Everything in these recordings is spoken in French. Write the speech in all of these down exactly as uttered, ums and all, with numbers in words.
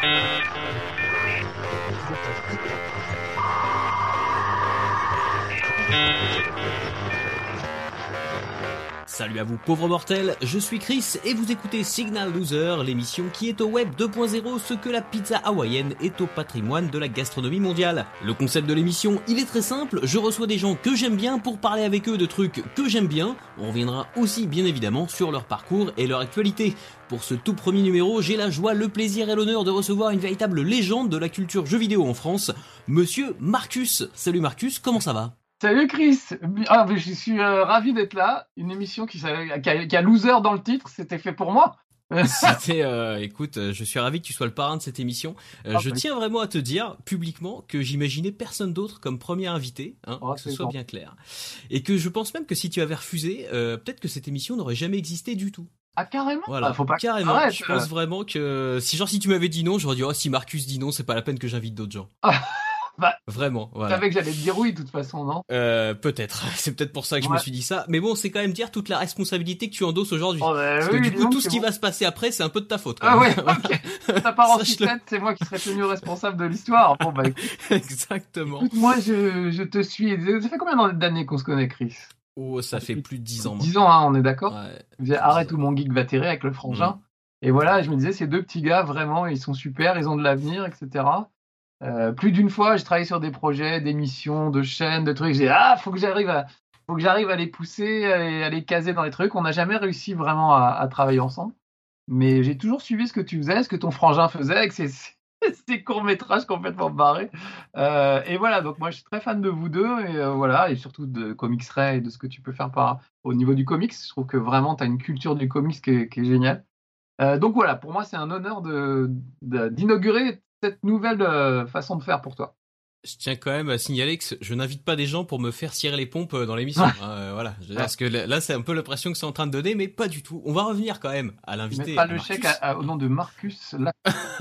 Salut à vous pauvres mortels, je suis Chris et vous écoutez Signal Loser, l'émission qui est au web deux point zéro ce que la pizza hawaïenne est au patrimoine de la gastronomie mondiale. Le concept de l'émission, il est très simple, je reçois des gens que j'aime bien pour parler avec eux de trucs que j'aime bien. On reviendra aussi bien évidemment sur leur parcours et leur actualité. Pour ce tout premier numéro, j'ai la joie, le plaisir et l'honneur de recevoir une véritable légende de la culture jeux vidéo en France, Monsieur Marcus. Salut Marcus, comment ça va ? Salut Chris, ah, mais je suis euh, ravi d'être là. Une émission qui, qui, a, qui a loser dans le titre, c'était fait pour moi. C'était, euh, écoute, je suis ravi que tu sois le parrain de cette émission. Euh, oh, je oui. tiens vraiment à te dire publiquement que j'imaginais personne d'autre comme premier invité, hein, oh, que ce soit bon. bien clair. Et que je pense même que si tu avais refusé, euh, peut-être que cette émission n'aurait jamais existé du tout. Ah carrément. Voilà, ah, faut pas carrément. Arrête, je pense euh... vraiment que si genre si tu m'avais dit non, j'aurais dit oh si Marcus dit non, c'est pas la peine que j'invite d'autres gens. Ah. Bah, vraiment, voilà. Tu savais que j'allais te dire oui, de toute façon, non ? Euh, peut-être. C'est peut-être pour ça que ouais. je me suis dit ça. Mais bon, c'est quand même dire toute la responsabilité que tu endosses aujourd'hui. Oh, bah, Parce oui, que du coup, donc, tout ce qui bon. va se passer après, c'est un peu de ta faute. Quand ah même. ouais, ok. Ça part en sucette, c'est moi qui serais tenu responsable de l'histoire. Bon, bah, écoute. Exactement. Écoute, moi, je, je te suis. Ça fait combien d'années qu'on se connaît, Chris ? Oh, ça, ça fait plus de dix ans. dix ans, hein, on est d'accord ? Ouais. Arrête où mon geek va terrer avec le frangin. Mmh. Et voilà, je me disais, ces deux petits gars, vraiment, ils sont super, ils ont de l'avenir, et cetera. Euh, plus d'une fois, j'ai travaillé sur des projets, d'émissions, de chaînes, de trucs. J'ai dit, ah, faut que j'arrive à, faut que j'arrive à les pousser, à les, à les caser dans les trucs. On n'a jamais réussi vraiment à, à travailler ensemble. Mais j'ai toujours suivi ce que tu faisais, ce que ton frangin faisait avec ses, ses courts-métrages complètement barrés. Euh, et voilà, donc moi, je suis très fan de vous deux. Et euh, voilà, et surtout de Comics Ray et de ce que tu peux faire par, au niveau du comics. Je trouve que vraiment, tu as une culture du comics qui est, qui est géniale. Euh, donc voilà, pour moi, c'est un honneur de, de, d'inaugurer cette nouvelle euh, façon de faire pour toi. Je tiens quand même à signaler que je n'invite pas des gens pour me faire cirer les pompes dans l'émission. Ah. euh, voilà, parce que là, c'est un peu l'impression que c'est en train de donner, mais pas du tout. On va revenir quand même à l'invité. Tu mettras le chèque à, à, au nom de Marcus. Là.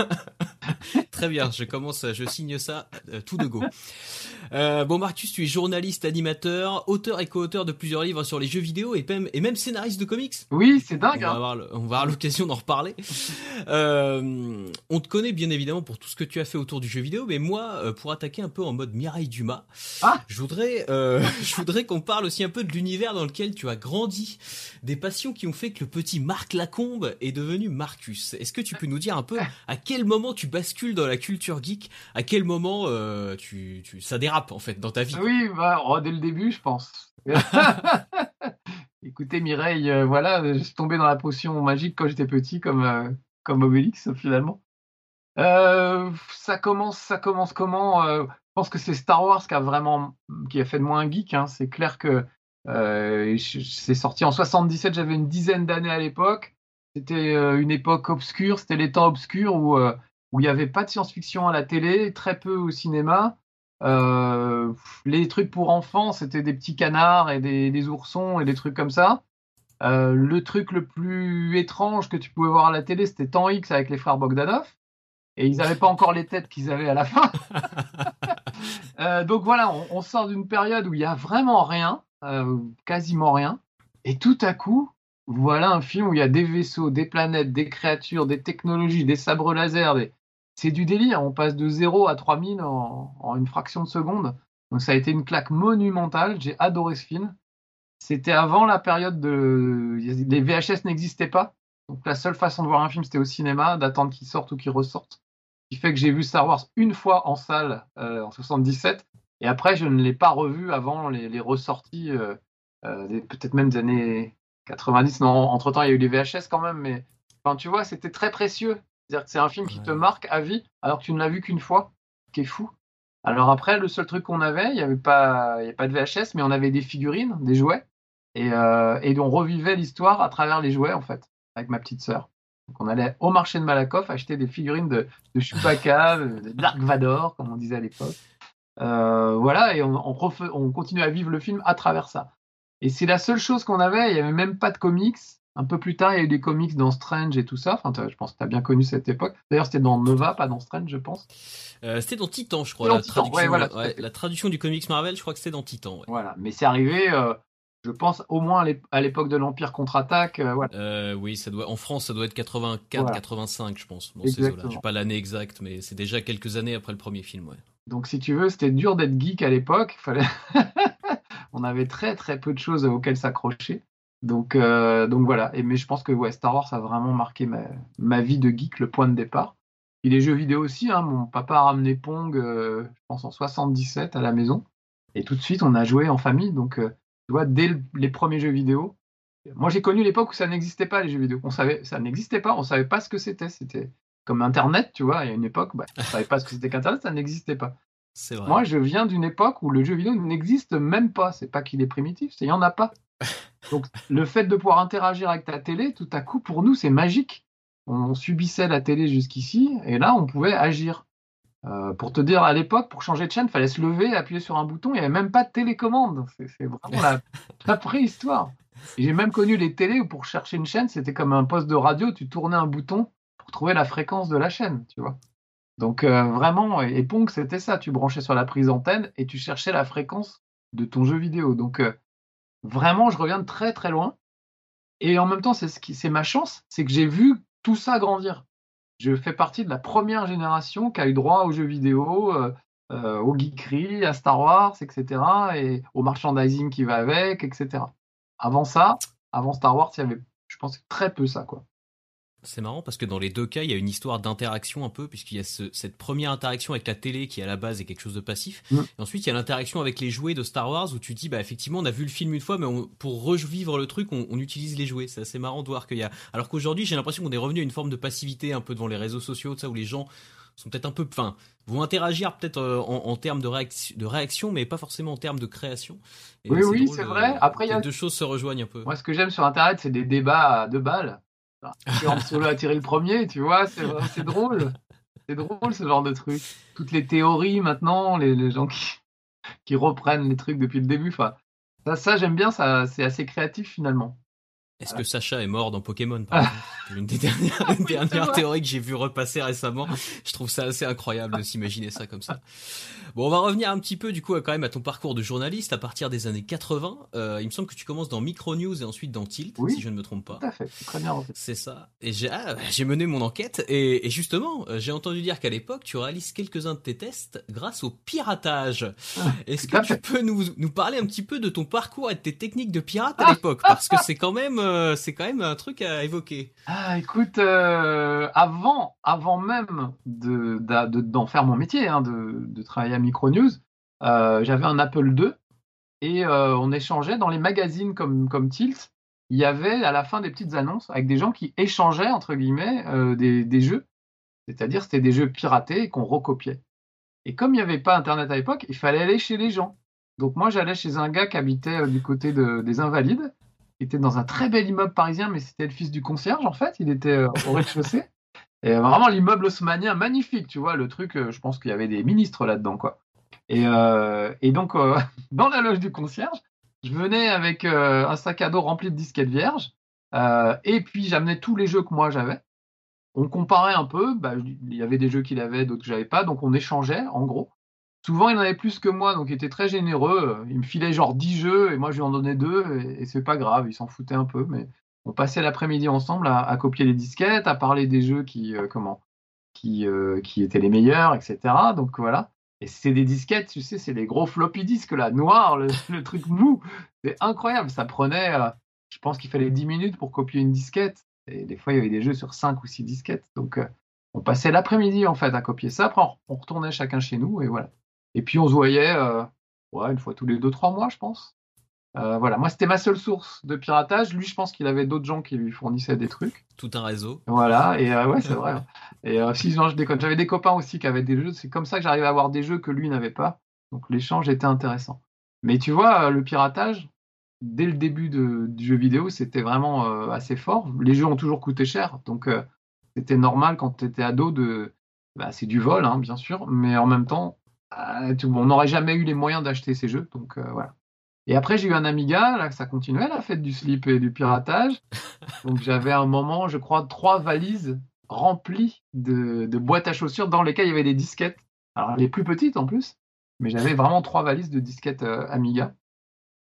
Très bien, je commence, je signe ça euh, tout de go. Euh, bon, Marcus, tu es journaliste, animateur, auteur et co-auteur de plusieurs livres sur les jeux vidéo et même, et même scénariste de comics. Oui, c'est dingue. On va hein. avoir, on va avoir l'occasion d'en reparler. Euh, on te connaît bien évidemment pour tout ce que tu as fait autour du jeu vidéo, mais moi, pour attaquer un peu en mode Mireille Dumas, ah je voudrais, euh, je voudrais qu'on parle aussi un peu de l'univers dans lequel tu as grandi, des passions qui ont fait que le petit Marc Lacombe est devenu Marcus. Est-ce que tu peux nous dire un peu à quel moment tu bascules dans la culture geek, à quel moment euh, tu, tu, ça dérape en fait dans ta vie? Oui, bah, oh, dès le début, je pense. Écoutez Mireille, euh, voilà, je suis tombé dans la potion magique quand j'étais petit, comme euh, comme Obélix finalement. Euh, ça commence, ça commence comment euh, Je pense que c'est Star Wars qui a vraiment, qui a fait de moi un geek. Hein. C'est clair que euh, c'est sorti en soixante-dix-sept. J'avais une dizaine d'années à l'époque. C'était euh, une époque obscure. C'était les temps obscurs où euh, où il n'y avait pas de science-fiction à la télé, très peu au cinéma. Euh, les trucs pour enfants, c'était des petits canards et des, des oursons et des trucs comme ça. Euh, le truc le plus étrange que tu pouvais voir à la télé, c'était Temps X avec les frères Bogdanov. Et ils n'avaient pas encore les têtes qu'ils avaient à la fin. euh, donc voilà, on, on sort d'une période où il n'y a vraiment rien, euh, quasiment rien. Et tout à coup, voilà un film où il y a des vaisseaux, des planètes, des créatures, des technologies, des sabres laser, des... c'est du délire, on passe de zéro à trois mille en, en une fraction de seconde. Donc ça a été une claque monumentale, j'ai adoré ce film. C'était avant la période de... Les V H S n'existaient pas, donc la seule façon de voir un film c'était au cinéma, d'attendre qu'il sorte ou qu'il ressorte. Ce qui fait que j'ai vu Star Wars une fois en salle euh, en soixante-dix-sept, et après je ne l'ai pas revu avant les, les ressorties, euh, euh, des, peut-être même des années quatre-vingt-dix. Non, entre-temps il y a eu les V H S quand même, mais enfin, tu vois, c'était très précieux. C'est-à-dire que c'est un film qui te marque à vie, alors que tu ne l'as vu qu'une fois, ce qui est fou. Alors après, le seul truc qu'on avait, il n'y avait pas, il y avait pas de V H S, mais on avait des figurines, des jouets, et, euh, et on revivait l'histoire à travers les jouets, en fait, avec ma petite sœur. Donc on allait au marché de Malakoff acheter des figurines de, de Chewbacca, de Dark Vador, comme on disait à l'époque. Euh, voilà, et on, on, refait, on continue à vivre le film à travers ça. Et c'est la seule chose qu'on avait, il n'y avait même pas de comics. Un peu plus tard, il y a eu des comics dans Strange et tout ça. Enfin, je pense que tu as bien connu cette époque. D'ailleurs, c'était dans Nova, pas dans Strange, je pense. Euh, c'était dans Titan, je crois. Dans La, Titan, traduction, ouais, voilà, ouais, la traduction du comics Marvel, je crois que c'était dans Titan. Ouais. Voilà, mais c'est arrivé... Euh, Je pense au moins à l'époque de l'Empire contre-attaque. Euh, voilà. Euh, oui, ça doit. En France, ça doit être quatre-vingt-quatre, Voilà, quatre-vingt-cinq, je pense, dans ces eaux-là. J'ai exactement. pas l'année exacte, mais c'est déjà quelques années après le premier film, ouais. Donc, si tu veux, c'était dur d'être geek à l'époque. Fallait... On avait très très peu de choses auxquelles s'accrocher. Donc, euh, donc voilà. Et, mais je pense que ouais, Star Wars a vraiment marqué ma, ma vie de geek, le point de départ. Et les jeux vidéo aussi. Hein. Mon papa a ramené Pong, euh, je pense en soixante-dix-sept à la maison. Et tout de suite, on a joué en famille. Donc, euh, tu vois, dès le- les premiers jeux vidéo. Moi, j'ai connu l'époque où ça n'existait pas, les jeux vidéo. On savait, ça n'existait pas. On savait pas ce que c'était. C'était comme Internet, tu vois. Il y a une époque, bah, on savait pas ce que c'était qu'Internet, ça n'existait pas. C'est vrai. Moi, je viens d'une époque où le jeu vidéo n'existe même pas. C'est pas qu'il est primitif, c'est il y en a pas. Donc, le fait de pouvoir interagir avec ta télé, tout à coup, pour nous, c'est magique. On subissait la télé jusqu'ici, et là, on pouvait agir. Euh, pour te dire, à l'époque, pour changer de chaîne, il fallait se lever, appuyer sur un bouton. Il n'y avait même pas de télécommande. C'est, c'est vraiment la, la préhistoire. Et j'ai même connu les télés où pour chercher une chaîne, c'était comme un poste de radio. Tu tournais un bouton pour trouver la fréquence de la chaîne, tu vois. Donc euh, vraiment, et Pong, c'était ça. Tu branchais sur la prise antenne et tu cherchais la fréquence de ton jeu vidéo. Donc euh, vraiment, je reviens de très très loin. Et en même temps, c'est, ce qui, c'est ma chance, c'est que j'ai vu tout ça grandir. Je fais partie de la première génération qui a eu droit aux jeux vidéo, euh, euh, aux geekeries, à Star Wars, et cetera. Et au merchandising qui va avec, et cetera. Avant ça, avant Star Wars, il y avait, je pense, très peu ça, quoi. C'est marrant parce que dans les deux cas, il y a une histoire d'interaction un peu, puisqu'il y a ce, cette première interaction avec la télé qui à la base est quelque chose de passif. Mm. Et ensuite, il y a l'interaction avec les jouets de Star Wars où tu dis, bah effectivement, on a vu le film une fois, mais on, pour revivre le truc, on, on utilise les jouets. C'est assez marrant de voir qu'il y a. Alors qu'aujourd'hui, j'ai l'impression qu'on est revenu à une forme de passivité un peu devant les réseaux sociaux, ça où les gens sont peut-être un peu, enfin, vont interagir peut-être euh, en, en termes de, réac- de réaction, mais pas forcément en termes de création. Et Oui, euh, c'est oui, drôle c'est vrai. euh, Après, il y que les a deux choses se rejoignent un peu. moi, ce que j'aime sur Internet, c'est des débats à deux balles. Est-ce que Han Solo a tiré le premier, tu vois, c'est, c'est drôle. C'est drôle ce genre de truc. Toutes les théories maintenant, les, les gens qui, qui reprennent les trucs depuis le début. Enfin, ça, ça j'aime bien, ça, c'est assez créatif finalement. Est-ce que Sacha est mort dans Pokémon, par exemple? C'est une des dernières, une Oui, c'est dernière vrai. théorie que j'ai vu repasser récemment. Je trouve ça assez incroyable de s'imaginer ça comme ça. Bon, on va revenir un petit peu, du coup, à, quand même à ton parcours de journaliste à partir des années quatre-vingts. Euh, il me semble que tu commences dans Micronews et ensuite dans Tilt, si Oui, je ne me trompe tout pas. à fait. C'est très bien refait. C'est ça. Et j'ai, ah, j'ai mené mon enquête et, et justement, euh, j'ai entendu dire qu'à l'époque, tu réalises quelques-uns de tes tests grâce au piratage. Est-ce Tout que à tu fait. peux nous, nous parler un petit peu de ton parcours et de tes techniques de pirate à l'époque? Parce que c'est quand même, euh, c'est quand même un truc à évoquer. Ah, écoute, euh, avant, avant même de, d'a- de- d'en faire mon métier, hein, de, de travailler à Micronews, euh, j'avais un Apple deux et euh, on échangeait dans les magazines comme, comme Tilt. Il y avait à la fin des petites annonces avec des gens qui échangeaient, entre guillemets, euh, des, des jeux. C'est-à-dire, c'était des jeux piratés et qu'on recopiait. Et comme il n'y avait pas Internet à l'époque, il fallait aller chez les gens. Donc moi, j'allais chez un gars qui habitait euh, du côté de- des Invalides, qui était dans un très bel immeuble parisien, mais c'était le fils du concierge, en fait. Il était euh, au rez-de-chaussée. Et euh, vraiment, l'immeuble haussmannien, magnifique, tu vois, le truc, euh, je pense qu'il y avait des ministres là-dedans, quoi. Et, euh, et donc, euh, dans la loge du concierge, je venais avec euh, un sac à dos rempli de disquettes vierges, euh, et puis j'amenais tous les jeux que moi j'avais. On comparait un peu, bah, il y avait des jeux qu'il avait, d'autres que j'avais pas, donc on échangeait, en gros. Souvent, il en avait plus que moi, donc il était très généreux. Il me filait genre dix jeux, et moi je lui en donnais deux, et, et c'est pas grave, il s'en foutait un peu, mais on passait l'après-midi ensemble à, à copier les disquettes, à parler des jeux qui, euh, comment, qui, euh, qui étaient les meilleurs, et cetera. Donc voilà. Et c'est des disquettes, tu sais, c'est les gros floppy disques là, noirs, le, le truc mou. C'est incroyable. Ça prenait, euh, je pense qu'il fallait dix minutes pour copier une disquette. Et des fois, il y avait des jeux sur cinq ou six disquettes. Donc, euh, on passait l'après-midi en fait à copier ça. Après, on, on retournait chacun chez nous et voilà. Et puis, on se voyait euh, ouais, une fois tous les deux, trois mois, je pense. Euh, voilà. Moi, c'était ma seule source de piratage. Lui, je pense qu'il avait d'autres gens qui lui fournissaient des trucs. Tout un réseau. Voilà, et euh, ouais, c'est vrai. Et euh, si non, je déconne, j'avais des copains aussi qui avaient des jeux, c'est comme ça que j'arrivais à avoir des jeux que lui n'avait pas. Donc l'échange était intéressant. Mais tu vois, euh, le piratage, dès le début de- du jeu vidéo, c'était vraiment euh, assez fort. Les jeux ont toujours coûté cher, donc euh, c'était normal quand tu étais ado de. Bah, c'est du vol, hein, bien sûr, mais en même temps, euh, tu- on n'aurait jamais eu les moyens d'acheter ces jeux, donc euh, voilà. Et après, j'ai eu un Amiga, là, ça continuait la fête du slip et du piratage. Donc j'avais un moment, je crois, trois valises remplies de, de boîtes à chaussures dans lesquelles il y avait des disquettes. Alors les plus petites en plus, mais j'avais vraiment trois valises de disquettes euh, Amiga.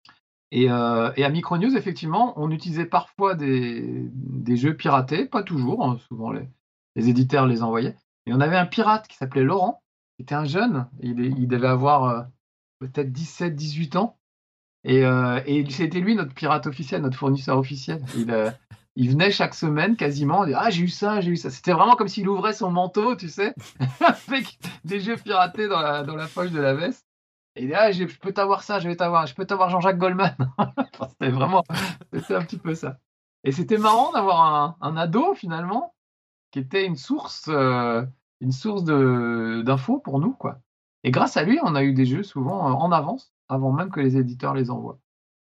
Et, euh, et à Micronews, effectivement, on utilisait parfois des, des jeux piratés, pas toujours, hein, souvent les, les éditeurs les envoyaient. Et on avait un pirate qui s'appelait Laurent, qui était un jeune, il, il devait avoir euh, peut-être dix-sept, dix-huit ans. Et, euh, et c'était lui notre pirate officiel, notre fournisseur officiel. Il, euh, il venait chaque semaine quasiment, il disait, ah j'ai eu ça, j'ai eu ça. C'était vraiment comme s'il ouvrait son manteau, tu sais, avec des jeux piratés dans la, dans la poche de la veste. Et il dit, ah, je peux t'avoir ça, je vais t'avoir, je peux t'avoir Jean-Jacques Goldman. Enfin, c'était vraiment, c'était un petit peu ça. Et c'était marrant d'avoir un, un ado finalement qui était une source, euh, une source de d'infos pour nous, quoi. Et grâce à lui, on a eu des jeux souvent en avance, avant même que les éditeurs les envoient.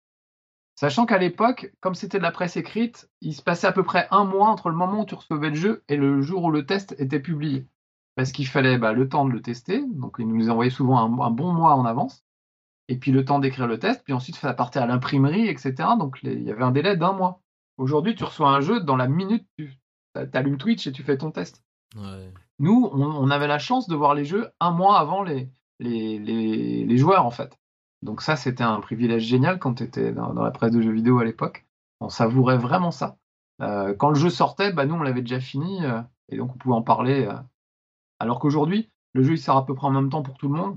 Sachant qu'à l'époque, comme c'était de la presse écrite, il se passait à peu près un mois entre le moment où tu recevais le jeu et le jour où le test était publié. Parce qu'il fallait bah, le temps de le tester, donc il nous les envoyait souvent un, un bon mois en avance, et puis le temps d'écrire le test, puis ensuite ça partait à l'imprimerie, et cetera. Donc les, il y avait un délai d'un mois. Aujourd'hui, tu reçois un jeu, dans la minute, tu allumes Twitch et tu fais ton test. Ouais. Nous, on, on avait la chance de voir les jeux un mois avant les, les, les, les joueurs, en fait. Donc ça, c'était un privilège génial quand tu étais dans, dans la presse de jeux vidéo à l'époque. On savourait vraiment ça. Euh, quand le jeu sortait, bah, nous, on l'avait déjà fini, euh, et donc on pouvait en parler. Euh, alors qu'aujourd'hui, le jeu, il sort à peu près en même temps pour tout le monde.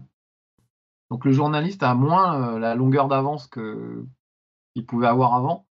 Donc le journaliste a moins euh, la longueur d'avance que, qu'il pouvait avoir avant,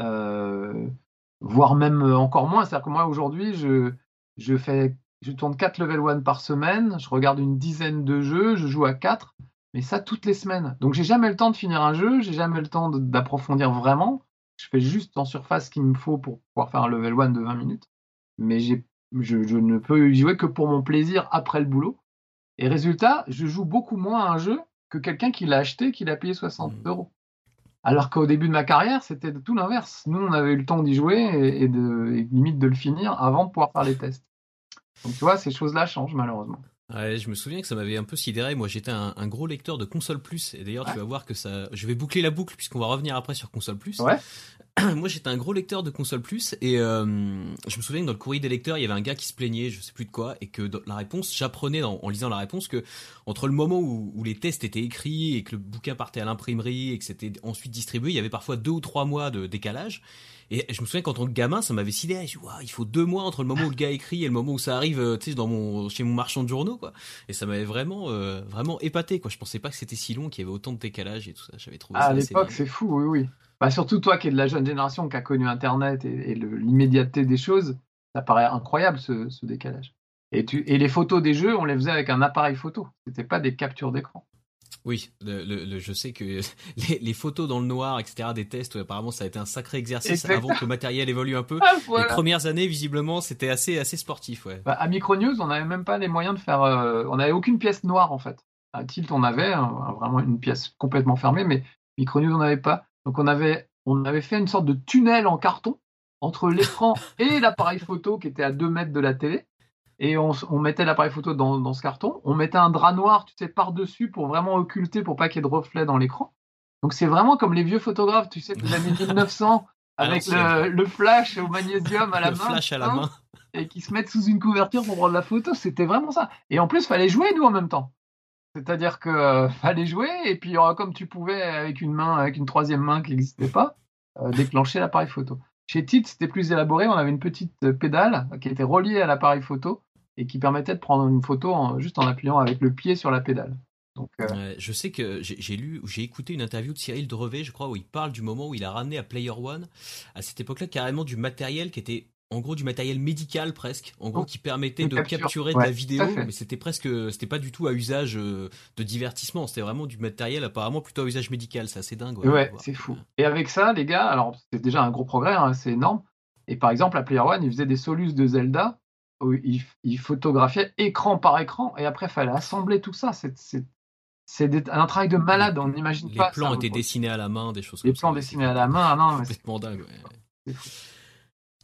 euh, voire même encore moins. C'est-à-dire que moi, aujourd'hui, je, je, fais, je tourne quatre level one par semaine, je regarde une dizaine de jeux, je joue à quatre, mais ça toutes les semaines. Donc j'ai jamais le temps de finir un jeu, j'ai jamais le temps de, d'approfondir vraiment. Je fais juste en surface ce qu'il me faut pour pouvoir faire un level one de vingt minutes. Mais j'ai, je, je ne peux y jouer que pour mon plaisir après le boulot. Et résultat, je joue beaucoup moins à un jeu que quelqu'un qui l'a acheté, qui l'a payé soixante euros. Alors qu'au début de ma carrière, c'était tout l'inverse. Nous, on avait eu le temps d'y jouer et, et, de, et limite de le finir avant de pouvoir faire les tests. Donc tu vois, ces choses-là changent malheureusement. Ouais, je me souviens que ça m'avait un peu sidéré. Moi, j'étais un, un gros lecteur de Console Plus. Et d'ailleurs, ouais. Tu vas voir que ça... Je vais boucler la boucle puisqu'on va revenir après sur Console Plus. Ouais. Moi, j'étais un gros lecteur de Console Plus et euh, je me souviens que dans le courrier des lecteurs, il y avait un gars qui se plaignait, je sais plus de quoi, et que dans la réponse, j'apprenais en, en lisant la réponse que entre le moment où, où les tests étaient écrits et que le bouquin partait à l'imprimerie et que c'était ensuite distribué, il y avait parfois deux ou trois mois de décalage. Et je me souviens qu'en tant que gamin, ça m'avait sidéré. Je dis, waouh, il faut deux mois entre le moment où le gars écrit et le moment où ça arrive, tu sais, dans mon, chez mon marchand de journaux, quoi. Et ça m'avait vraiment, euh, vraiment épaté, quoi. Je pensais pas que c'était si long, qu'il y avait autant de décalage et tout ça. J'avais trouvé ah, ça à assez l'époque, dingue. c'est fou, oui, oui. Bah, surtout toi qui es de la jeune génération, qui a connu Internet et, et le, l'immédiateté des choses, ça paraît incroyable ce, ce décalage. Et, tu, et les photos des jeux, on les faisait avec un appareil photo. C'était pas des captures d'écran. Oui, le, le, le, je sais que les, les photos dans le noir, et cetera, des tests, apparemment, ça a été un sacré exercice. Exactement. Avant que le matériel évolue un peu. Ah, voilà. Les premières années, visiblement, c'était assez, assez sportif. Ouais. Bah, à Micronews, on n'avait même pas les moyens de faire. Euh, on n'avait aucune pièce noire, en fait. À Tilt, on avait hein, vraiment une pièce complètement fermée, mais Micronews, on n'avait pas. Donc, on avait, on avait fait une sorte de tunnel en carton entre l'écran et l'appareil photo qui était à deux mètres de la télé. Et on, on mettait l'appareil photo dans, dans ce carton. On mettait un drap noir, tu sais, par-dessus pour vraiment occulter, pour pas qu'il y ait de reflets dans l'écran. Donc c'est vraiment comme les vieux photographes, tu sais, des années mille neuf cents, avec le, le flash au magnésium à la le main. Le flash à la main. Et qui se mettent sous une couverture pour prendre la photo. C'était vraiment ça. Et en plus, il fallait jouer, nous, en même temps. C'est-à-dire qu'il euh, fallait jouer, et puis euh, comme tu pouvais, avec une main, avec une troisième main qui n'existait pas, euh, déclencher l'appareil photo. Chez Tilt, c'était plus élaboré. On avait une petite pédale qui était reliée à l'appareil photo et qui permettait de prendre une photo en, juste en appuyant avec le pied sur la pédale. Donc, euh... euh, je sais que j'ai, j'ai lu, j'ai écouté une interview de Cyril Drevet, je crois, où il parle du moment où il a ramené à Player One, à cette époque-là, carrément du matériel qui était, en gros, du matériel médical presque, en gros, oh, qui permettait de capture. capturer ouais, de la vidéo, mais c'était presque, c'était pas du tout à usage euh, de divertissement, c'était vraiment du matériel apparemment plutôt à usage médical, c'est assez dingue. Ouais, ouais c'est fou. Et avec ça, les gars, alors c'est déjà un gros progrès, hein, c'est énorme. Et par exemple, à Player One, ils faisaient des solus de Zelda où ils, ils photographiaient écran par écran et après, il fallait assembler tout ça. C'est, c'est, c'est des, un travail de malade, on n'imagine les pas. Les plans ça, étaient dessinés à la main, des choses les comme ça. Les plans dessinés à la main, non. Complètement dingue, ouais. C'est fou.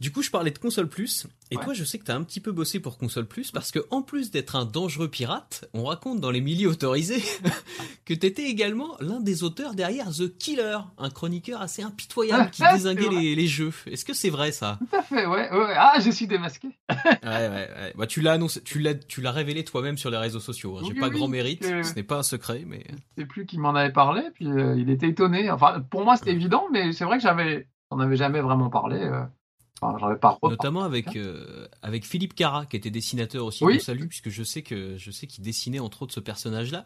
Du coup, je parlais de Console Plus, et Ouais. toi, je sais que t'as un petit peu bossé pour Console Plus, parce que en plus d'être un dangereux pirate, on raconte dans les milieux autorisés que t'étais également l'un des auteurs derrière The Killer, un chroniqueur assez impitoyable qui C'est dézinguait vrai. les, les jeux. Est-ce que c'est vrai ça? Tout à fait, ouais, ouais. Ah, je suis démasqué. Ouais, ouais, ouais. Bah, tu l'as annoncé, tu l'as, tu l'as révélé toi-même sur les réseaux sociaux. Hein. J'ai Oui, pas grand oui. mérite, Euh, ce n'est pas un secret, mais. je sais plus qui m'en avait parlé, puis euh, il était étonné. Enfin, pour moi, c'était évident, mais c'est vrai que j'avais, on n'avait jamais vraiment parlé. euh, Enfin, j'avais pas reparlé. Notamment avec euh, avec Philippe Cara, qui était dessinateur aussi, qu'on Oui, salue, puisque je sais que je sais qu'il dessinait entre autres ce personnage-là.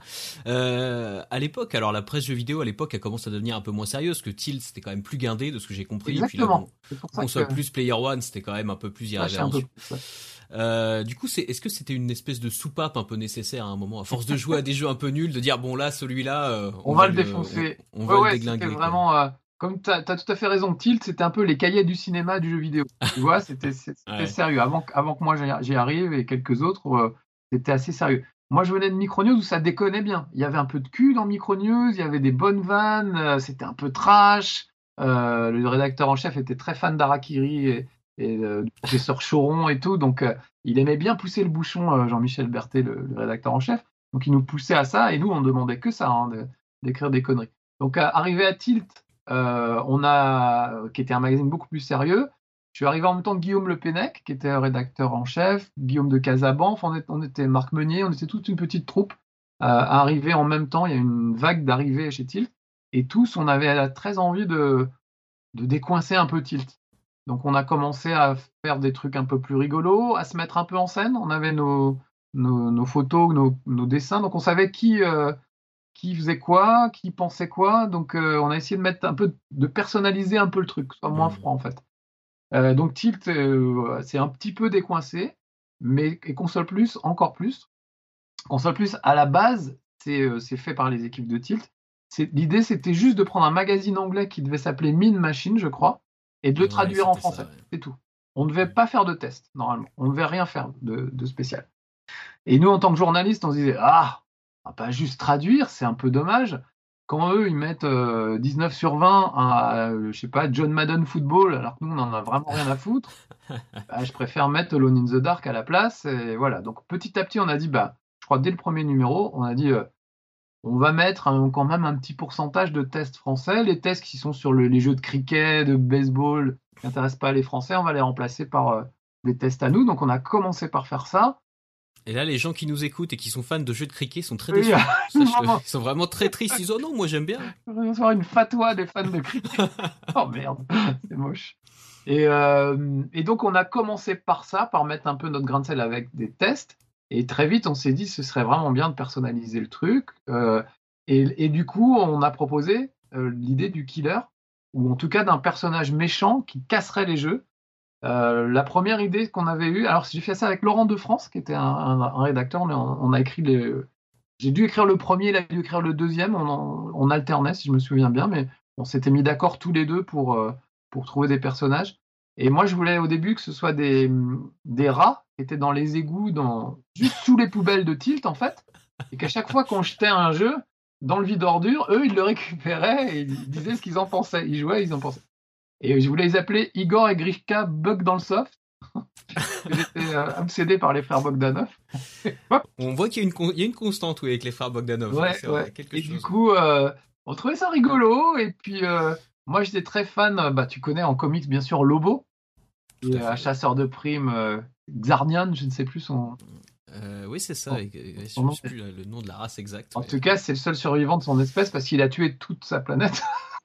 Euh, à l'époque, alors la presse jeux vidéo à l'époque, elle commence à devenir un peu moins sérieuse, que Tilt c'était quand même plus guindé de ce que j'ai compris. Et puis là, bon, exactement. C'est pour ça que Console Plus, Player One, c'était quand même un peu plus lâcher un peu irrévérencieux. plus. Ouais. Euh, du coup, c'est, est-ce que c'était une espèce de soupape un peu nécessaire à un moment, à force de jouer à des jeux un peu nuls, de dire bon là, celui-là, euh, On on, va va le le, on, défoncer. on Ouais, va le ouais, c'était déglinguer, quoi. vraiment. euh, comme tu as, tout à fait raison, Tilt, c'était un peu les cahiers du cinéma du jeu vidéo. Tu vois, c'était c'était Ouais. sérieux. Avant, que- avant que moi j'y j'y arrive et quelques autres, euh, c'était assez sérieux. Moi, je venais de Micronews où ça déconnait bien. Il y avait un peu de cul dans Micronews, il y avait des bonnes vannes, euh, c'était un peu trash. Euh, le rédacteur en chef était très fan d'Harakiri et, et euh, du professeur Choron et tout, donc euh, il aimait bien pousser le bouchon, euh, Jean-Michel Berthet, le, le rédacteur en chef. Donc il nous poussait à ça et nous, on demandait que ça, hein, de- d'écrire des conneries. Donc, à- arrivé à Tilt, euh, on a, qui était un magazine beaucoup plus sérieux, je suis arrivé en même temps que Guillaume Le Pennec, qui était rédacteur en chef, Guillaume de Casaban, enfin, on, est- on était Marc Meunier, on était toute une petite troupe euh, à arriver en même temps. Il y a eu une vague d'arrivées chez Tilt, et tous, on avait très envie de, de décoincer un peu Tilt. Donc, on a commencé à faire des trucs un peu plus rigolos, à se mettre un peu en scène. On avait nos, nos, nos photos, nos, nos dessins, donc on savait qui. euh, qui faisait quoi, qui pensait quoi. Donc, euh, on a essayé de mettre un peu, de personnaliser un peu le truc, que ce soit moins Hmm. froid en fait. Euh, donc, Tilt, euh, c'est un petit peu décoincé, mais et Console Plus, encore plus. Console Plus, à la base, c'est euh, c'est fait par les équipes de Tilt. C'est- L'idée, c'était juste de prendre un magazine anglais qui devait s'appeler Mean Machine, je crois, et de le Ouais, traduire en c'était ça. français. Ouais. C'est tout. On ne devait Hmm. pas faire de test, normalement. On ne devait rien faire de, de spécial. Et nous, en tant que journalistes, on se disait, ah, on va pas juste traduire, c'est un peu dommage. Quand eux, ils mettent euh, dix-neuf sur vingt à, euh, je sais pas, John Madden Football, alors que nous, on en a vraiment rien à foutre, bah, je préfère mettre Alone in the Dark à la place. Et voilà. Donc, petit à petit, on a dit, bah, je crois, dès le premier numéro, on a dit, euh, on va mettre un- quand même un petit pourcentage de tests français. Les tests qui sont sur le- les jeux de cricket, de baseball, qui n'intéressent pas les Français, on va les remplacer par euh, des tests à nous. Donc, on a commencé par faire ça. Et là, les gens qui nous écoutent et qui sont fans de jeux de cricket sont très Oui, déçus. Sache-le. vraiment. Ils sont vraiment très tristes. Ils disent oh non, moi j'aime bien. Recevoir une fatwa des fans de cricket. Oh merde, c'est moche. Et, euh, et donc on a commencé par ça, par mettre un peu notre grain de sel avec des tests. Et très vite, on s'est dit ce serait vraiment bien de personnaliser le truc. Euh, et, et du coup, on a proposé euh, l'idée du killer, ou en tout cas d'un personnage méchant qui casserait les jeux. Euh, la première idée qu'on avait eue, alors j'ai fait ça avec Laurent de France, qui était un, un- un rédacteur, on, on a écrit les, j'ai dû écrire le premier, il a dû écrire le deuxième, on, en- on alternait si je me souviens bien, mais on s'était mis d'accord tous les deux pour, euh, pour trouver des personnages. Et moi, je voulais au début que ce soit des, des rats qui étaient dans les égouts, dans, juste sous les poubelles de Tilt, en fait, et qu'à chaque fois qu'on jetait un jeu dans le vide ordure, eux, ils le récupéraient et ils disaient ce qu'ils en pensaient. Ils jouaient, ils en pensaient. Et je voulais les appeler Igor et Grishka Bug dans le soft. J'étais euh, obsédé par les frères Bogdanov. On voit qu'il y a une, con- il y a une constante oui, avec les frères Bogdanov. Ouais, Ouais, c'est vrai, il y ouais. a quelque Et du chose. coup, euh, on trouvait ça rigolo. Et puis, euh, moi, j'étais très fan. euh, Bah, tu connais en comics, bien sûr, Lobo, Tout et à euh, un fait, oui. chasseur de primes, euh, Xarnian, je ne sais plus son, Euh, oui, c'est ça. son- et- et- Je son ne nom. sais plus le nom de la race exacte. En Mais... tout cas, c'est le seul survivant de son espèce parce qu'il a tué toute sa planète.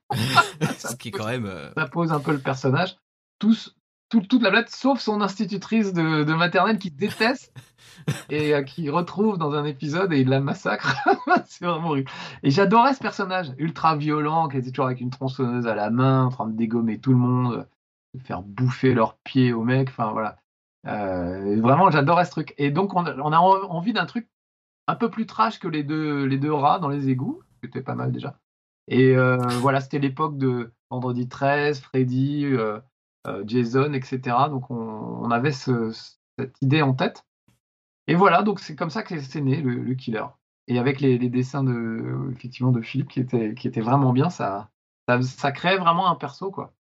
Ce ça, qui est pose, quand même. euh, ça pose un peu le personnage. Tous, tout- toute la planète, sauf son institutrice de, de maternelle qui déteste et euh, qui retrouve dans un épisode et il la massacre. C'est vraiment horrible. Et j'adorais ce personnage, ultra violent, qui était toujours avec une tronçonneuse à la main, en train de dégommer tout le monde, de faire bouffer leurs pieds aux mecs. Enfin voilà. Euh, vraiment, j'adorais ce truc. Et donc, on, a- on a en- envie d'un truc un peu plus trash que les deux, les deux rats dans les égouts, c'était pas mal déjà. Et euh, voilà, c'était l'époque de Vendredi treize, Freddy, euh, euh, Jason, et cetera. Donc, on, on avait ce- cette idée en tête. Et voilà, donc c'est comme ça que c'est né le, le killer. Et avec les, les dessins de, effectivement, de Philippe qui étaient, qui étaient vraiment bien, ça, ça, ça crée vraiment un perso, quoi.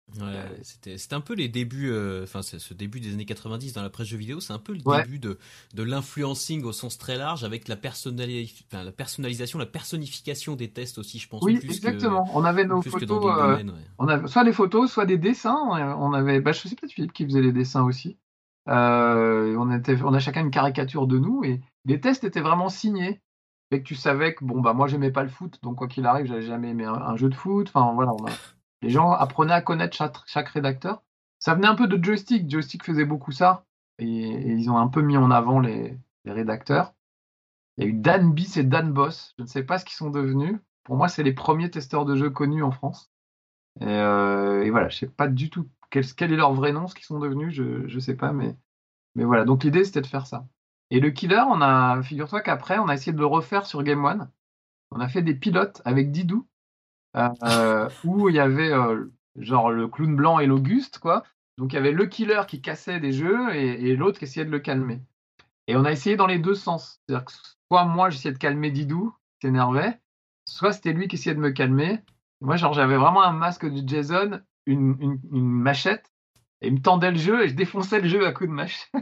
Ouais, c'était c'était un peu les débuts, enfin euh, ce début des années quatre-vingt-dix dans la presse jeux vidéo, c'est un peu le Ouais. début de de l'influencing au sens très large avec la personnali- enfin, la personnalisation, la personnification des tests aussi, je pense Oui, plus exactement. que On avait nos plus que dans photos, d'autres euh, domaines. Ouais. on avait soit des photos, soit des dessins. On avait, bah, je sais peut-être Philippe qui faisait les dessins aussi. Euh, on était, on a chacun une caricature de nous et les tests étaient vraiment signés. Et que tu savais que bon bah moi j'aimais pas le foot, donc quoi qu'il arrive, j'avais jamais aimé un, un jeu de foot. Enfin voilà, on a, les gens apprenaient à connaître chaque, chaque rédacteur. Ça venait un peu de Joystick. Joystick faisait beaucoup ça et, et ils ont un peu mis en avant les, les rédacteurs. Il y a eu Dan Biss et Dan Boss. Je ne sais pas ce qu'ils sont devenus. Pour moi, c'est les premiers testeurs de jeux connus en France. Et, euh, et voilà, je ne sais pas du tout quel, quel est leur vrai nom, ce qu'ils sont devenus, je ne sais pas, mais, mais voilà. Donc l'idée, c'était de faire ça. Et le killer, on a, figure-toi qu'après, on a essayé de le refaire sur Game One. On a fait des pilotes avec Didou, euh, où il y avait euh, genre le clown blanc et l'Auguste, quoi. Donc il y avait le killer qui cassait des jeux et, et l'autre qui essayait de le calmer. Et on a essayé dans les deux sens. C'est-à-dire que soit moi, j'essayais de calmer Didou, qui s'énervait, soit c'était lui qui essayait de me calmer. Moi, genre, j'avais vraiment un masque de Jason, une, une, une machette, et il me tendait le jeu et je défonçais le jeu à coups de machette.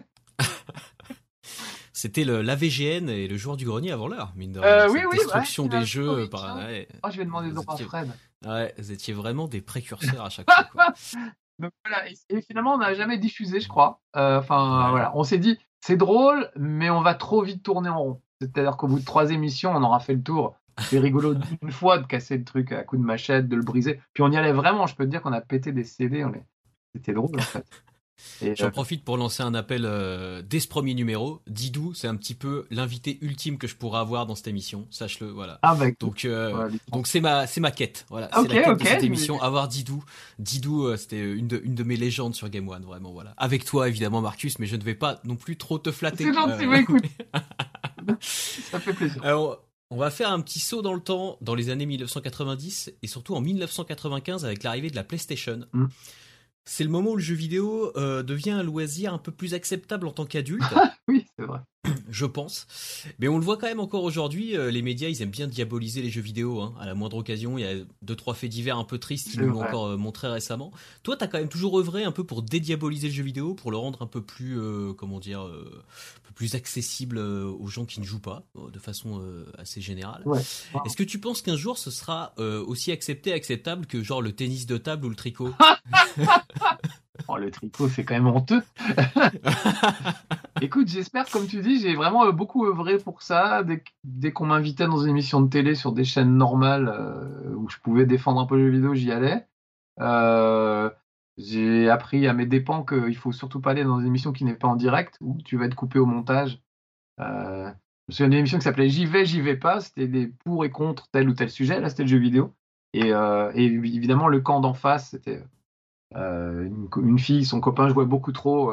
C'était le l'A V G N et le joueur du grenier avant l'heure, mine de rien. Euh, oui, Cette oui, destruction ouais, des euh, jeux oui, par. Ouais, oh, je vais demander le vous droit à étiez, Fred. ouais, vous étiez vraiment des précurseurs à chaque fois, quoi. Donc voilà, et, et finalement, on n'a jamais diffusé, je crois. Enfin, euh, Ouais. voilà, on s'est dit, c'est drôle, mais on va trop vite tourner en rond. C'est-à-dire qu'au bout de trois émissions, on aura fait le tour. C'est rigolo une fois de casser le truc à coups de machette, de le briser. Puis on y allait vraiment, je peux te dire qu'on a pété des C D. On les... C'était drôle en fait. Et, J'en euh, profite pour lancer un appel euh, dès ce premier numéro. Didou, c'est un petit peu l'invité ultime que je pourrais avoir dans cette émission. Sache-le, voilà. ah bah écoute, Donc, euh, voilà, les donc c'est ma, c'est ma quête. Voilà, c'est ok, la quête ok. de cette Mais... émission. Avoir Didou. Didou, euh, c'était une de, une de mes légendes sur Game One, vraiment, voilà. Avec toi, évidemment, Marcus, mais je ne vais pas non plus trop te flatter. C'est gentil, Euh, bah écoute. Ça fait plaisir. Alors, on va faire un petit saut dans le temps, dans les années mille neuf cent quatre-vingt-dix et surtout en mille neuf cent quatre-vingt-quinze avec l'arrivée de la PlayStation. Mm. C'est le moment où le jeu vidéo euh, devient un loisir un peu plus acceptable en tant qu'adulte. Oui, c'est vrai. Je pense. Mais on le voit quand même encore aujourd'hui, euh, les médias, ils aiment bien diaboliser les jeux vidéo. Hein. À la moindre occasion, il y a deux, trois faits divers un peu tristes qui nous l'ont encore euh, montré récemment. Toi, t'as quand même toujours œuvré un peu pour dédiaboliser le jeu vidéo, pour le rendre un peu plus, euh, comment dire, euh, un peu plus accessible euh, aux gens qui ne jouent pas, euh, de façon euh, assez générale. Ouais. Est-ce que tu penses qu'un jour, ce sera euh, aussi accepté, acceptable que genre le tennis de table ou le tricot? Oh, le tricot, c'est quand même honteux. Écoute, j'espère, comme tu dis, j'ai vraiment beaucoup œuvré pour ça. Dès, dès qu'on m'invitait dans une émission de télé sur des chaînes normales euh, où je pouvais défendre un peu le jeu vidéo, j'y allais. Euh, j'ai appris à mes dépens qu'il faut surtout pas aller dans une émission qui n'est pas en direct, où tu vas être coupé au montage. Euh, je me souviens d'une émission qui s'appelait J'y vais, j'y vais pas. C'était des pour et contre tel ou tel sujet. Là, c'était le jeu vidéo. Et, euh, et évidemment, le camp d'en face, c'était euh, une, une fille, son copain jouait beaucoup trop.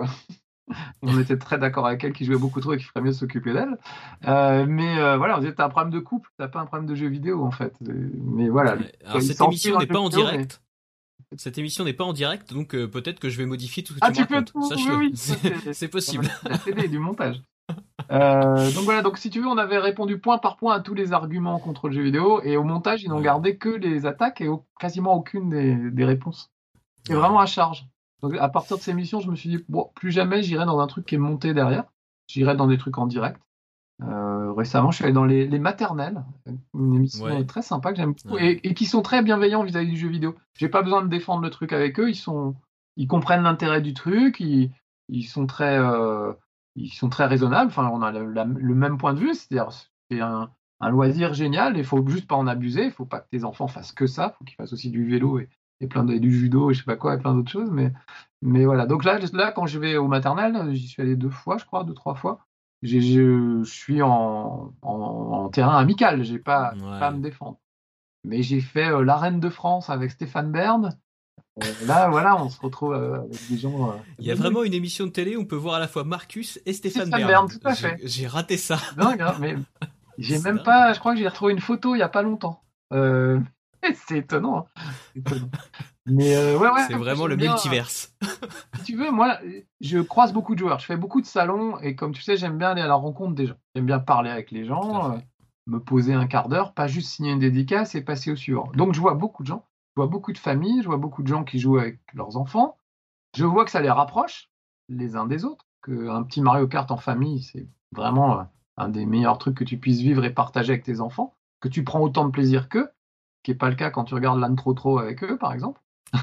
On était très d'accord avec elle qui jouait beaucoup trop et qu'il ferait mieux de s'occuper d'elle. Euh, mais euh, voilà, on disait, t'as un problème de couple, t'as pas un problème de jeu vidéo en fait. Mais voilà. Ouais. Alors cette émission n'est pas en vidéo, direct. Mais... Cette émission n'est pas en direct, donc euh, peut-être que je vais modifier tout ce que ah, tu me racontes. Peux tout... Sache-le. Oui, oui, c'est, c'est possible. La C D du montage. Euh, donc voilà, donc si tu veux, on avait répondu point par point à tous les arguments contre le jeu vidéo et au montage, ils n'ont ouais. gardé que les attaques et au... quasiment aucune des, des réponses. C'est ouais. vraiment à charge. Donc à partir de ces émissions, je me suis dit, bon, plus jamais j'irai dans un truc qui est monté derrière. J'irai dans des trucs en direct. Euh, récemment, je suis allé dans les, les maternelles, une émission ouais. très sympa que j'aime beaucoup ouais. et, et qui sont très bienveillants vis-à-vis du jeu vidéo. J'ai pas besoin de défendre le truc avec eux. Ils sont, ils comprennent l'intérêt du truc. Ils, ils sont très, euh, ils sont très raisonnables. Enfin, on a le, la, le même point de vue, c'est-à-dire c'est un, un loisir génial. Il faut juste pas en abuser. Il faut pas que tes enfants fassent que ça. Il faut qu'ils fassent aussi du vélo et et plein de, du judo et je sais pas quoi et plein d'autres choses mais mais voilà donc là là quand je vais au maternel j'y suis allé deux fois je crois deux trois fois j'ai, je, je suis en, en, en terrain amical j'ai pas ouais. pas à me défendre mais j'ai fait euh, l'arène de France avec Stéphane Bern euh, là voilà on se retrouve euh, avec des gens euh, il y a vraiment une émission de télé où on peut voir à la fois Marcus et Stéphane, Stéphane Bern, Bern tout à fait j'ai, j'ai raté ça dingue hein, mais j'ai même dingue. Pas je crois que j'ai retrouvé une photo il y a pas longtemps euh... C'est étonnant. Hein. C'est étonnant. Mais euh, ouais, ouais, c'est vraiment le bien, multiverse. Si tu veux, moi, je croise beaucoup de joueurs. Je fais beaucoup de salons et comme tu sais, j'aime bien aller à la rencontre des gens. J'aime bien parler avec les gens, euh, me poser un quart d'heure, pas juste signer une dédicace et passer au suivant. Donc, je vois beaucoup de gens. vois beaucoup de familles, je vois beaucoup de gens qui jouent avec leurs enfants. Je vois que ça les rapproche les uns des autres, qu'un petit Mario Kart en famille, c'est vraiment euh, un des meilleurs trucs que tu puisses vivre et partager avec tes enfants, que tu prends autant de plaisir qu'eux, ce qui n'est pas le cas quand tu regardes l'âne trop trop avec eux, par exemple.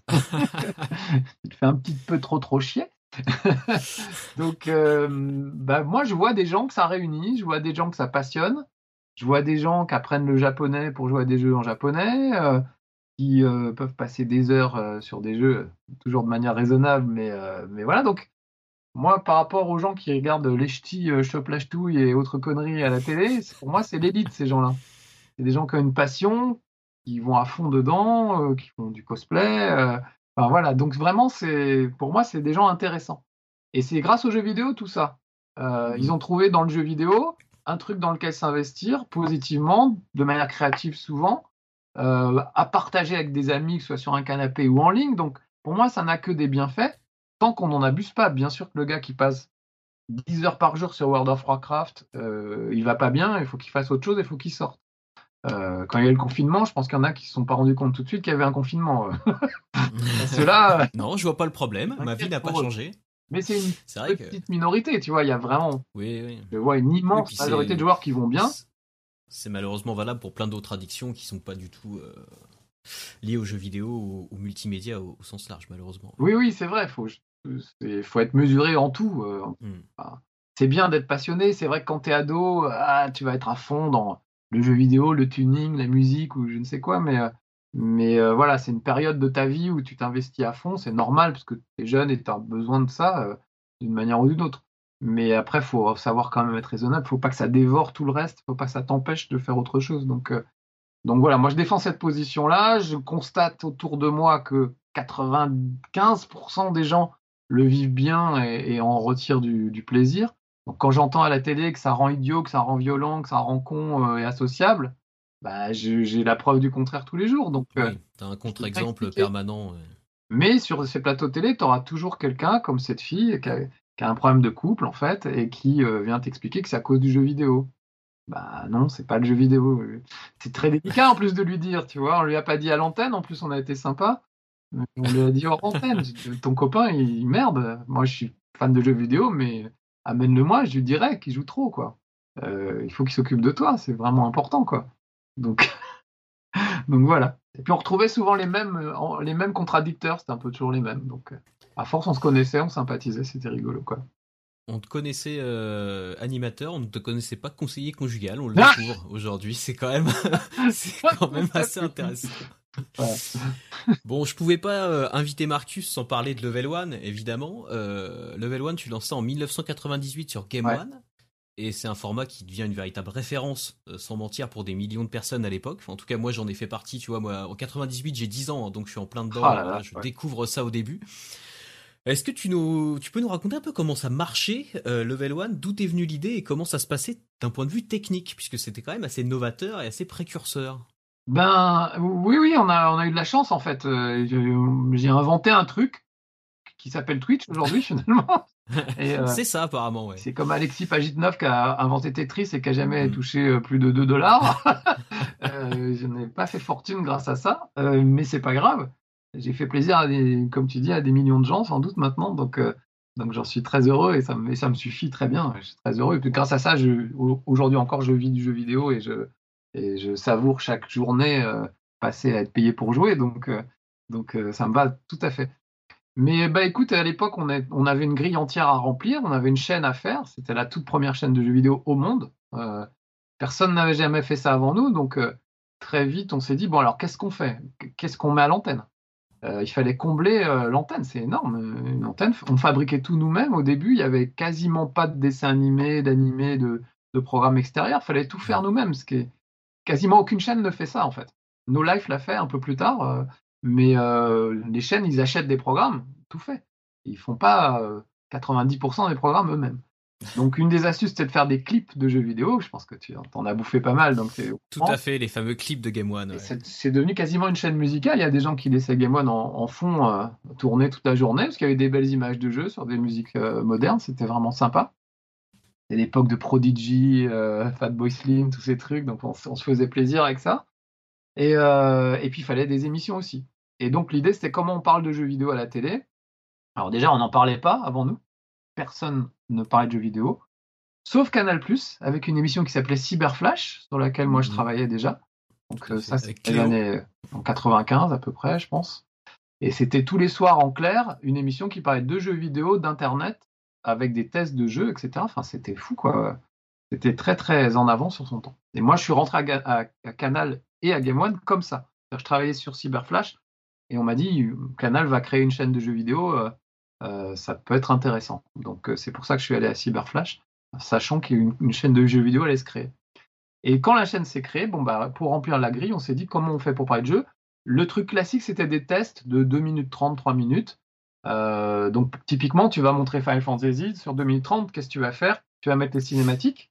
Tu te fais un petit peu trop trop chier. Donc, euh, bah, moi, je vois des gens que ça réunit, je vois des gens que ça passionne, je vois des gens qui apprennent le japonais pour jouer à des jeux en japonais, euh, qui euh, peuvent passer des heures euh, sur des jeux, toujours de manière raisonnable, mais, euh, mais voilà. Donc, moi, par rapport aux gens qui regardent les ch'tis, euh, Chop la ch'touille et autres conneries à la télé, pour moi, c'est l'élite, ces gens-là. C'est des gens qui ont une passion, qui vont à fond dedans, euh, qui font du cosplay. euh, Enfin, voilà. Donc, vraiment, c'est, pour moi, c'est des gens intéressants. Et c'est grâce aux jeux vidéo, tout ça. Euh, ils Mm. ont trouvé dans le jeu vidéo un truc dans lequel s'investir positivement, de manière créative souvent, euh, à partager avec des amis, que ce soit sur un canapé ou en ligne. Donc, pour moi, ça n'a que des bienfaits, tant qu'on n'en abuse pas. Bien sûr que le gars qui passe dix heures par jour sur World of Warcraft, euh, il va pas bien, il faut qu'il fasse autre chose, il faut qu'il sorte. Euh, quand il y a eu le confinement, je pense qu'il y en a qui ne se sont pas rendus compte tout de suite qu'il y avait un confinement. Ceux-là, Non, je vois pas le problème. Ma vie t'inquiète n'a pas pour eux. changé. Mais c'est une C'est vrai que petite minorité, tu vois. Il y a vraiment, oui, oui. je vois une Oui, immense puis majorité de c'est joueurs qui vont bien. c'est malheureusement valable pour plein d'autres addictions qui sont pas du tout euh, liées aux jeux vidéo ou au multimédia au, au sens large, malheureusement. Oui, oui, c'est vrai. Il faut, c'est- faut être mesuré en tout. euh, Mm. enfin, c'est bien d'être passionné. C'est vrai que quand tu es ado, ah, tu vas être à fond dans le jeu vidéo, le tuning, la musique ou je ne sais quoi. Mais, euh, mais euh, voilà, c'est une période de ta vie où tu t'investis à fond. C'est normal parce que tu es jeune et tu as besoin de ça euh, d'une manière ou d'une autre. Mais après, il faut savoir quand même être raisonnable. Il ne faut pas que ça dévore tout le reste. Il ne faut pas que ça t'empêche de faire autre chose. Donc, euh, donc voilà, moi je défends cette position-là. Je constate autour de moi que quatre-vingt-quinze pour cent des gens le vivent bien et, et en retirent du, du plaisir. Donc quand j'entends à la télé que ça rend idiot, que ça rend violent, que ça rend con euh, et associable, bah, je- j'ai la preuve du contraire tous les jours. Donc euh, Oui, t'as un je peux pas contre-exemple expliquer. permanent. euh. Mais sur ces plateaux télé, tu auras toujours quelqu'un comme cette fille qui a, qui a un problème de couple en fait et qui euh, vient t'expliquer que c'est à cause du jeu vidéo. Bah non, c'est pas le jeu vidéo. C'est très délicat en plus de lui dire, tu vois. On lui a pas dit à l'antenne, en plus on a été sympa. Mais on lui a dit hors antenne. J'ai dit, ton copain, il merde. Moi, je suis fan de jeux vidéo, mais amène-le-moi, je lui dirais qu'il joue trop, quoi. Euh, il faut qu'il s'occupe de toi, c'est vraiment important, quoi. Donc, donc voilà. Et puis on retrouvait souvent les mêmes, euh, les mêmes contradicteurs, c'était un peu toujours les mêmes. Donc, euh, à force, on se connaissait, on sympathisait, c'était rigolo, quoi. On te connaissait euh, animateur, on ne te connaissait pas conseiller conjugal, on le Ah, découvre aujourd'hui, c'est quand même, c'est quand même assez intéressant. ouais. Bon, je pouvais pas euh, inviter Marcus sans parler de Level One, évidemment. Euh, Level One, tu lances ça en mille neuf cent quatre-vingt-dix-huit sur Game Ouais. One, et c'est un format qui devient une véritable référence, euh, sans mentir, pour des millions de personnes à l'époque. Enfin, en tout cas, moi, j'en ai fait partie, tu vois, moi, en quatre-vingt-dix-huit, j'ai dix ans, hein, donc je suis en plein Ah dedans, là voilà, là, je ouais. découvre ça au début. Est-ce que tu, nous, tu peux nous raconter un peu comment ça marchait, euh, Level One, d'où est venue l'idée et comment ça se passait d'un point de vue technique, puisque c'était quand même assez novateur et assez précurseur. Ben oui, oui, on a, on a eu de la chance en fait. Euh, je- j'ai inventé un truc qui s'appelle Twitch aujourd'hui finalement. Et euh, C'est ça, apparemment, ouais. c'est comme Alexis Pajitnov qui a inventé Tetris et qui a jamais Mm. touché euh, plus de deux dollars. Euh, je n'ai pas fait fortune grâce à ça, euh, mais c'est pas grave. J'ai fait plaisir à des, comme tu dis, à des millions de gens sans doute maintenant. Donc, euh, donc j'en suis très heureux et ça, me- et ça me suffit très bien. Je suis très heureux. Et puis grâce à ça, je, au- aujourd'hui encore, je vis du jeu vidéo et je, et je savoure chaque journée euh, passée à être payé pour jouer. Donc, euh, donc euh, ça me va tout à fait. Mais bah écoute, à l'époque, on, est- on avait une grille entière à remplir, on avait une chaîne à faire. C'était la toute première chaîne de jeux vidéo au monde. Euh, personne n'avait jamais fait ça avant nous, donc euh, très vite, on s'est dit, bon alors qu'est-ce qu'on fait? Qu'est-ce qu'on met à l'antenne? Euh, il fallait combler euh, l'antenne, c'est énorme. euh, Une antenne, on fabriquait tout nous-mêmes. Au début, il y avait quasiment pas de dessins animés, d'animés, de, de programmes extérieurs. Il fallait tout faire Mm. nous-mêmes, ce qui est quasiment aucune chaîne ne fait ça en fait. No Life l'a fait un peu plus tard, euh, mais euh, les chaînes, ils achètent des programmes, tout fait. Ils font pas euh, quatre-vingt-dix pour cent des programmes eux-mêmes. Donc une des astuces, c'est de faire des clips de jeux vidéo. Je pense que tu en as bouffé pas mal, donc tu es au Tout à courant. fait, les fameux clips de Game One, Et ouais. c'est c'est devenu quasiment une chaîne musicale. Il y a des gens qui laissaient Game One en, en fond euh, tourner toute la journée, parce qu'il y avait des belles images de jeux sur des musiques euh, modernes. C'était vraiment sympa. C'est l'époque de Prodigy, euh, Fatboy Slim, tous ces trucs. Donc on, on se faisait plaisir avec ça. Et, euh, et puis, il fallait des émissions aussi. Et donc l'idée, c'était comment on parle de jeux vidéo à la télé. Alors déjà, on n'en parlait pas avant nous. Personne ne parlait de jeux vidéo. Sauf Canal+, avec une émission qui s'appelait Cyberflash, sur laquelle moi je Mhm. travaillais déjà. Donc Tout à euh, fait. ça, Avec c'était les Cléo. années en quatre-vingt-quinze à peu près, je pense. Et c'était tous les soirs en clair, une émission qui parlait de jeux vidéo, d'internet, avec des tests de jeux, et cetera. Enfin, c'était fou, quoi. C'était très, très en avant sur son temps. Et moi, je suis rentré à, Ga- à- à Canal et à Game One comme ça. C'est-à-dire, je travaillais sur Cyberflash et on m'a dit, Canal va créer une chaîne de jeux vidéo, euh, euh, ça peut être intéressant. Donc, euh, c'est pour ça que je suis allé à Cyberflash, sachant qu'une une chaîne de jeux vidéo allait se créer. Et quand la chaîne s'est créée, bon, bah, pour remplir la grille, on s'est dit comment on fait pour parler de jeu. Le truc classique, c'était des tests de deux minutes trente, trois minutes. Euh, donc, typiquement, tu vas montrer Final Fantasy sur deux minutes trente. Qu'est-ce que tu vas faire? Tu vas mettre les cinématiques.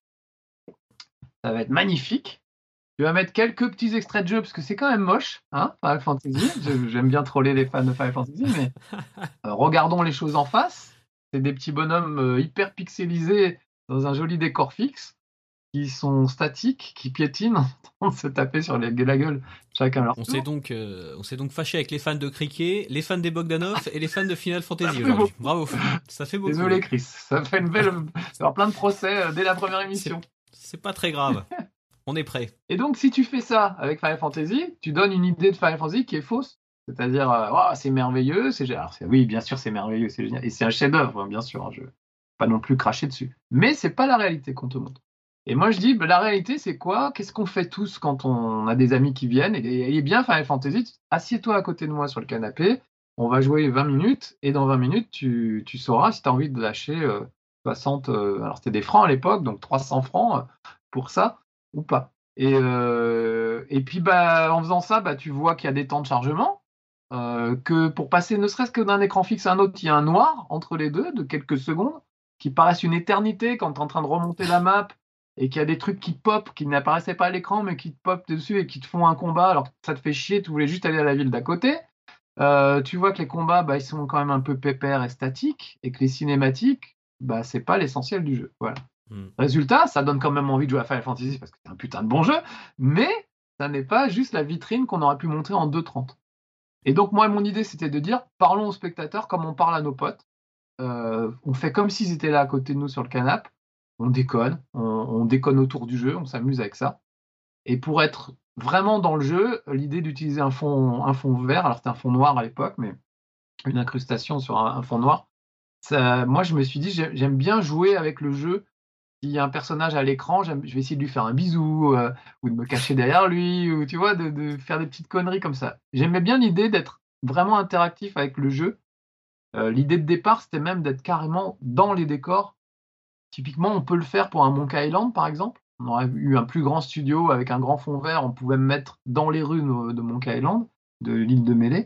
Ça va être magnifique. Tu vas mettre quelques petits extraits de jeu, parce que c'est quand même moche, hein, Final Fantasy. Je- J'aime bien troller les fans de Final Fantasy, mais euh, regardons les choses en face. C'est des petits bonhommes euh, hyper pixelisés dans un joli décor fixe, qui sont statiques, qui piétinent, en train de se taper sur les, la gueule, chacun leur On s'est tour. donc, euh, on s'est donc fâché avec les fans de Cricket, les fans des Bogdanov et les fans de Final Ça Fantasy fait aujourd'hui. beaucoup. Bravo. Ça fait beaucoup. Désolé, Oui. Chris. Ça fait une belle. Il va y avoir plein de procès euh, dès la première C'est, émission. c'est pas très grave. On est prêt. Et donc, si tu fais ça avec Final Fantasy, tu donnes une idée de Final Fantasy qui est fausse. C'est-à-dire, euh, oh, c'est merveilleux, c'est génial. Alors, c'est- oui, bien sûr, c'est merveilleux, c'est génial. Et c'est un chef-d'œuvre, hein, bien sûr. Hein, je ne vais pas non plus cracher dessus. Mais c'est pas la réalité qu'on te montre. Et moi, je dis, bah, la réalité, c'est quoi? Qu'est-ce qu'on fait tous quand on a des amis qui viennent? Et il est bien Final Fantasy, assieds-toi à côté de moi sur le canapé, on va jouer vingt minutes, et dans vingt minutes, tu, tu sauras si tu as envie de lâcher euh, soixante. Euh, alors, c'était des francs à l'époque, donc trois cents francs euh, pour ça, ou pas. Et, euh, et puis, bah, en faisant ça, bah, tu vois qu'il y a des temps de chargement, euh, que pour passer ne serait-ce que d'un écran fixe à un autre, il y a un noir entre les deux de quelques secondes, qui paraissent une éternité quand tu es en train de remonter la map et qu'il y a des trucs qui pop, qui n'apparaissaient pas à l'écran, mais qui te pop dessus et qui te font un combat alors que ça te fait chier, tu voulais juste aller à la ville d'à côté. Euh, tu vois que les combats, bah, ils sont quand même un peu pépères et statiques, et que les cinématiques, bah, c'est pas l'essentiel du jeu. Voilà. Hmm. Résultat, ça donne quand même envie de jouer à Final Fantasy parce que c'est un putain de bon jeu, mais ça n'est pas juste la vitrine qu'on aurait pu montrer en deux trente. Et donc, moi, mon idée, c'était de dire, parlons aux spectateurs comme on parle à nos potes. Euh, on fait comme s'ils étaient là à côté de nous sur le canapé. On déconne, on, on déconne autour du jeu, on s'amuse avec ça. Et pour être vraiment dans le jeu, l'idée d'utiliser un fond, un fond vert, alors c'était un fond noir à l'époque, mais une incrustation sur un, un fond noir, ça, moi je me suis dit, j'aime, j'aime bien jouer avec le jeu. S'il y a un personnage à l'écran, j'aime- je vais essayer de lui faire un bisou, euh, ou de me cacher derrière lui, ou tu vois, de, de faire des petites conneries comme ça. J'aimais bien l'idée d'être vraiment interactif avec le jeu. Euh, l'idée de départ, c'était même d'être carrément dans les décors. Typiquement, on peut le faire pour un Monkey Island, par exemple. On aurait eu un plus grand studio avec un grand fond vert, on pouvait me mettre dans les rues de de Monkey Island, de l'île de Melee.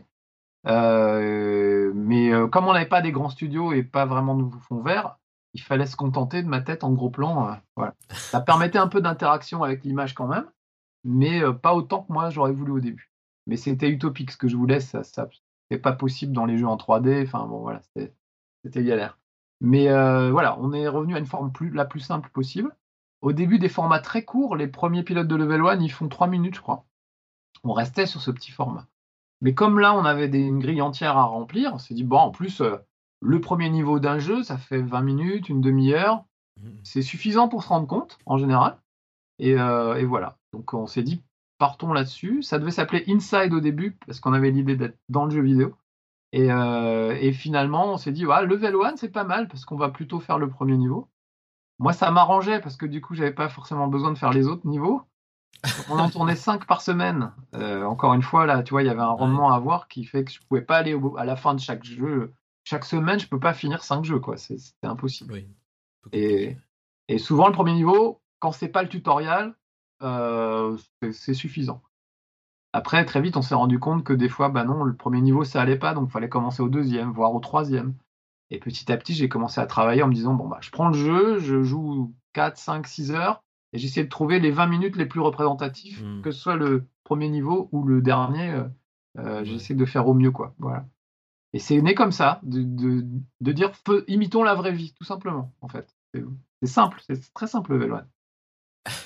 Euh, mais euh, comme on n'avait pas des grands studios et pas vraiment de fond vert, il fallait se contenter de ma tête en gros plan. euh, voilà. Ça permettait un peu d'interaction avec l'image quand même, mais euh, pas autant que moi j'aurais voulu au début. Mais c'était utopique ce que je voulais, ça, ça c'est pas possible dans les jeux en trois D. Enfin bon, voilà, c'était c'était galère. Mais euh, voilà, on est revenu à une forme plus, la plus simple possible. Au début, des formats très courts, les premiers pilotes de Level un, ils font trois minutes, je crois. On restait sur ce petit format. Mais comme là, on avait des, une grille entière à remplir, on s'est dit, bon, en plus, euh, le premier niveau d'un jeu, ça fait vingt minutes, une demi-heure. Hmm. C'est suffisant pour se rendre compte, en général. Et, euh, et voilà. Donc, on s'est dit, partons là-dessus. Ça devait s'appeler Inside au début, parce qu'on avait l'idée d'être dans le jeu vidéo. Et, euh, et finalement, on s'est dit, ouais, Level un, c'est pas mal, parce qu'on va plutôt faire le premier niveau. Moi, ça m'arrangeait, parce que du coup, j'avais pas forcément besoin de faire les autres niveaux. On en tournait cinq par semaine. Euh, encore une fois, là, tu vois, il y avait un Ouais. rendement à avoir qui fait que je pouvais pas aller au- à la fin de chaque jeu. Chaque semaine, je peux pas finir cinq jeux, quoi. C'est- C'était impossible. Oui. Un peu Et, compliqué. et souvent, le premier niveau, quand c'est pas le tutoriel, euh, c'est c'est suffisant. Après, très vite, on s'est rendu compte que des fois, bah non, le premier niveau, ça allait pas, donc il fallait commencer au deuxième, voire au troisième. Et petit à petit, j'ai commencé à travailler en me disant, bon, bah, je prends le jeu, je joue quatre, cinq, six heures, et j'essaie de trouver les vingt minutes les plus représentatifs, Hmm. que ce soit le premier niveau ou le dernier, euh, euh, Ouais. j'essaie de faire au mieux, quoi. Voilà. Et c'est né comme ça, de, de, de dire, feu- imitons la vraie vie, tout simplement, en fait. C'est c'est simple, c'est très simple, Level un.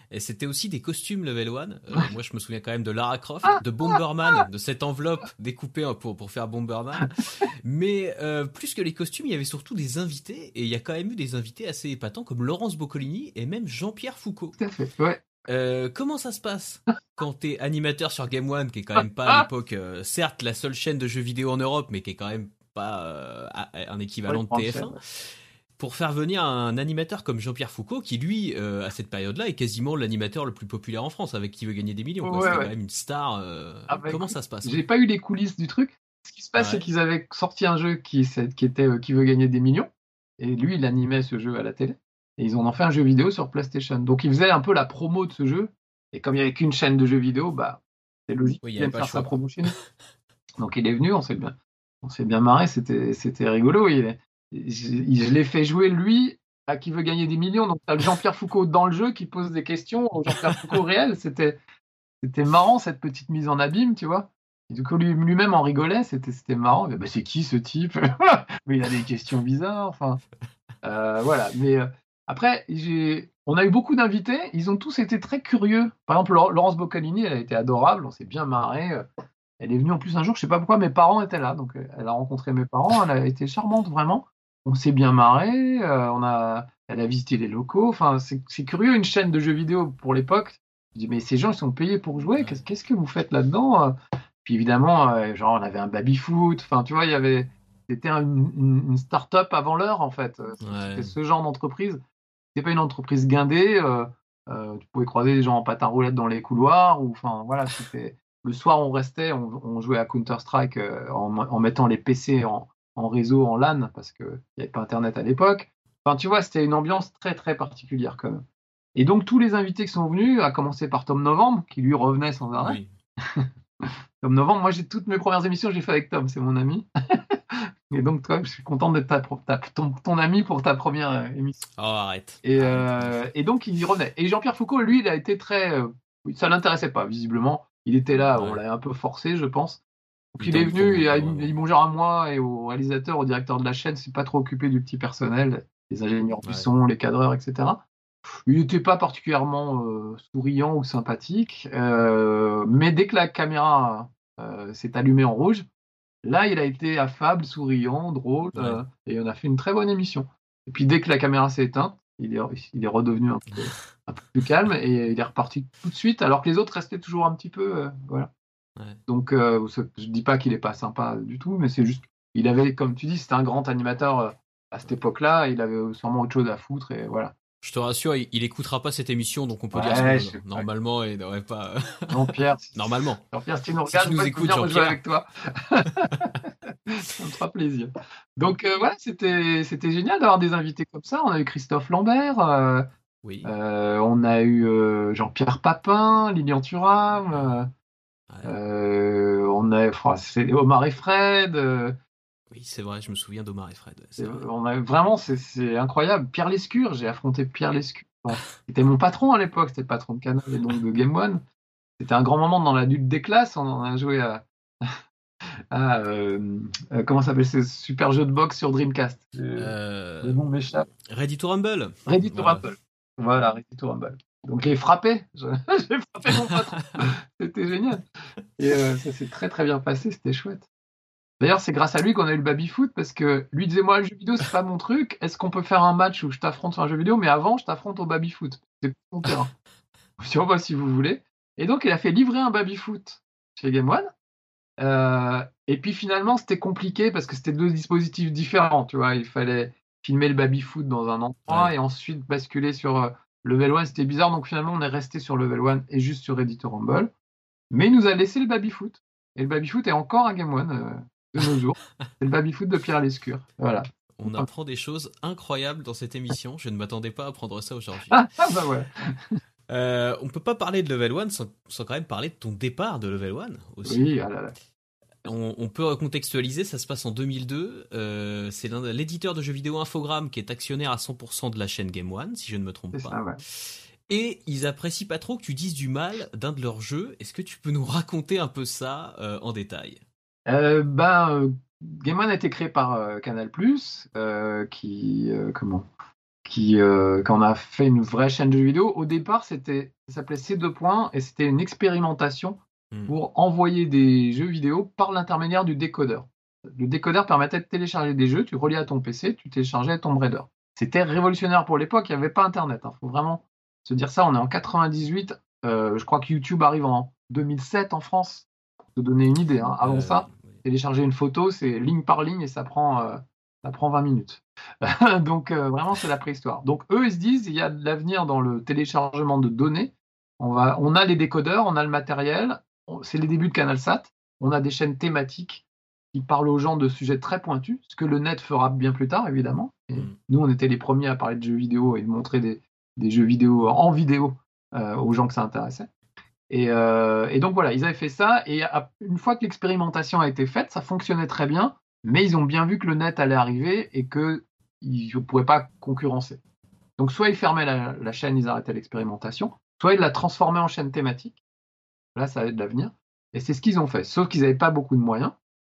Et c'était aussi des costumes Level One. Euh, moi, je me souviens quand même de Lara Croft, de Bomberman, de cette enveloppe découpée pour, pour faire Bomberman. Mais euh, plus que les costumes, il y avait surtout des invités. Et il y a quand même eu des invités assez épatants comme Laurence Boccolini et même Jean-Pierre Foucault. Tout à fait, ouais. Euh, comment ça se passe quand t'es animateur sur Game One, qui est quand même pas à l'époque, euh, certes, la seule chaîne de jeux vidéo en Europe, mais qui est quand même pas euh, un équivalent Ouais, de T F un, ouais. pour faire venir un animateur comme Jean-Pierre Foucault, qui lui, euh, à cette période-là, est quasiment l'animateur le plus populaire en France, avec Qui veut gagner des millions. Quoi. Ouais, C'était ouais. quand même une star. Euh... Ah bah, comment écoute, ça se passe? J'ai pas eu les coulisses du truc. Ce qui se passe, Ouais. c'est qu'ils avaient sorti un jeu qui, qui était euh, Qui veut gagner des millions. Et lui, il animait ce jeu à la télé. Et ils en ont fait un jeu vidéo sur PlayStation. Donc, il faisait un peu la promo de ce jeu. Et comme il n'y avait qu'une chaîne de jeux vidéo, bah, c'est logique Oui, qu'il il y vienne avait pas faire le choix. sa promo chez nous. Donc, il est venu, on s'est bien, on s'est bien marré, c'était, c'était rigolo. Il est, je, je l'ai fait jouer, lui, à Qui veut gagner des millions. Donc, tu as Jean-Pierre Foucault dans le jeu qui pose des questions au Jean-Pierre Foucault réel. C'était, c'était marrant, cette petite mise en abîme, tu vois. Et du coup, lui, lui-même en rigolait, c'était, c'était marrant. Mais, bah, c'est qui ce type? Mais il a des questions bizarres. Enfin, euh, voilà. Mais euh, après, j'ai... on a eu beaucoup d'invités. Ils ont tous été très curieux. Par exemple, Laurence Boccolini, elle a été adorable. On s'est bien marré. Elle est venue en plus un jour, je sais pas pourquoi, mes parents étaient là. Donc, elle a rencontré mes parents. Elle a été charmante, vraiment. On s'est bien marré. Euh, on a... Elle a visité les locaux. Enfin, c'est, c'est curieux, une chaîne de jeux vidéo pour l'époque. Je dis, mais ces gens, ils sont payés pour jouer. Ouais. Qu'est-ce, qu'est-ce que vous faites là-dedans? Puis évidemment, euh, genre, on avait un baby-foot. Enfin, tu vois, il y avait... C'était un, une, une start-up avant l'heure, en fait. C'était Ouais. ce genre d'entreprise. C'était pas une entreprise guindée. Euh, euh, tu pouvais croiser des gens en patin roulette dans les couloirs. Ou, enfin, voilà, c'était... Le soir, on restait, on, on jouait à Counter-Strike euh, en, en mettant les P C en, en réseau, en LAN, parce qu'il n'y avait pas Internet à l'époque. Enfin, tu vois, c'était une ambiance très, très particulière, quand même. Et donc, tous les invités qui sont venus, à commencer par Tom Novembre, qui lui revenait sans arrêt. Oui. Tom Novembre, moi, j'ai toutes mes premières émissions, j'ai fait avec Tom, c'est mon ami. Et donc, toi, je suis content d'être ta, ta, ton, ton ami pour ta première euh, émission. Oh, arrête. Et, arrête. Euh, et donc, il y revenait. Et Jean-Pierre Foucault, lui, il a été très... Euh, ça l'intéressait pas, visiblement. Il était là, ouais. On l'avait un peu forcé, je pense. Donc, il, il est venu, il a dit bonjour à moi et au réalisateur, au directeur de la chaîne, c'est pas trop occupé du petit personnel, les ingénieurs du ouais. son, les cadreurs, et cetera. Il n'était pas particulièrement euh, souriant ou sympathique, euh, mais dès que la caméra euh, s'est allumée en rouge, là, il a été affable, souriant, drôle, ouais. euh, et on a fait une très bonne émission. Et puis, dès que la caméra s'est éteinte, il est, il est redevenu un peu, un peu plus calme et il est reparti tout de suite, alors que les autres restaient toujours un petit peu, euh, voilà. Ouais. Donc, euh, je dis pas qu'il est pas sympa du tout, mais c'est juste, il avait, comme tu dis, c'était un grand animateur euh, à cette époque-là, il avait sûrement autre chose à foutre et voilà. Je te rassure, il, il écoutera pas cette émission, donc on peut ouais, dire ce qu'on veut. Normalement, il n'aurait pas. Jean-Pierre. Normalement. Jean-Pierre, si tu nous regardes, si tu nous écoutes, Jean-Pierre, jouer avec toi. Ça me fera plaisir. Donc euh, voilà, c'était c'était génial d'avoir des invités comme ça. On a eu Christophe Lambert. Euh, oui. Euh, on a eu euh, Jean-Pierre Papin, Lilian Thuram. Euh, ouais. euh, on a enfin, c'est Omar et Fred. Euh, oui, c'est vrai, je me souviens d'Omar et Fred. C'est on a vraiment, c'est, c'est incroyable. Pierre Lescure, j'ai affronté Pierre Lescure. Enfin, c'était mon patron à l'époque, c'était le patron de Canal et donc de Game One. C'était un grand moment dans la lutte des classes. On a joué à, à euh, comment ça s'appelle ce super jeu de boxe sur Dreamcast. Euh... Le nom m'échappe. Ready to Rumble. Ready to voilà. Rumble. Voilà, Ready to Rumble. Donc j'ai frappé, j'ai frappé mon patron. C'était génial. Et euh, ça s'est très très bien passé, c'était chouette. D'ailleurs, c'est grâce à lui qu'on a eu le baby-foot, parce que lui disait, moi, le jeu vidéo, c'est pas mon truc. Est-ce qu'on peut faire un match où je t'affronte sur un jeu vidéo, mais avant, je t'affronte au baby-foot. C'est mon terrain. Je dis, bah, si vous voulez. Et donc, il a fait livrer un baby-foot chez Game One. Euh, et puis, finalement, c'était compliqué parce que c'était deux dispositifs différents, tu vois. Il fallait filmer le baby-foot dans un endroit ouais. et ensuite basculer sur euh, Level One. C'était bizarre, donc finalement, on est resté sur Level One et juste sur Ready to Rumble. Mais il nous a laissé le baby-foot. Et le baby-foot est encore à Game One. Euh, de nos jours. C'est le baby-foot de Pierre Lescure. Voilà. On apprend des choses incroyables dans cette émission. Je ne m'attendais pas à apprendre ça aujourd'hui. Ah, ah bah ouais. euh, on peut pas parler de Level One sans, sans quand même parler de ton départ de Level One aussi. Oui, ah là là. On, on peut recontextualiser, ça se passe en deux mille deux. Euh, c'est l'éditeur de jeux vidéo Infogrames qui est actionnaire à cent pour cent de la chaîne Game One, si je ne me trompe c'est pas. Ça, ouais. Et ils apprécient pas trop que tu dises du mal d'un de leurs jeux. Est-ce que tu peux nous raconter un peu ça euh, en détail? euh, Ben, euh, Game One a été créé par euh, Canal+, euh, qui, euh, comment qui, euh, quand on a fait une vraie chaîne de jeux vidéo. Au départ, c'était, ça s'appelait C deux points et c'était une expérimentation Mm. pour envoyer des jeux vidéo par l'intermédiaire du décodeur. Le décodeur permettait de télécharger des jeux, tu reliais à ton P C, tu téléchargeais Tomb Raider. C'était révolutionnaire pour l'époque, il n'y avait pas Internet. Il hein. faut vraiment se dire ça. On est en quatre-vingt-dix-huit, euh, je crois que YouTube arrive en deux mille sept en France, pour te donner une idée. Hein. Avant euh, ça, oui. télécharger une photo, c'est ligne par ligne et ça prend, euh, ça prend vingt minutes. Donc euh, vraiment, c'est la préhistoire. Donc eux, ils se disent, il y a de l'avenir dans le téléchargement de données. On, va, on a les décodeurs, on a le matériel, on, c'est les débuts de CanalSat, on a des chaînes thématiques qui parlent aux gens de sujets très pointus, ce que le net fera bien plus tard, évidemment. Et mm. Nous, on était les premiers à parler de jeux vidéo et de montrer des, des jeux vidéo en vidéo euh, aux gens que ça intéressait. Et, euh, et donc voilà, ils avaient fait ça, et à, une fois que l'expérimentation a été faite, ça fonctionnait très bien, mais ils ont bien vu que le net allait arriver et qu'ils ne pourraient pas concurrencer. Donc soit ils fermaient la, la chaîne, ils arrêtaient l'expérimentation, soit ils la transformaient en chaîne thématique. Là, ça avait de l'avenir. Et c'est ce qu'ils ont fait, sauf qu'ils n'avaient pas beaucoup de moyens.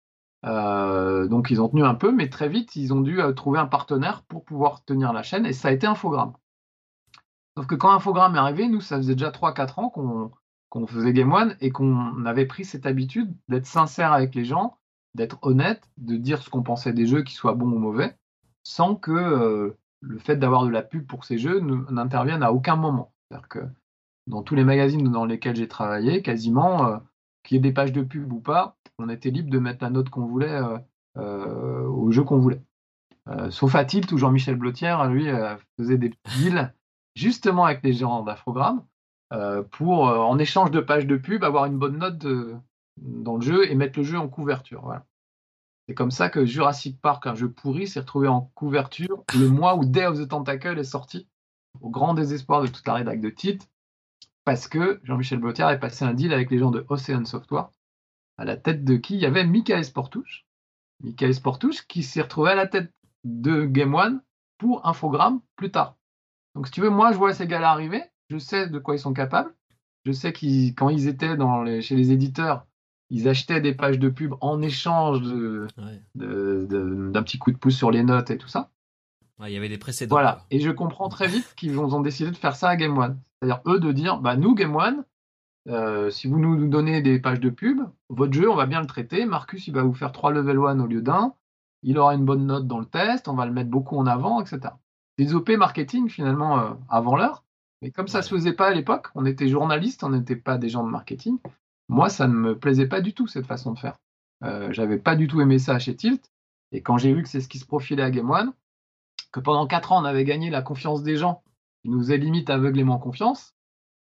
Euh, donc ils ont tenu un peu, mais très vite, ils ont dû euh, trouver un partenaire pour pouvoir tenir la chaîne, et ça a été Infogrames. Sauf que quand Infogrames est arrivé, nous, ça faisait déjà trois quatre ans qu'on, qu'on faisait Game One et qu'on avait pris cette habitude d'être sincère avec les gens, d'être honnête, de dire ce qu'on pensait des jeux, qu'ils soient bons ou mauvais, sans que euh, le fait d'avoir de la pub pour ces jeux n'intervienne à aucun moment. C'est-à-dire que dans tous les magazines dans lesquels j'ai travaillé, quasiment, euh, qu'il y ait des pages de pub ou pas, on était libre de mettre la note qu'on voulait euh, euh, au jeu qu'on voulait. Euh, sauf à Tilt, où Jean-Michel Blotière, lui, euh, faisait des deals justement avec les gens d'Infogrames euh, pour, euh, en échange de pages de pub, avoir une bonne note de, dans le jeu et mettre le jeu en couverture. Voilà. C'est comme ça que Jurassic Park, un jeu pourri, s'est retrouvé en couverture le mois où Day of the Tentacle est sorti, au grand désespoir de toute la rédac de Tilt, parce que Jean-Michel Blotière avait passé un deal avec les gens de Ocean Software, à la tête de qui il y avait Michael Sportouche. Michael Sportouche qui s'est retrouvé à la tête de Game One pour Infogrames plus tard. Donc si tu veux, moi je vois ces gars-là arriver, je sais de quoi ils sont capables, je sais qu'ils, quand ils étaient dans les, chez les éditeurs, ils achetaient des pages de pub en échange de, ouais. de, de, d'un petit coup de pouce sur les notes et tout ça. Ouais, il y avait des précédents. Voilà, quoi. Et je comprends très vite qu'ils ont décidé de faire ça à Game One. C'est-à-dire eux de dire, bah nous Game One, Euh, si vous nous donnez des pages de pub, votre jeu, on va bien le traiter. Marcus, il va vous faire trois level one au lieu d'un. Il aura une bonne note dans le test. On va le mettre beaucoup en avant, et cetera. Des O P marketing, finalement, euh, avant l'heure. Mais comme ça ne ouais. se faisait pas à l'époque, on était journalistes, on n'était pas des gens de marketing. Moi, ça ne me plaisait pas du tout, cette façon de faire. Euh, j'avais pas du tout aimé ça chez Tilt. Et quand j'ai vu que c'est ce qui se profilait à Game One, que pendant quatre ans, on avait gagné la confiance des gens, qui nous faisaient limite aveuglément confiance,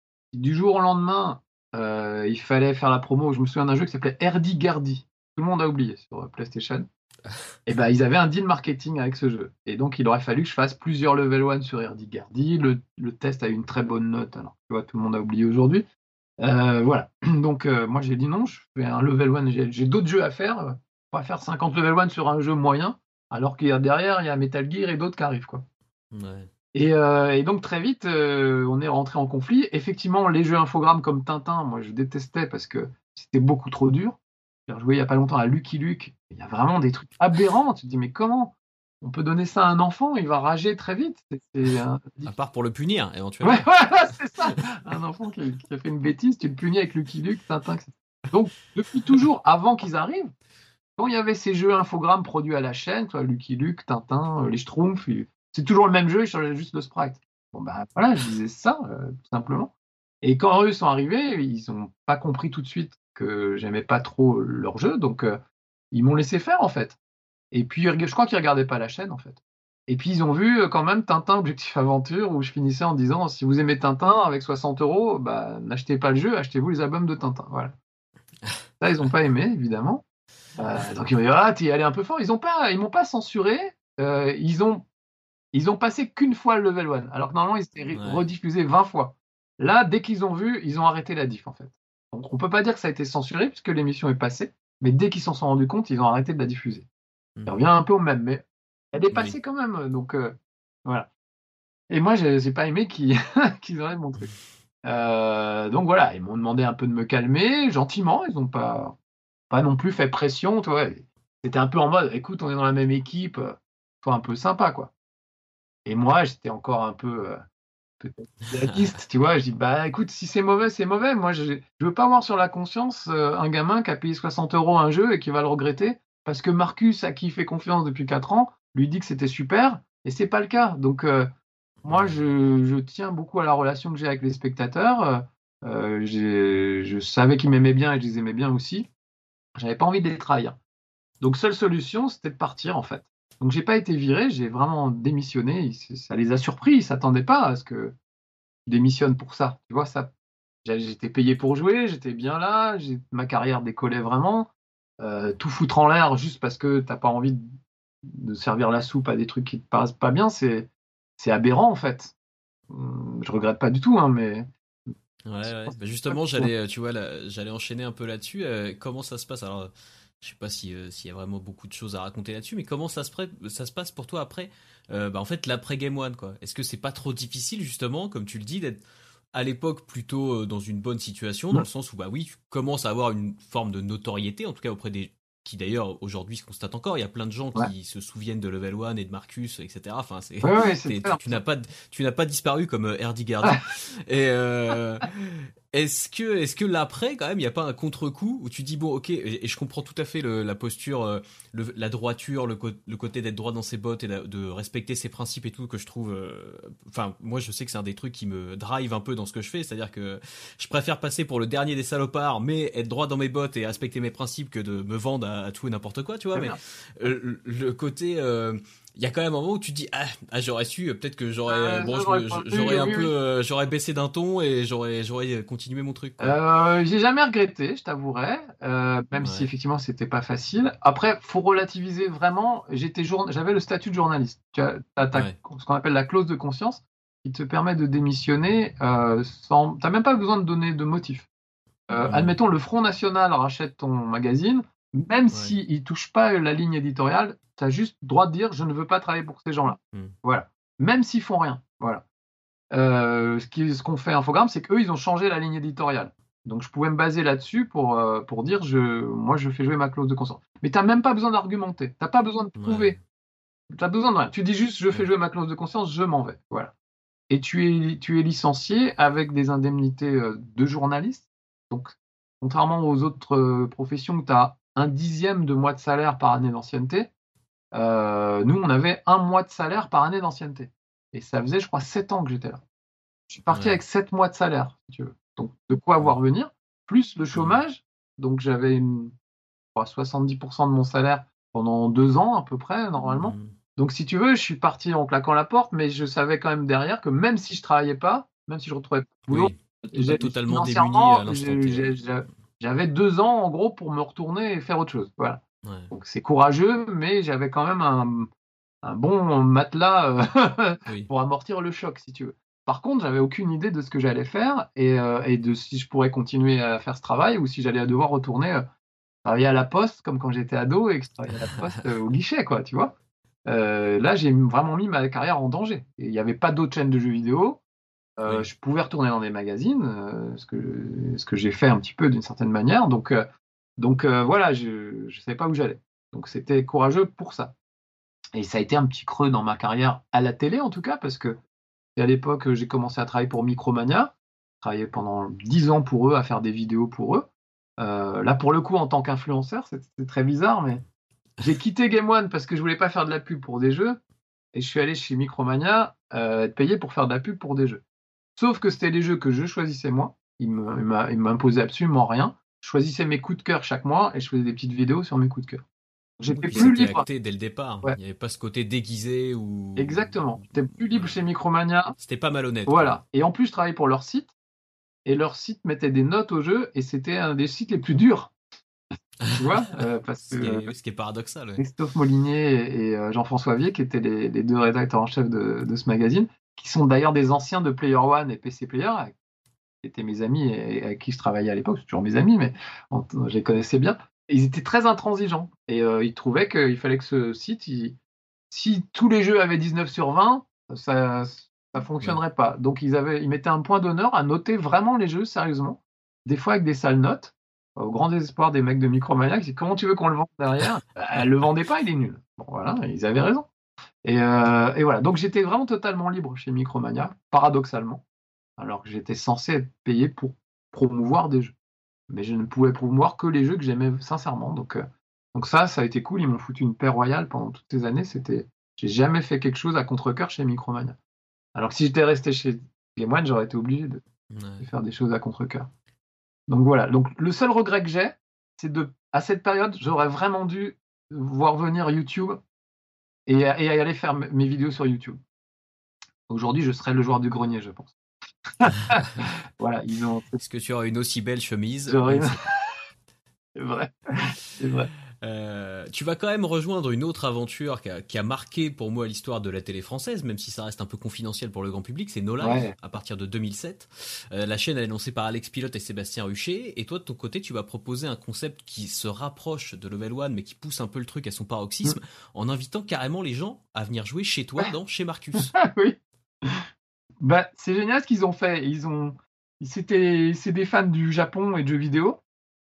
du jour au lendemain, Euh, il fallait faire la promo. Je me souviens d'un jeu qui s'appelait Herdy Gardy. Tout le monde a oublié sur PlayStation. Et ben, ils avaient un deal marketing avec ce jeu. Et donc, il aurait fallu que je fasse plusieurs level one sur Herdy Gardy. Le, le test a eu une très bonne note. Alors, tu vois, tout le monde a oublié aujourd'hui. Euh, voilà. Donc, euh, moi, j'ai dit non. Je fais un level one. J'ai, j'ai d'autres jeux à faire. On va faire cinquante level one sur un jeu moyen. Alors qu'il y a derrière, il y a Metal Gear et d'autres qui arrivent, quoi. Ouais. Et, euh, et donc très vite, euh, on est rentré en conflit. Effectivement, les jeux infogrammes comme Tintin, moi je détestais parce que c'était beaucoup trop dur. J'ai joué il n'y a pas longtemps à Lucky Luke. Il y a vraiment des trucs aberrants. Tu te dis, mais comment on peut donner ça à un enfant? Il va rager très vite. C'est, c'est un... À part pour le punir, éventuellement. Ouais, voilà, c'est ça. Un enfant qui, qui a fait une bêtise, tu le punis avec Lucky Luke, Tintin. Et cetera. Donc, depuis toujours, avant qu'ils arrivent, quand il y avait ces jeux infogrammes produits à la chaîne, toi, Lucky Luke, Tintin, les Schtroumpfs, c'est toujours le même jeu, ils changeaient juste le sprite. Bon, ben voilà, je disais ça, euh, tout simplement. Et quand eux sont arrivés, ils n'ont pas compris tout de suite que j'aimais pas trop leur jeu, donc euh, ils m'ont laissé faire, en fait. Et puis, je crois qu'ils regardaient pas la chaîne, en fait. Et puis, ils ont vu quand même Tintin Objectif Aventure, où je finissais en disant, si vous aimez Tintin, avec soixante euros, bah, n'achetez pas le jeu, achetez-vous les albums de Tintin. Voilà. Ça, ils n'ont pas aimé, évidemment. Euh, donc, ils m'ont dit, ah, t'y es allé un peu fort. Ils ont pas, ils m'ont pas censuré. Euh, ils ont Ils ont passé qu'une fois le level one, alors que normalement, ils étaient ouais. rediffusés vingt fois. Là, dès qu'ils ont vu, ils ont arrêté la diff, en fait. Donc, on peut pas dire que ça a été censuré, puisque l'émission est passée, mais dès qu'ils s'en sont rendus compte, ils ont arrêté de la diffuser. Mmh. Ça revient un peu au même, mais elle est passée oui. quand même, donc euh, voilà. Et moi, j'ai, j'ai pas aimé qu'ils, qu'ils enlèvent mon truc. Euh, donc voilà, ils m'ont demandé un peu de me calmer, gentiment, ils ont pas, pas non plus fait pression, tu vois. C'était un peu en mode, écoute, on est dans la même équipe, sois un peu sympa, quoi. Et moi, j'étais encore un peu euh, peut-être idéaliste, tu vois. Je dis, bah écoute, si c'est mauvais, c'est mauvais. Moi, je, je veux pas avoir sur la conscience euh, un gamin qui a payé soixante euros un jeu et qui va le regretter parce que Marcus, à qui il fait confiance depuis quatre ans, lui dit que c'était super et c'est pas le cas. Donc, euh, moi, Ouais. je, je tiens beaucoup à la relation que j'ai avec les spectateurs. Euh, j'ai- je savais qu'ils m'aimaient bien et je les aimais bien aussi. J'avais pas envie de les trahir. Donc, seule solution, c'était de partir, en fait. Donc, j'ai pas été viré, j'ai vraiment démissionné. Ils- Ça les a surpris, ils s'attendaient pas à ce que je démissionne pour ça. Tu vois, ça, j'ai- j'étais payé pour jouer, j'étais bien là, j'ai- ma carrière décollait vraiment. Euh, tout foutre en l'air juste parce que t'as pas envie de, de servir la soupe à des trucs qui te paraissent pas bien, c'est, c'est aberrant, en fait. Hum, Je regrette pas du tout, hein, mais Ouais, je ouais. pense que Bah c'est pas justement, cool. j'allais, euh, tu vois, là, j'allais enchaîner un peu là-dessus. Euh, comment ça se passe? Alors, euh, je sais pas si euh, s'il y a vraiment beaucoup de choses à raconter là-dessus, mais comment ça se, pré- ça se passe pour toi après, euh, bah, en fait, l'après Game One, quoi. Est-ce que c'est pas trop difficile, justement, comme tu le dis, d'être à l'époque plutôt euh, dans une bonne situation, dans le Hum, sens où, bah oui, tu commences à avoir une forme de notoriété, en tout cas auprès des qui d'ailleurs aujourd'hui se constate encore. Il y a plein de gens Ouais, qui se souviennent de Level One et de Marcus, et cetera. Enfin, c'est, ouais, ouais, c'est t'es- très tu, tu n'as important. pas, tu n'as pas disparu comme euh, Erdi Gardy. Et euh, est-ce que, est-ce que l'après, quand même, il n'y a pas un contre-coup où tu dis, bon, ok, et, et je comprends tout à fait le- la posture, euh, le- la droiture, le, co- le côté d'être droit dans ses bottes et de, de respecter ses principes et tout, que je trouve. euh, Enfin, moi, je sais que c'est un des trucs qui me drive un peu dans ce que je fais, c'est-à-dire que je préfère passer pour le dernier des salopards, mais être droit dans mes bottes et respecter mes principes que de me vendre à, à tout et n'importe quoi, tu vois. Très Mais bien. euh, le côté. euh, il y a quand même un moment où tu te dis ah, ah j'aurais su euh, peut-être que j'aurais euh, Euh, bon ça, je j'aurais me- pas je- pu, j'aurais un oui, peu oui. euh, j'aurais baissé d'un ton et j'aurais j'aurais continué mon truc quoi. Euh, j'ai jamais regretté, je t'avouerai, euh, même si Ouais, effectivement c'était pas facile. Après, faut relativiser vraiment. J'étais jour... J'avais le statut de journaliste. Tu as, t'as ta- ouais, ce qu'on appelle la clause de conscience, qui te permet de démissionner euh, sans. T'as même pas besoin de donner de motif. Euh, hmm, admettons, le Front National rachète ton magazine, même ouais, s'il ne touche pas la ligne éditoriale, tu as juste le droit de dire je ne veux pas travailler pour ces gens-là. hmm, Voilà. Même s'ils font rien. Voilà. Euh, ce qui- ce qu'ont fait Infogrames, c'est qu'eux, ils ont changé la ligne éditoriale. Donc je pouvais me baser là-dessus pour, euh, pour dire je, moi, je fais jouer ma clause de conscience. Mais tu n'as même pas besoin d'argumenter. Tu n'as pas besoin de ouais, prouver. Tu as besoin de rien. Tu dis juste je fais ouais, jouer ma clause de conscience, je m'en vais. Voilà. Et tu es, tu es licencié avec des indemnités euh, de journaliste. Donc, contrairement aux autres euh, professions où tu as un dixième de mois de salaire par année d'ancienneté, euh, nous, on avait un mois de salaire par année d'ancienneté. Et ça faisait, je crois, sept ans que j'étais là. Je suis parti ouais, avec sept mois de salaire, si tu veux. Donc, de quoi hmm, voir venir, plus le hmm, chômage. Donc, j'avais une, je crois, soixante-dix pour cent de mon salaire pendant deux ans, à peu près, normalement. hmm. Donc, si tu veux, je suis parti en claquant la porte, mais je savais quand même derrière que même si je travaillais pas, même si je retrouvais pas de boulot, Oui, pas j'ai- totalement démuni financièrement, à l'instant j'ai- T. Ouais, j'ai- j'ai- j'avais deux ans, en gros, pour me retourner et faire autre chose. Voilà. ouais, Donc, c'est courageux, mais j'avais quand même un, un bon matelas euh, oui, pour amortir le choc, si tu veux. Par contre, j'avais aucune idée de ce que j'allais faire et, euh, et de si je pourrais continuer à faire ce travail ou si j'allais devoir retourner euh, travailler à la poste, comme quand j'étais ado et que je travaillais à la poste euh, au guichet, quoi, tu vois. Euh, là, j'ai vraiment mis ma carrière en danger. Et il n'y avait pas d'autres chaînes de jeux vidéo. Euh, oui, je pouvais retourner dans des magazines, euh, ce que, ce que j'ai fait un petit peu d'une certaine manière. Donc, euh, donc euh, voilà, je ne savais pas où j'allais. Donc c'était courageux pour ça. Et ça a été un petit creux dans ma carrière à la télé, en tout cas, parce que à l'époque, j'ai commencé à travailler pour Micromania. J'ai travaillé pendant dix ans pour eux, à faire des vidéos pour eux. Euh, là, pour le coup, en tant qu'influenceur, c'est très bizarre, mais j'ai quitté Game One parce que je voulais pas faire de la pub pour des jeux. Et je suis allé chez Micromania euh, être payé pour faire de la pub pour des jeux. Sauf que c'était les jeux que je choisissais moi. Ils ne m'imposaient absolument rien. Je choisissais mes coups de cœur chaque mois et je faisais des petites vidéos sur mes coups de cœur. oui, J'étais puis plus c'était libre. acté dès le départ. Ouais, Il n'y avait pas ce côté déguisé ou exactement. J'étais plus libre ouais. chez Micromania. C'était pas malhonnête quoi. Voilà. Et en plus, je travaillais pour leur site. Et leur site mettait des notes au jeu. Et c'était un des sites les plus durs. Tu vois euh, parce que Ce qui euh, est, ce qui est paradoxal. Ouais. Christophe Molinier et, et, euh, Jean-François Vier, qui étaient les, les deux rédacteurs en chef de, de ce magazine, qui sont d'ailleurs des anciens de Player One et P C Player, qui étaient mes amis et avec qui je travaillais à l'époque, c'est toujours mes amis, mais on- je les connaissais bien. Ils étaient très intransigeants et euh, ils trouvaient qu'il fallait que ce site, il- si tous les jeux avaient dix-neuf sur vingt, ça ça Oui. fonctionnerait pas. Donc ils avaient, ils mettaient un point d'honneur à noter vraiment les jeux sérieusement, des fois avec des sales notes, au grand désespoir des mecs de Micromania qui disaient comment tu veux qu'on le vende derrière? Bah, le vendez pas, il est nul. Bon voilà, ils avaient raison. Et, euh, et voilà, donc j'étais vraiment totalement libre chez Micromania, paradoxalement, alors que j'étais censé être payé pour promouvoir des jeux. Mais je ne pouvais promouvoir que les jeux que j'aimais sincèrement. Donc, euh, donc ça, ça a été cool. Ils m'ont foutu une paix royale pendant toutes ces années. C'était, j'ai jamais fait quelque chose à contre-cœur chez Micromania. Alors que si j'étais resté chez Game One, j'aurais été obligé de, Ouais. de faire des choses à contre-cœur. Donc voilà. Donc le seul regret que j'ai, c'est de, à cette période, j'aurais vraiment dû voir venir YouTube et, et aller faire mes vidéos sur YouTube. Aujourd'hui, je serais le joueur du grenier, je pense. Voilà, ils ont. Est-ce que tu auras une aussi belle chemise? On J'aurais. ne sait pas. C'est vrai, c'est vrai. Euh, tu vas quand même rejoindre une autre aventure qui a, qui a marqué pour moi l'histoire de la télé française, même si ça reste un peu confidentiel pour le grand public, c'est No Life, Ouais. à partir de deux mille sept. Euh, la chaîne elle est lancée par Alex Pilote et Sébastien Rucher, et toi de ton côté tu vas proposer un concept qui se rapproche de Level One, mais qui pousse un peu le truc à son paroxysme, Mm. en invitant carrément les gens à venir jouer chez toi dans Chez Marcus. Oui. Bah, c'est génial ce qu'ils ont fait. Ils ont, c'était, c'est des fans du Japon et de jeux vidéo.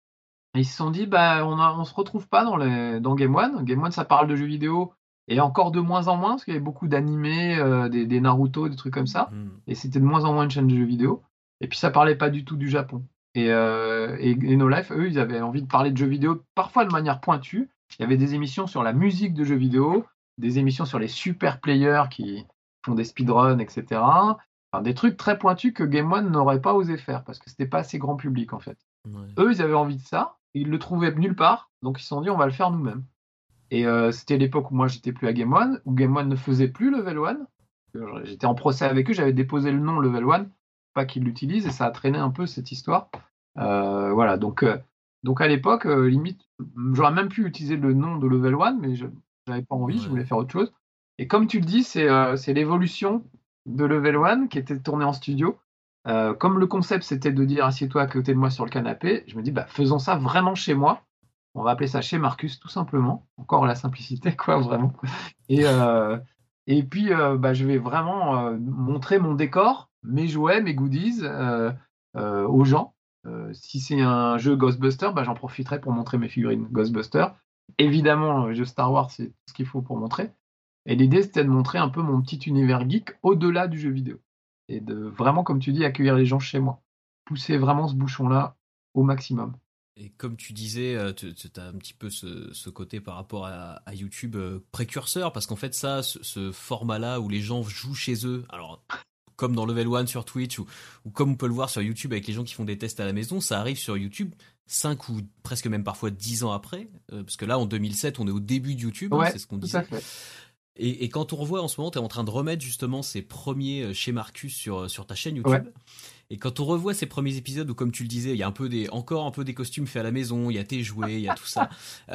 Et ils se sont dit, bah, on a, on se retrouve pas dans les, dans Game One. Game One, ça parle de jeux vidéo et encore de moins en moins parce qu'il y avait beaucoup d'animés, euh, des, des Naruto, des trucs comme ça. Hmm. Et c'était de moins en moins une chaîne de jeux vidéo. Et puis ça parlait pas du tout du Japon. Et, euh, et, et No Life, eux, ils avaient envie de parler de jeux vidéo, parfois de manière pointue. Il y avait des émissions sur la musique de jeux vidéo, des émissions sur les super players qui font des speedruns, et cetera. Enfin, des trucs très pointus que Game One n'aurait pas osé faire parce que c'était pas assez grand public en fait. Ouais. Eux, ils avaient envie de ça, ils le trouvaient nulle part, donc ils se sont dit on va le faire nous-mêmes. Et euh, c'était l'époque où moi j'étais plus à Game One, où Game One ne faisait plus Level One. J'étais en procès avec eux, j'avais déposé le nom Level One, pas qu'ils l'utilisent, et ça a traîné un peu cette histoire. Euh, voilà, donc, euh, donc à l'époque, euh, limite, j'aurais même pu utiliser le nom de Level One, mais je n'avais pas envie, Ouais. je voulais faire autre chose. Et comme tu le dis, c'est euh, c'est l'évolution de Level One qui était tournée en studio. Euh, comme le concept c'était de dire assieds-toi à côté de moi sur le canapé, je me dis bah faisons ça vraiment chez moi. On va appeler ça chez Marcus tout simplement. Encore la simplicité quoi vraiment. Et euh, et puis euh, bah, je vais vraiment euh, montrer mon décor, mes jouets, mes goodies euh, euh, aux gens. Euh, si c'est un jeu Ghostbuster, bah, j'en profiterai pour montrer mes figurines Ghostbuster. Évidemment, le jeu Star Wars, c'est tout ce qu'il faut pour montrer. Et l'idée, c'était de montrer un peu mon petit univers geek au-delà du jeu vidéo. Et de vraiment, comme tu dis, accueillir les gens chez moi. Pousser vraiment ce bouchon-là au maximum. Et comme tu disais, euh, tu as un petit peu ce, ce côté par rapport à, à YouTube euh, précurseur, parce qu'en fait ça, ce, ce format-là où les gens jouent chez eux, alors comme dans Level One sur Twitch, ou, ou comme on peut le voir sur YouTube avec les gens qui font des tests à la maison, ça arrive sur YouTube cinq ou presque même parfois dix ans après, euh, parce que là en deux mille sept on est au début de YouTube, hein, Ouais, c'est ce qu'on tout à disait. fait. Et, et quand on revoit en ce moment, tu es en train de remettre justement ces premiers euh, chez Marcus sur, sur ta chaîne Ouais. YouTube. Et quand on revoit ces premiers épisodes où, comme tu le disais, il y a un peu des, encore un peu des costumes faits à la maison, il y a tes jouets, il y a tout ça.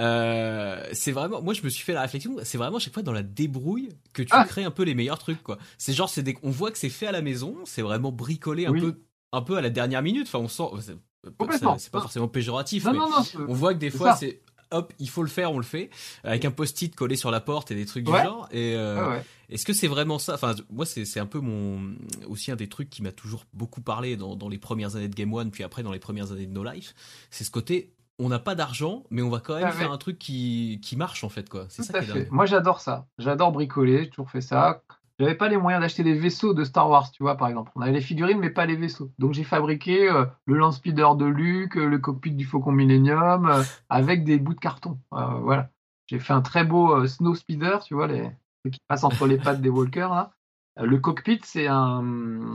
Euh, c'est vraiment, moi je me suis fait la réflexion, c'est vraiment à chaque fois dans la débrouille que tu Ah, crées un peu les meilleurs trucs, quoi. C'est genre, c'est des, on voit que c'est fait à la maison, c'est vraiment bricolé un oui, peu, un peu à la dernière minute. Enfin, on sent, c'est, complètement. c'est pas forcément péjoratif, Non, mais non, non, c'est on voit que des c'est fois ça. c'est hop, il faut le faire, on le fait, avec un post-it collé sur la porte et des trucs du Ouais, genre. Et euh, ouais, ouais. est-ce que c'est vraiment ça? Enfin, moi, c'est c'est un peu mon aussi un des trucs qui m'a toujours beaucoup parlé dans, dans les premières années de Game One, puis après dans les premières années de No Life, c'est ce côté. On n'a pas d'argent, mais on va quand même Ouais, faire ouais. un truc qui, qui marche en fait, quoi. C'est Tout ça à qui est fait. dingue. Moi, j'adore ça. J'adore bricoler. J'ai toujours fait ça. J'avais pas les moyens d'acheter des vaisseaux de Star Wars, tu vois, par exemple. On avait les figurines, mais pas les vaisseaux. Donc, j'ai fabriqué euh, le lance speeder de Luke, euh, le cockpit du Faucon Millennium, euh, avec des bouts de carton. Euh, voilà. J'ai fait un très beau euh, snow speeder, tu vois, les ceux qui passent entre les pattes des walkers, là. Euh, le cockpit, c'est un,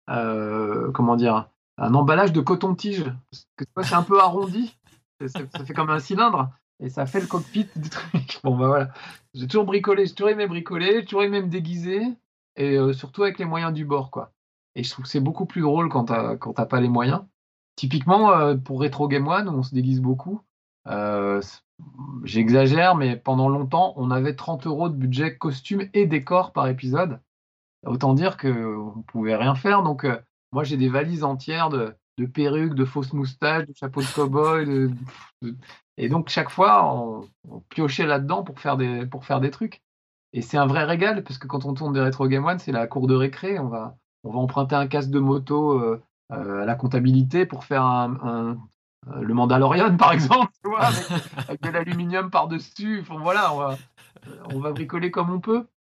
euh, comment dire, un emballage de coton-tige. Parce que, tu vois, c'est un peu arrondi. C'est- c'est- Ça fait comme un cylindre. Et ça fait le cockpit du truc. Bon, bah voilà. J'ai toujours bricolé, j'ai toujours aimé bricoler, j'ai toujours aimé me déguiser, et euh, surtout avec les moyens du bord, quoi. Et je trouve que c'est beaucoup plus drôle quand t'as, quand t'as pas les moyens. Typiquement, euh, pour Retro Game One, où on se déguise beaucoup, euh, c- j'exagère, mais pendant longtemps, on avait trente euros de budget costume et décor par épisode. Autant dire qu'on ne pouvait rien faire. Donc, euh, moi, j'ai des valises entières de, de perruques, de fausses moustaches, de chapeaux de cow-boy. De, de- Et donc, chaque fois, on, on piochait là-dedans pour faire des, pour faire des trucs. Et c'est un vrai régal, parce que quand on tourne des Retro Game One, c'est la cour de récré. On va, on va emprunter un casque de moto euh, euh, à la comptabilité pour faire un, un- euh, le Mandalorian, par exemple, tu vois, avec, avec de l'aluminium par-dessus. Enfin, voilà, on va, on va bricoler comme on peut.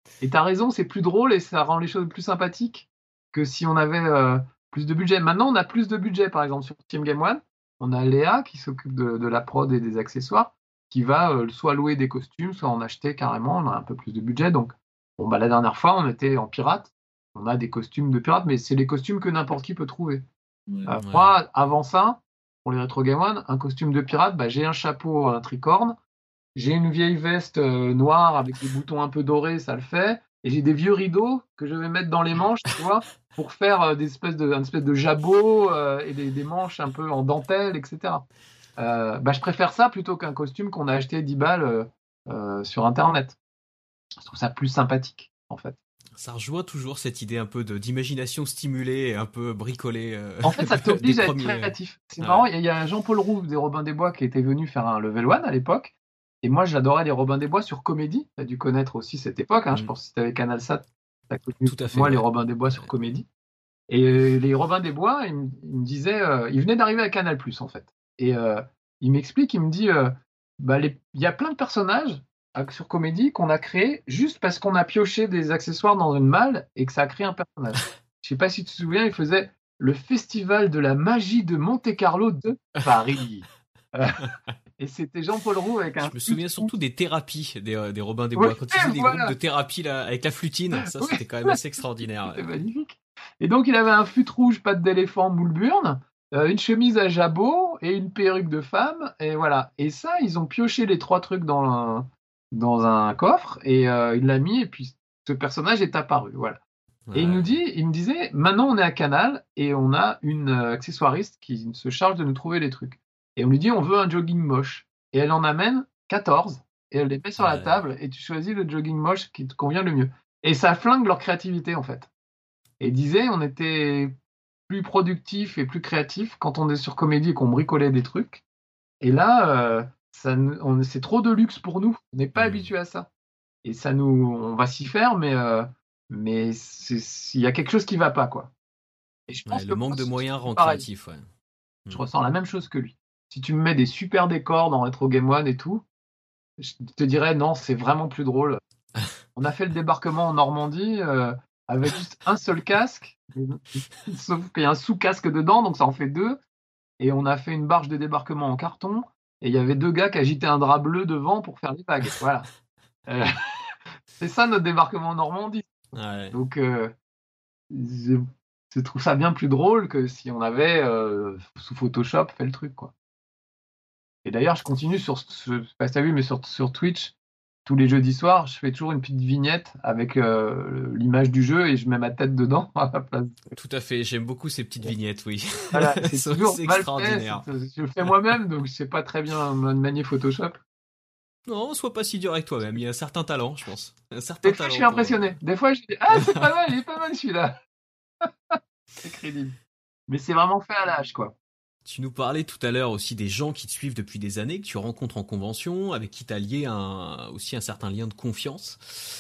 Et t'as raison, c'est plus drôle et ça rend les choses plus sympathiques que si on avait euh, plus de budget. Maintenant, on a plus de budget, par exemple, sur Team Game One. On a Léa qui s'occupe de, de la prod et des accessoires, qui va euh, soit louer des costumes, soit en acheter carrément. On a un peu plus de budget. Donc, bon, bah, la dernière fois, on était en pirate. On a des costumes de pirate, mais c'est les costumes que n'importe qui peut trouver. Ouais. Euh, Ouais. Moi, avant ça, pour les Retro Game One, un costume de pirate, bah, j'ai un chapeau, un tricorne. J'ai une vieille veste euh, noire avec des boutons un peu dorés, ça le fait. Et j'ai des vieux rideaux que je vais mettre dans les manches, tu vois, pour faire euh, des espèces de, un espèce de jabot euh, et des, des manches un peu en dentelle, et cetera. Euh, bah, je préfère ça plutôt qu'un costume qu'on a acheté dix balles euh, euh, sur Internet. Je trouve ça plus sympathique, en fait. Ça rejoint toujours cette idée un peu de, d'imagination stimulée et un peu bricolée. Euh, En fait, ça t'oblige des à être premiers- créatif. C'est Ouais. marrant, il y a Jean-Paul Rouve des Robins des Bois qui était venu faire un level one à l'époque. Et moi, j'adorais les Robins des Bois sur Comédie. Tu as dû connaître aussi cette époque. Hein. Mm. Je pense que si tu avais CanalSat, tu as connu Tout à fait, moi les ouais. Robins des Bois sur Comédie. Et euh, les Robins des Bois, il me, il me disait, euh, il venait d'arriver à Canal+, en fait. Et euh, il m'explique, il me dit, euh, bah, les- il y a plein de personnages euh, sur Comédie qu'on a créés juste parce qu'on a pioché des accessoires dans une malle et que ça a créé un personnage. Je sais pas si tu te souviens, il faisait le festival de la magie de Monte-Carlo de Paris. Euh, et c'était Jean-Paul Roux avec un. Je me souviens surtout des thérapies des, euh, des Robins des Oui, Bois. Quand ils faisaient des voilà. groupes de thérapie là, avec la flutine, ça Oui. c'était quand même assez extraordinaire. C'était magnifique. Et donc, il avait un fut rouge, patte d'éléphant, moule burne, euh, une chemise à jabot et une perruque de femme. Et voilà. Et ça, ils ont pioché les trois trucs dans un, dans un coffre et euh, il l'a mis. Et puis, ce personnage est apparu. Voilà. Ouais. Et il nous dit, il me disait, maintenant on est à Canal et on a une euh, accessoiriste qui se charge de nous trouver les trucs. Et on lui dit, on veut un jogging moche. Et elle en amène quatorze et elle les met sur la Ouais. table et tu choisis le jogging moche qui te convient le mieux. Et ça flingue leur créativité en fait. Et il disait, on était plus productif et plus créatif quand on est sur Comédie et qu'on bricolait des trucs. Et là, euh, ça, nous- on, c'est trop de luxe pour nous. On n'est pas Mhm. habitué à ça. Et ça nous, on va s'y faire, mais euh, mais c'est- il y a quelque chose qui va pas, quoi. Et je pense Ouais, que le manque moi, de c'est moyens rend pareil. créatif. Ouais. Je ressens la même chose que lui. Si tu me mets des super décors dans Retro Game One et tout, je te dirais non, c'est vraiment plus drôle. On a fait le débarquement en Normandie euh, avec juste un seul casque, sauf qu'il y a un sous-casque dedans, donc ça en fait deux. Et on a fait une barge de débarquement en carton. Et il y avait deux gars qui agitaient un drap bleu devant pour faire les vagues. Voilà. Euh, c'est ça notre débarquement en Normandie. Ouais. Donc, euh, je, je trouve ça bien plus drôle que si on avait, euh, sous Photoshop, fait le truc, quoi. Et d'ailleurs, je continue sur, ce- je sais pas si t'as vu, mais sur, sur Twitch, tous les jeudis soirs, je fais toujours une petite vignette avec euh, l'image du jeu et je mets ma tête dedans à la place. Tout à fait, j'aime beaucoup ces petites vignettes, oui. Voilà, c'est Ça, toujours c'est mal extraordinaire. fait. c'est- Je le fais moi-même, donc je sais pas très bien manier Photoshop. Non, sois pas si dur avec toi-même, il y a un certain talent, je pense. Un certain Des fois, talent. je suis pour- impressionné. Des fois, je dis ah, c'est pas mal, il est pas mal celui-là. C'est crédible. Mais c'est vraiment fait à l'âge, quoi. Tu nous parlais tout à l'heure aussi des gens qui te suivent depuis des années, que tu rencontres en convention, avec qui tu as lié un, aussi un certain lien de confiance.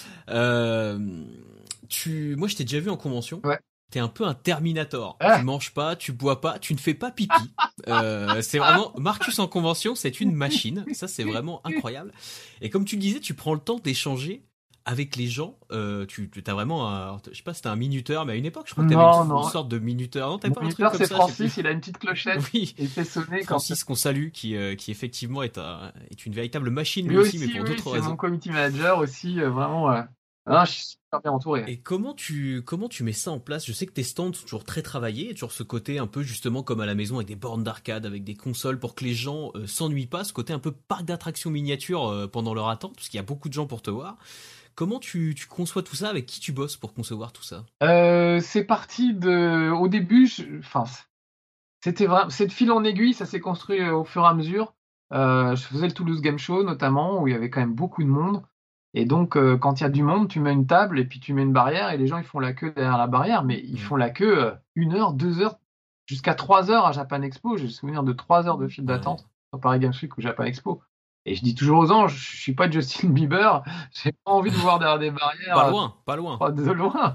Euh, tu, moi, je t'ai déjà vu en convention. Ouais. T'es un peu un Terminator. Ah. Tu manges pas, tu bois pas, tu ne fais pas pipi. euh, c'est vraiment Marcus en convention, c'est une machine. Ça, c'est vraiment incroyable. Et comme tu le disais, tu prends le temps d'échanger avec les gens. Euh, tu as vraiment, un, je sais pas, si c'était un minuteur, mais à une époque, je crois que t'avais Non, une, non. une sorte de minuteur. Non, t'avais Mon pas un truc moniteur, comme c'est ça. je sais Francis, plus. il a une petite clochette Oui. et il fait sonner quand Francis qu'on salue, qui, euh, qui effectivement est, un, est une véritable machine lui, lui aussi, aussi, mais pour oui, d'autres c'est raisons. mon community manager aussi, euh, vraiment. euh, ah, je suis super bien entouré. Et comment tu comment tu mets ça en place? Je sais que tes stands sont toujours très travaillés, il y a toujours ce côté un peu justement comme à la maison avec des bornes d'arcade, avec des consoles pour que les gens euh, s'ennuient pas, ce côté un peu parc d'attractions miniature euh, pendant leur attente, parce qu'il y a beaucoup de gens pour te voir. Comment tu, tu conçois tout ça? Avec qui tu bosses pour concevoir tout ça? Euh, c'est parti de. Au début, je... enfin, c'était vraiment. C'est de fil en aiguille, ça s'est construit euh, au fur et à mesure. Euh, je faisais le Toulouse Game Show notamment, où il y avait quand même beaucoup de monde. Et donc, euh, quand il y a du monde, tu mets une table et puis tu mets une barrière et les gens ils font la queue derrière la barrière, mais ils Mmh. font la queue euh, une heure, deux heures, jusqu'à trois heures à Japan Expo. J'ai le souvenir de trois heures de file d'attente sur Paris Games Week ou Japan Expo. Et je dis toujours aux gens, je suis pas Justin Bieber, j'ai pas envie de vous voir derrière des barrières. Pas loin, pas loin. euh, de loin.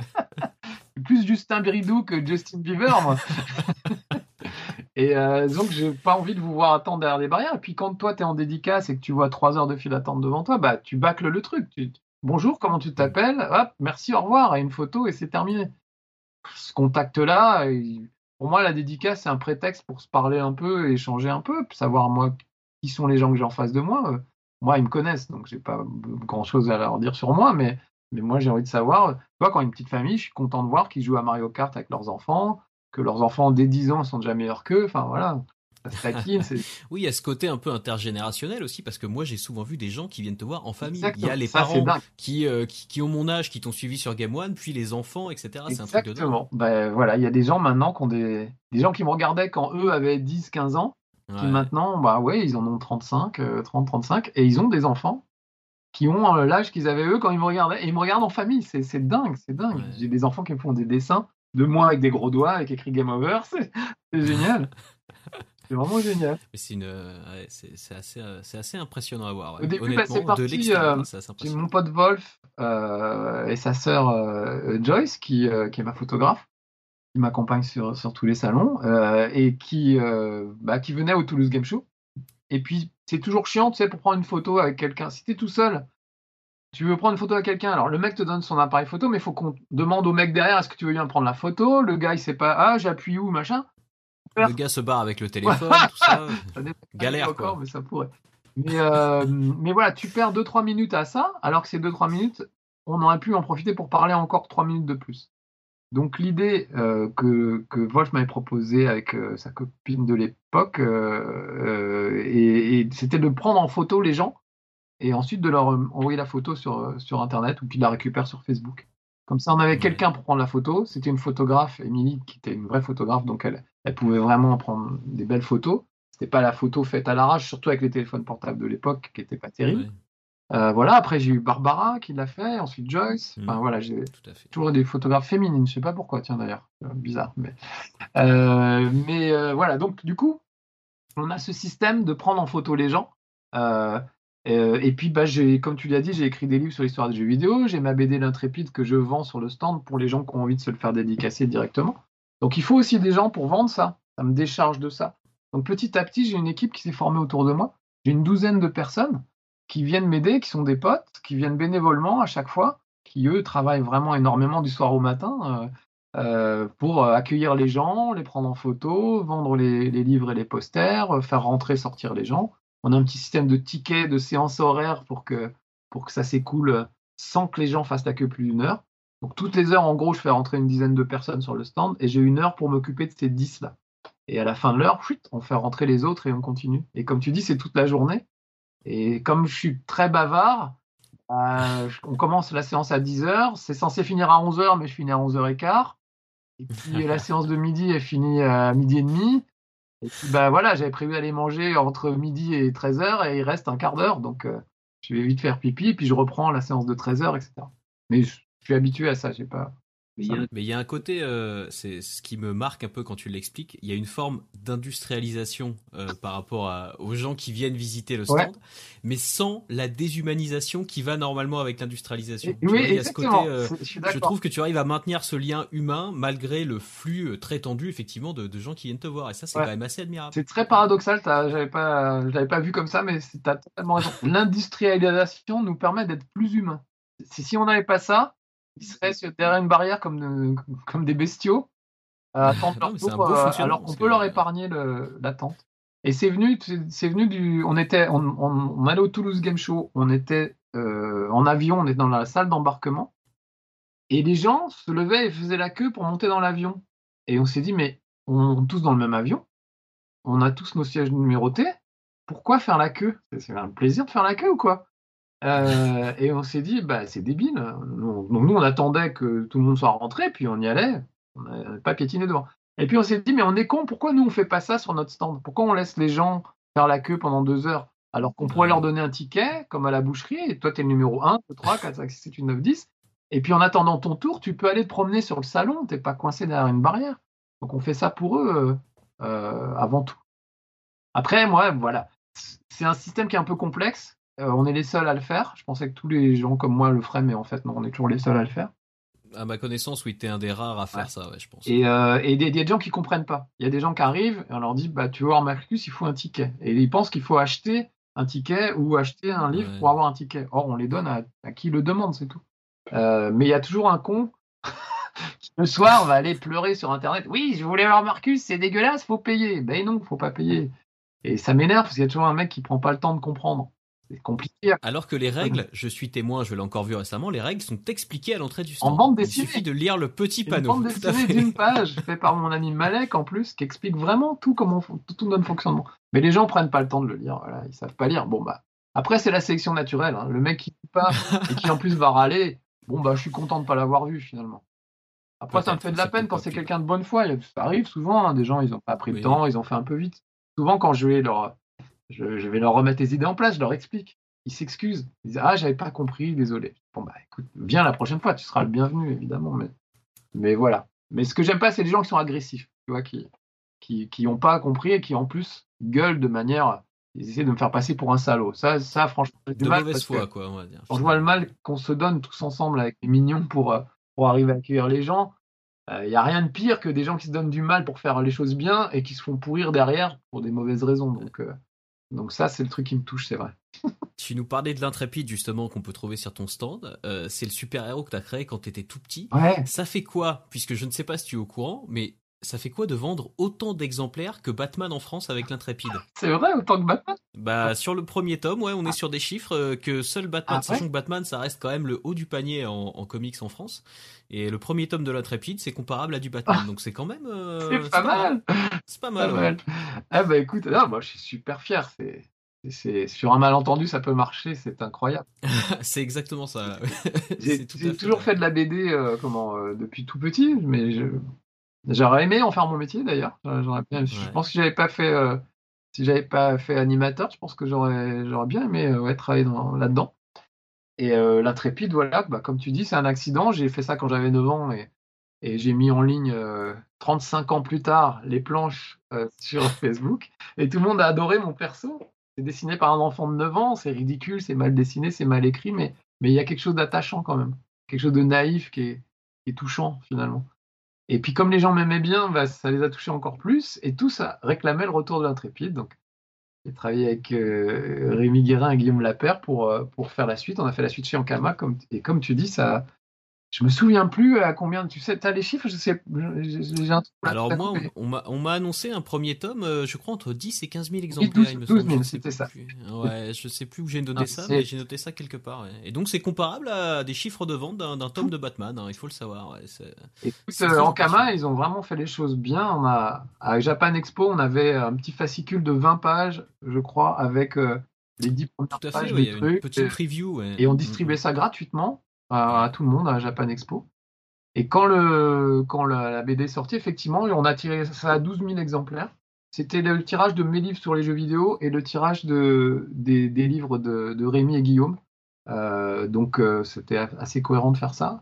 Plus Justin Bridou que Justin Bieber, moi. Et euh, donc, j'ai pas envie de vous voir attendre derrière des barrières. Et puis, quand toi, tu es en dédicace et que tu vois trois heures de file d'attente devant toi, bah, tu bâcles le truc. Tu, bonjour, comment tu t'appelles? Hop, merci, au revoir, et une photo, et c'est terminé. Ce contact-là, il- pour moi, la dédicace, c'est un prétexte pour se parler un peu, échanger un peu, puis savoir, moi, qui sont les gens que j'ai en face de moi. Euh, Moi, ils me connaissent, donc j'ai pas grand-chose à leur dire sur moi, mais, mais moi, j'ai envie de savoir. Tu vois, quand une petite famille, je suis content de voir qu'ils jouent à Mario Kart avec leurs enfants, que leurs enfants, dès dix ans, sont déjà meilleurs qu'eux. Enfin, voilà, ça se taquine. C'est Oui, il y a ce côté un peu intergénérationnel aussi, parce que moi j'ai souvent vu des gens qui viennent te voir en famille. Il y a exactement les ça, c'est parents dingue. qui, euh, qui, qui ont mon âge, qui t'ont suivi sur Game One, puis les enfants, et cetera. C'est un truc de dingue. Exactement. Ben, voilà, il y a des gens maintenant qui ont des, des gens qui me regardaient quand eux avaient dix, quinze ans, qui Ouais. maintenant, bah ouais, ils en ont trente-cinq, euh, trente, trente-cinq, et ils ont des enfants qui ont euh, l'âge qu'ils avaient eux quand ils me regardaient. Et ils me regardent en famille, c'est c'est dingue, c'est dingue. Ouais. J'ai des enfants qui me font des dessins de moi avec des gros doigts, avec écrit Game Over, c'est c'est génial, c'est vraiment génial. Mais c'est une, euh, ouais, c'est c'est assez, euh, c'est assez impressionnant à voir. Au Ouais. début, bah, c'est Honnêtement, de parti, euh, l'extérieur, hein, c'est assez j'ai impressionnant. mon pote Wolf euh, et sa sœur euh, Joyce, qui, euh, qui est ma photographe, qui m'accompagne sur, sur tous les salons, euh, et qui, euh, bah, qui venait au Toulouse Game Show. Et puis, c'est toujours chiant, tu sais, pour prendre une photo avec quelqu'un. Si tu es tout seul, tu veux prendre une photo avec quelqu'un, alors le mec te donne son appareil photo, mais il faut qu'on demande au mec derrière, est-ce que tu veux bien prendre la photo? Le gars, il sait pas, ah, j'appuie où, machin. Le Faire. gars se barre avec le téléphone, tout ça. Ça n'est pas arrivé Galère, encore, quoi. mais ça pourrait. Mais, euh, mais voilà, tu perds deux trois minutes à ça, alors que ces deux trois minutes, on aurait pu en profiter pour parler encore trois minutes de plus. Donc l'idée euh, que, que Wolf m'avait proposée avec euh, sa copine de l'époque, euh, euh, et, et c'était de prendre en photo les gens et ensuite de leur euh, envoyer la photo sur, euh, sur Internet ou qu'ils la récupèrent sur Facebook. Comme ça, on avait Ouais. quelqu'un pour prendre la photo. C'était une photographe, Émilie, qui était une vraie photographe, donc elle, elle pouvait vraiment prendre des belles photos. C'était pas la photo faite à l'arrache, surtout avec les téléphones portables de l'époque, qui n'étaient pas terribles. Ouais. Euh, voilà, après j'ai eu Barbara qui l'a fait, ensuite Joyce. Hmm. Enfin voilà, j'ai Tout à fait. toujours des photographes féminines, je sais pas pourquoi, tiens d'ailleurs, Euh, bizarre. Mais, euh, mais euh, voilà, donc du coup, on a ce système de prendre en photo les gens. Euh, euh, et puis, bah, j'ai, comme tu l'as dit, j'ai écrit des livres sur l'histoire des jeux vidéo. J'ai ma B D L'Intrépide que je vends sur le stand pour les gens qui ont envie de se le faire dédicacer directement. Donc il faut aussi des gens pour vendre ça. Ça me décharge de ça. Donc petit à petit, j'ai une équipe qui s'est formée autour de moi. J'ai une douzaine de personnes qui viennent m'aider, qui sont des potes, qui viennent bénévolement à chaque fois, qui eux travaillent vraiment énormément du soir au matin euh, euh, pour accueillir les gens, les prendre en photo, vendre les, les livres et les posters, euh, faire rentrer, sortir les gens. On a un petit système de tickets, de séances horaires pour que, pour que ça s'écoule sans que les gens fassent la queue plus d'une heure. Donc toutes les heures, en gros, je fais rentrer une dizaine de personnes sur le stand et j'ai une heure pour m'occuper de ces dix-là. Et à la fin de l'heure, on fait rentrer les autres et on continue. Et comme tu dis, c'est toute la journée. Et comme je suis très bavard, euh, on commence la séance à dix heures. C'est censé finir à onze heures, mais je finis à onze heures quinze. Et puis la séance de midi, elle finit à midi et demi. Et puis bah voilà, j'avais prévu d'aller manger entre midi et treize heures et il reste un quart d'heure. Donc euh, je vais vite faire pipi et puis je reprends la séance de treize heures, et cetera. Mais je, je suis habitué à ça, j'ai pas. Mais il y Ça a, me- mais il y a un côté, euh, c'est ce qui me marque un peu quand tu l'expliques. Il y a une forme d'industrialisation euh, par rapport à- aux gens qui viennent visiter le Ouais. stand, mais sans la déshumanisation qui va normalement avec Et- l'industrialisation. Tu oui, vois, il y a ce côté. exactement. euh, C'est- Je suis je d'accord. trouve que tu arrives à maintenir ce lien humain malgré le flux euh, très tendu, effectivement, de, de gens qui viennent te voir. Et ça, c'est Ouais. quand même assez admirable. C'est très Ouais. paradoxal, t'as- j'avais pas, je l'avais pas vu comme ça, mais tu as totalement raison. L'industrialisation nous permet d'être plus humains. Si, si on n'avait pas ça, ils seraient sur- derrière une barrière comme, de- comme des bestiaux, à attendre Non, leur mais c'est un tour, beau euh, fonctionnement alors qu'on parce peut leur que. épargner le- l'attente. Et c'est venu, c'est c'est venu du, on était, on, on- on allait au Toulouse Game Show, on était euh, en avion, on était dans la salle d'embarquement, et les gens se levaient et faisaient la queue pour monter dans l'avion. Et on s'est dit, mais on est tous dans le même avion, on a tous nos sièges numérotés, pourquoi faire la queue? C'est c'est un plaisir de faire la queue ou quoi? Euh, et on s'est dit, bah c'est débile. Nous- Donc nous, on attendait que tout le monde soit rentré, puis on y allait, on n'avait pas piétiné devant. Et puis on s'est dit, mais on est con, pourquoi nous on fait pas ça sur notre stand? Pourquoi on laisse les gens faire la queue pendant deux heures? Alors qu'on pourrait leur Ouais. donner un ticket, comme à la boucherie, et toi, tu es le numéro un, deux, trois, quatre, cinq, six, sept, huit, neuf, dix. Et puis en attendant ton tour, tu peux aller te promener sur le salon, t'es pas coincé derrière une barrière. Donc on fait ça pour eux euh, euh, avant tout. Après, moi, voilà, c'est un système qui est un peu complexe. Euh, on est les seuls à le faire. Je pensais que tous les gens comme moi le feraient, mais en fait, non, on est toujours les seuls à le faire. À ma connaissance, oui, t'es un des rares à Ouais. faire ça, ouais, je pense. Et euh, et il y a des gens qui comprennent pas. Il y a des gens qui arrivent et on leur dit, bah, tu veux voir Marcus, il faut un ticket. Et ils pensent qu'il faut acheter un ticket ou acheter un livre Ouais. pour avoir un ticket. Or, on les donne à, à qui le demande, c'est tout. Euh, mais il y a toujours un con qui, le soir, va aller pleurer sur Internet. Oui, je voulais voir Marcus, c'est dégueulasse, faut payer. Ben non, faut pas payer. Et ça m'énerve parce qu'il y a toujours un mec qui prend pas le temps de comprendre. C'est compliqué. Alors que les règles, je suis témoin, je l'ai encore vu récemment, les règles sont expliquées à l'entrée du En stand. bande Il dessinée. suffit de lire le petit Une panneau. bande Tout à dessinée fait. d'une page, fait par mon ami Malek en plus, qui explique vraiment tout comment tout, tout notre fonctionnement. Mais les gens prennent pas le temps de le lire, voilà, ils savent pas lire. Bon bah, après c'est la sélection naturelle. Hein. Le mec qui lit pas et qui en plus va râler, bon bah je suis content de pas l'avoir vu finalement. Après ça me fait de la c'est peine peut-être quand pas c'est plus quelqu'un de bonne foi. Ça arrive souvent, hein, des gens ils ont pas pris le Oui. temps, ils ont fait un peu vite. Souvent quand je vais leur, je, je vais leur remettre les idées en place, je leur explique. Ils s'excusent, ils disent ah j'avais pas compris, désolé. Bon bah écoute, viens la prochaine fois, tu seras le bienvenu évidemment, mais mais voilà. Mais ce que j'aime pas, c'est les gens qui sont agressifs, tu vois, qui qui qui ont pas compris et qui en plus gueulent de manière, ils essaient de me faire passer pour un salaud. Ça, ça franchement, j'ai du De mal mauvaise parce que foi, quoi, on va dire. quand je vois le finalement. mal qu'on se donne tous ensemble avec les mignons pour euh, pour arriver à accueillir les gens, il y a rien de pire que des gens qui se donnent du mal pour faire les choses bien et qui se font pourrir derrière pour des mauvaises raisons. Donc euh, donc ça, c'est le truc qui me touche, c'est vrai. Tu nous parlais de l'Intrépide justement qu'on peut trouver sur ton stand. Euh, c'est le super-héros que tu as créé quand tu étais tout petit. Ouais. Ça fait quoi, puisque je ne sais pas si tu es au courant, mais ça fait quoi de vendre autant d'exemplaires que Batman en France avec l'Intrépide? C'est vrai, autant que Batman. Bah sur le premier tome, ouais, on est sur des chiffres euh, que seul Batman, Ah ouais. sachant que Batman ça reste quand même le haut du panier en, en comics en France, et le premier tome de l'Intrépide c'est comparable à du Batman, Ah, donc c'est quand même, euh, c'est c'est pas pas mal, mal. c'est pas Pas mal, ouais. mal. Ah bah écoute, non, moi je suis super fier. C'est, c'est sur un malentendu, ça peut marcher, c'est incroyable. C'est exactement ça. J'ai, C'est tout à j'ai fait toujours vrai. fait de la B D euh, comment, euh, depuis tout petit, mais je, j'aurais aimé en faire mon métier d'ailleurs. J'aurais bien, je Ouais. pense que si j'avais pas fait, euh, si j'avais pas fait animateur, je pense que j'aurais, j'aurais bien aimé euh, ouais, travailler dans, là-dedans. Et euh, l'Intrépide, voilà, bah, comme tu dis, c'est un accident. J'ai fait ça quand j'avais neuf ans et, et j'ai mis en ligne euh, trente-cinq ans plus tard les planches euh, sur Facebook. Et tout le monde a adoré mon perso. C'est dessiné par un enfant de neuf ans, c'est ridicule, c'est mal dessiné, c'est mal écrit, mais mais il y a quelque chose d'attachant quand même. Quelque chose de naïf qui est, qui est touchant finalement. Et puis comme les gens m'aimaient bien, bah, ça les a touchés encore plus. Et tout ça réclamait le retour de l'Intrépide. Donc j'ai travaillé avec euh, Rémi Guérin et Guillaume Lapère pour, euh, pour faire la suite. On a fait la suite chez Ankama. Comme, et comme tu dis, ça, je me souviens plus à combien. Tu sais, tu as les chiffres. Je sais, j'ai j'ai un truc là tout Alors à coup. moi, on, Mais... on m'a on m'a annoncé un premier tome, euh, je crois entre dix et quinze mille Oui, exemplaires, douze, il me douze semble. Je mille, sais c'était ça. plus. Ouais, je sais plus où j'ai noté Non, ça, mais c'est j'ai noté ça quelque part. Ouais. Et donc c'est comparable à des chiffres de vente d'un d'un tome tout. de Batman. Hein, il faut le savoir. Ouais, c'est Écoute, c'est euh, très Ankama, impressionnant. ils ont vraiment fait les choses bien. On a, à Japan Expo, on avait un petit fascicule de vingt pages, je crois, avec euh, les dix Tout premières à fait. pages Ouais, il de y a une trucs. petite Et, preview. Ouais. et on Mm, distribuait mm. ça gratuitement à, à Ouais. tout le monde à Japan Expo. Et quand, le, quand la, la B D est sortie, effectivement, on a tiré ça à douze mille exemplaires. C'était le tirage de mes livres sur les jeux vidéo et le tirage de, des, des livres de, de Rémi et Guillaume. Euh, donc, euh, c'était assez cohérent de faire ça.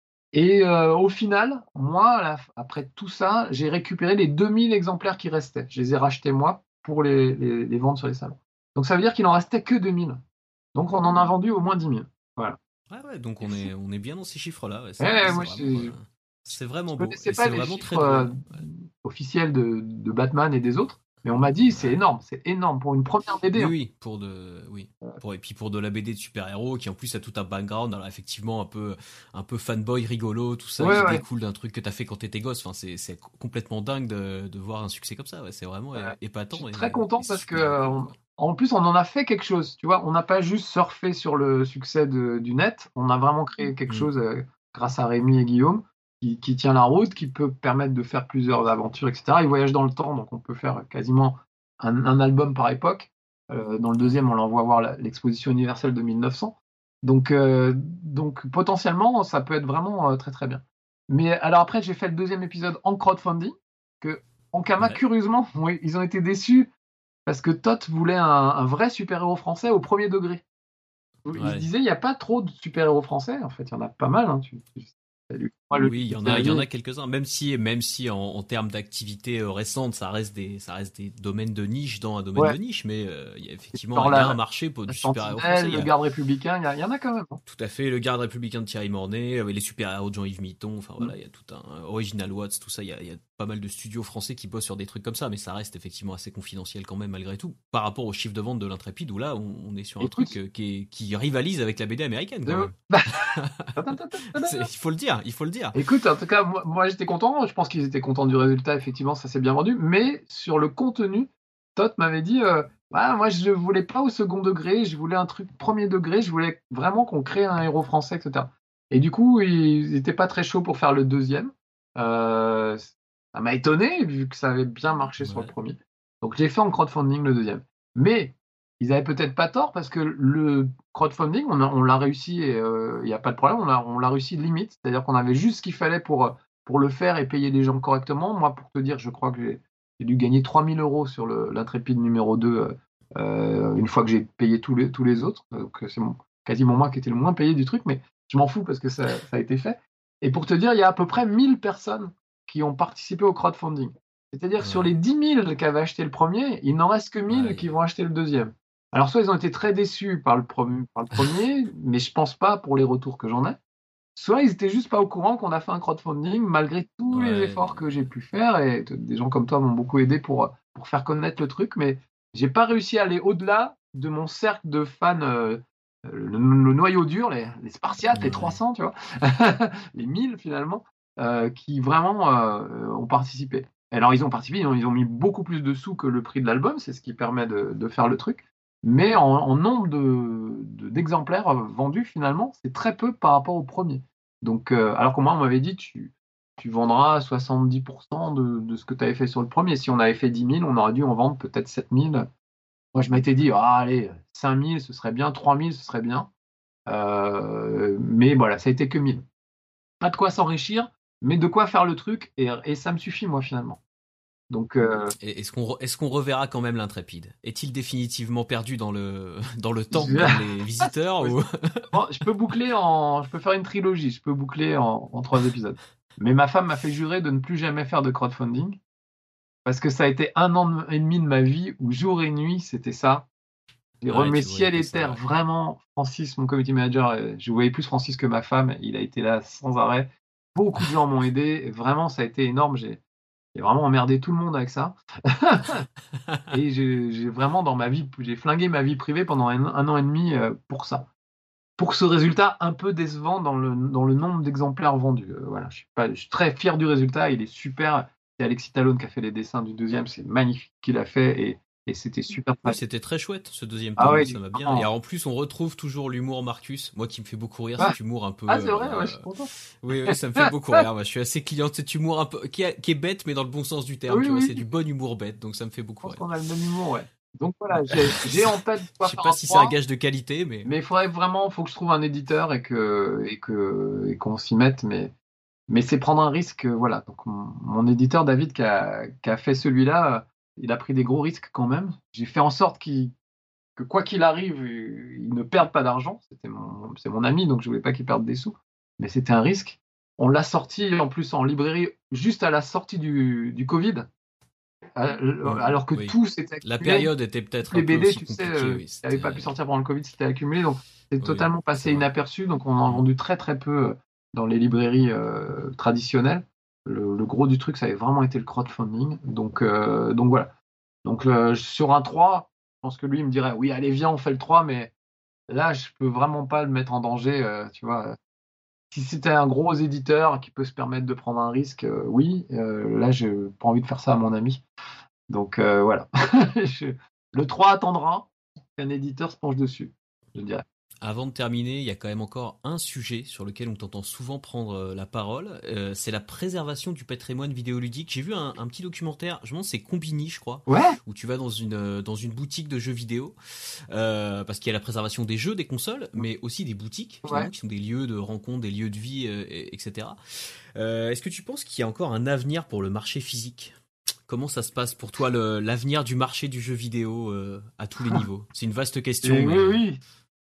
Et euh, au final, moi, là, après tout ça, j'ai récupéré les deux mille exemplaires qui restaient. Je les ai rachetés moi pour les, les, les vendre sur les salons. Donc, ça veut dire qu'il en restait que deux mille. Donc, on en a vendu au moins dix mille. Voilà. Ouais, ouais, donc C'est on fou. est, on est bien dans ces chiffres-là. Ouais, c'est, Eh, c'est moi, vraiment, je, euh, c'est Je vraiment beau connaissais et pas c'est les vraiment très chiffres euh, drôle. Ouais. officiels de, de Batman et des autres, mais on m'a dit c'est Ouais. énorme, c'est énorme pour une première B D. Oui, Hein. oui, pour de, oui, pour et puis pour de la B D de super-héros qui en plus a tout un background, alors effectivement un peu, un peu fanboy rigolo, tout ça Ouais, qui ouais. découle d'un truc que t'as fait quand t'étais gosse. Enfin, c'est, c'est complètement dingue de, de voir un succès comme ça. Ouais, c'est vraiment Ouais. é- Je suis épatant très et, content et parce que super euh, cool, on- quoi. en plus on en a fait quelque chose. Tu vois, on n'a pas juste surfé sur le succès de- du net, on a vraiment créé quelque Mm. chose euh, grâce à Rémi et Guillaume qui, qui tient la route, qui peut permettre de faire plusieurs aventures, et cetera. Ils voyagent dans le temps, donc on peut faire quasiment un, un album par époque. Euh, dans le Ouais. deuxième, on l'envoie voir la- l'exposition universelle de mille neuf cents. Donc, euh, donc potentiellement, ça peut être vraiment euh, très très bien. Mais alors après, j'ai fait le deuxième épisode en crowdfunding, que Ankama, Ouais. curieusement, oui, ils ont été déçus parce que Tot voulait un, un vrai super-héros français au premier degré. Il se Ouais. disait, il n'y a pas trop de super-héros français. En fait, il y en a pas mal. Hein, tu, tu, Moi, le Oui, il y en a, il y en a quelques-uns. Même si, même si en, en termes d'activité euh, récente, ça reste des, ça reste des domaines de niche dans un domaine ouais, de niche, mais euh, il y a effectivement, genre il y a la, un marché pour la du super-héros français. Sentinelle, Il y le a garde républicain, il y, a- il y en a quand même. Hein. tout à fait le garde républicain de Thierry Mornay, euh, les super-héros de Jean-Yves Mitton. Enfin Mm. voilà, il y a tout un euh, Original Watts, tout ça. Il y, a, il y a pas mal de studios français qui bossent sur des trucs comme ça, mais ça reste effectivement assez confidentiel quand même malgré tout. Par rapport au chiffre de vente de l'Intrépide, où là, on, on est sur un Écoute, truc euh, qui, est, qui rivalise avec la B D américaine quand euh, même. bah, C'est- il faut le dire, il faut le dire. écoute, en tout cas, moi, moi, j'étais content. Je pense qu'ils étaient contents du résultat. Effectivement, ça s'est bien vendu. Mais sur le contenu, Todd m'avait dit, euh, ah, moi, je voulais pas au second degré. Je voulais un truc premier degré. Je voulais vraiment qu'on crée un héros français, et cetera. Et du coup, ils n'étaient pas très chauds pour faire le deuxième. Euh, ça m'a étonné vu que ça avait bien marché sur le Ouais. premier. Donc, j'ai fait en crowdfunding le deuxième. Mais ils avaient peut-être pas tort parce que le crowdfunding, on, a- on l'a réussi et il n'y a pas de problème, on l'a on l'a réussi limite. C'est-à-dire qu'on avait juste ce qu'il fallait pour, euh, pour le faire et payer les gens correctement. Moi, pour te dire, je crois que j'ai j'ai dû gagner trois mille euros sur le- l'Intrépide numéro deux euh, euh, une fois que j'ai payé tous les, tous les autres. Donc, c'est mon- quasiment moi qui étais le moins payé du truc, mais je m'en fous parce que ça, ça a été fait. Et pour te dire, il y a à peu près mille personnes qui ont participé au crowdfunding. C'est-à-dire que sur Ouais. les dix mille qui avaient acheté le premier, il n'en reste que mille qui Aïe. vont acheter le deuxième. Alors, soit ils ont été très déçus par le, pre- par le premier, mais je pense pas pour les retours que j'en ai. Soit ils étaient juste pas au courant qu'on a fait un crowdfunding malgré tous les Ouais. efforts que j'ai pu faire et t- des gens comme toi m'ont beaucoup aidé pour, pour faire connaître le truc, mais j'ai pas réussi à aller au-delà de mon cercle de fans, euh, le, le noyau dur, les, les Spartiates, les Ouais. trois cents, tu vois, les mille finalement, euh, qui vraiment euh, ont participé. Alors ils ont participé, ils ont, ils ont mis beaucoup plus de sous que le prix de l'album, c'est ce qui permet de, de faire le truc. Mais en, en nombre de, de- d'exemplaires vendus, finalement, c'est très peu par rapport au premier. Donc, euh, alors que moi, on m'avait dit, tu, tu vendras soixante-dix pour cent de, de ce que tu avais fait sur le premier. Si on avait fait dix mille, on aurait dû en vendre peut-être sept mille. Moi, je m'étais dit, ah, allez, cinq mille, ce serait bien, trois mille, ce serait bien. Euh, mais voilà, ça a été que mille. Pas de quoi s'enrichir, mais de quoi faire le truc, et, et ça me suffit, moi, finalement. Donc, euh, Et Est-ce qu'on re- est-ce qu'on reverra quand même l'Intrépide? Est-il définitivement perdu dans le dans le temps je, comme les visiteurs ou bon, je peux boucler en, je peux faire une trilogie, je peux boucler en, en trois épisodes. Mais ma femme m'a fait jurer de ne plus jamais faire de crowdfunding. Parce que ça a été un an et demi de ma vie où jour et nuit, c'était ça. J'ai Ouais, remué tu voyais ciel que et ça, terre. ouais. Vraiment, Francis, mon community manager, euh, je voyais plus Francis que ma femme. Il a été là sans arrêt. Beaucoup de gens m'ont aidé. Et vraiment, ça a été énorme. J'ai j'ai vraiment emmerdé tout le monde avec ça. Et j'ai j'ai vraiment, dans ma vie, j'ai flingué ma vie privée pendant un, un an et demi euh, pour ça. Pour ce résultat un peu décevant dans le, dans le nombre d'exemplaires vendus. Euh, voilà, je suis, pas, je suis très fier du résultat. Il est super. C'est Alexis Talon qui a fait les dessins du deuxième. C'est magnifique qu'il a fait et, et c'était super Oui, pratique. c'était très chouette ce deuxième Ah tome, ouais, moi il ça est m'a bien. Et vraiment- alors, en plus, on retrouve toujours l'humour Marcus, moi qui me fait beaucoup rire, Ah, cet humour un peu. ah, c'est vrai, ouais, euh, je suis content. Oui, oui, ça me fait beaucoup rire. Moi, je suis assez client de cet humour un peu qui est, qui est bête, mais dans le bon sens du terme. Oui, Tu vois, oui, c'est je du bon humour bête, donc ça me fait beaucoup pense rire. qu'on a le même humour, ouais. Donc voilà, j'ai j'ai en tête de Je quoi sais faire pas un si c'est un trois, gage de qualité, mais mais il faudrait vraiment, faut que je trouve un éditeur et que et que et qu'on s'y mette, mais mais c'est prendre un risque, euh, voilà. Donc mon, mon éditeur David qui a, qui a fait celui-là, euh, il a pris des gros risques quand même. J'ai fait en sorte qu'il que quoi qu'il arrive, euh, il ne perde pas d'argent. C'était mon, c'est mon ami, donc je voulais pas qu'il perde des sous. Mais c'était un risque. On l'a sorti en plus en librairie juste à la sortie du, du Covid, euh, Hmm, alors que oui. tout s'était La accumulé. période était Toutes peut-être les un peu B D, aussi tu sais, compliquée, euh, oui. n'avaient pas pu C'était, sortir pendant le Covid, c'était accumulé. Donc c'est oui, totalement c'est passé vrai. inaperçu. Donc on en a Hmm. vendu très très peu euh, dans les librairies euh, traditionnelles. Le, le gros du truc, ça avait vraiment été le crowdfunding. Donc, euh, donc voilà. Donc euh, sur un trois, je pense que lui, il me dirait, oui, allez, viens, on fait le trois, mais là, je peux vraiment pas le mettre en danger, euh, tu vois. Si c'était un gros éditeur qui peut se permettre de prendre un risque, euh, oui. Euh, là, j'ai pas envie de faire ça à mon ami. Donc euh, voilà. Je- Le trois attendra qu'un éditeur se penche dessus, je dirais. Avant de terminer, il y a quand même encore un sujet sur lequel on t'entend souvent prendre euh, la parole. Euh, c'est la préservation du patrimoine vidéoludique. J'ai vu un, un petit documentaire, je pense c'est Combini, je crois, Ouais, où tu vas dans une euh, dans une boutique de jeux vidéo, euh, parce qu'il y a la préservation des jeux, des consoles, mais aussi des boutiques ouais. finalement qui sont des lieux de rencontre, des lieux de vie, euh, et- etc. Euh, est-ce que tu penses qu'il y a encore un avenir pour le marché physique? Comment ça se passe pour toi le- l'avenir du marché du jeu vidéo euh, à tous les niveaux? C'est une vaste question, Et oui, mais oui.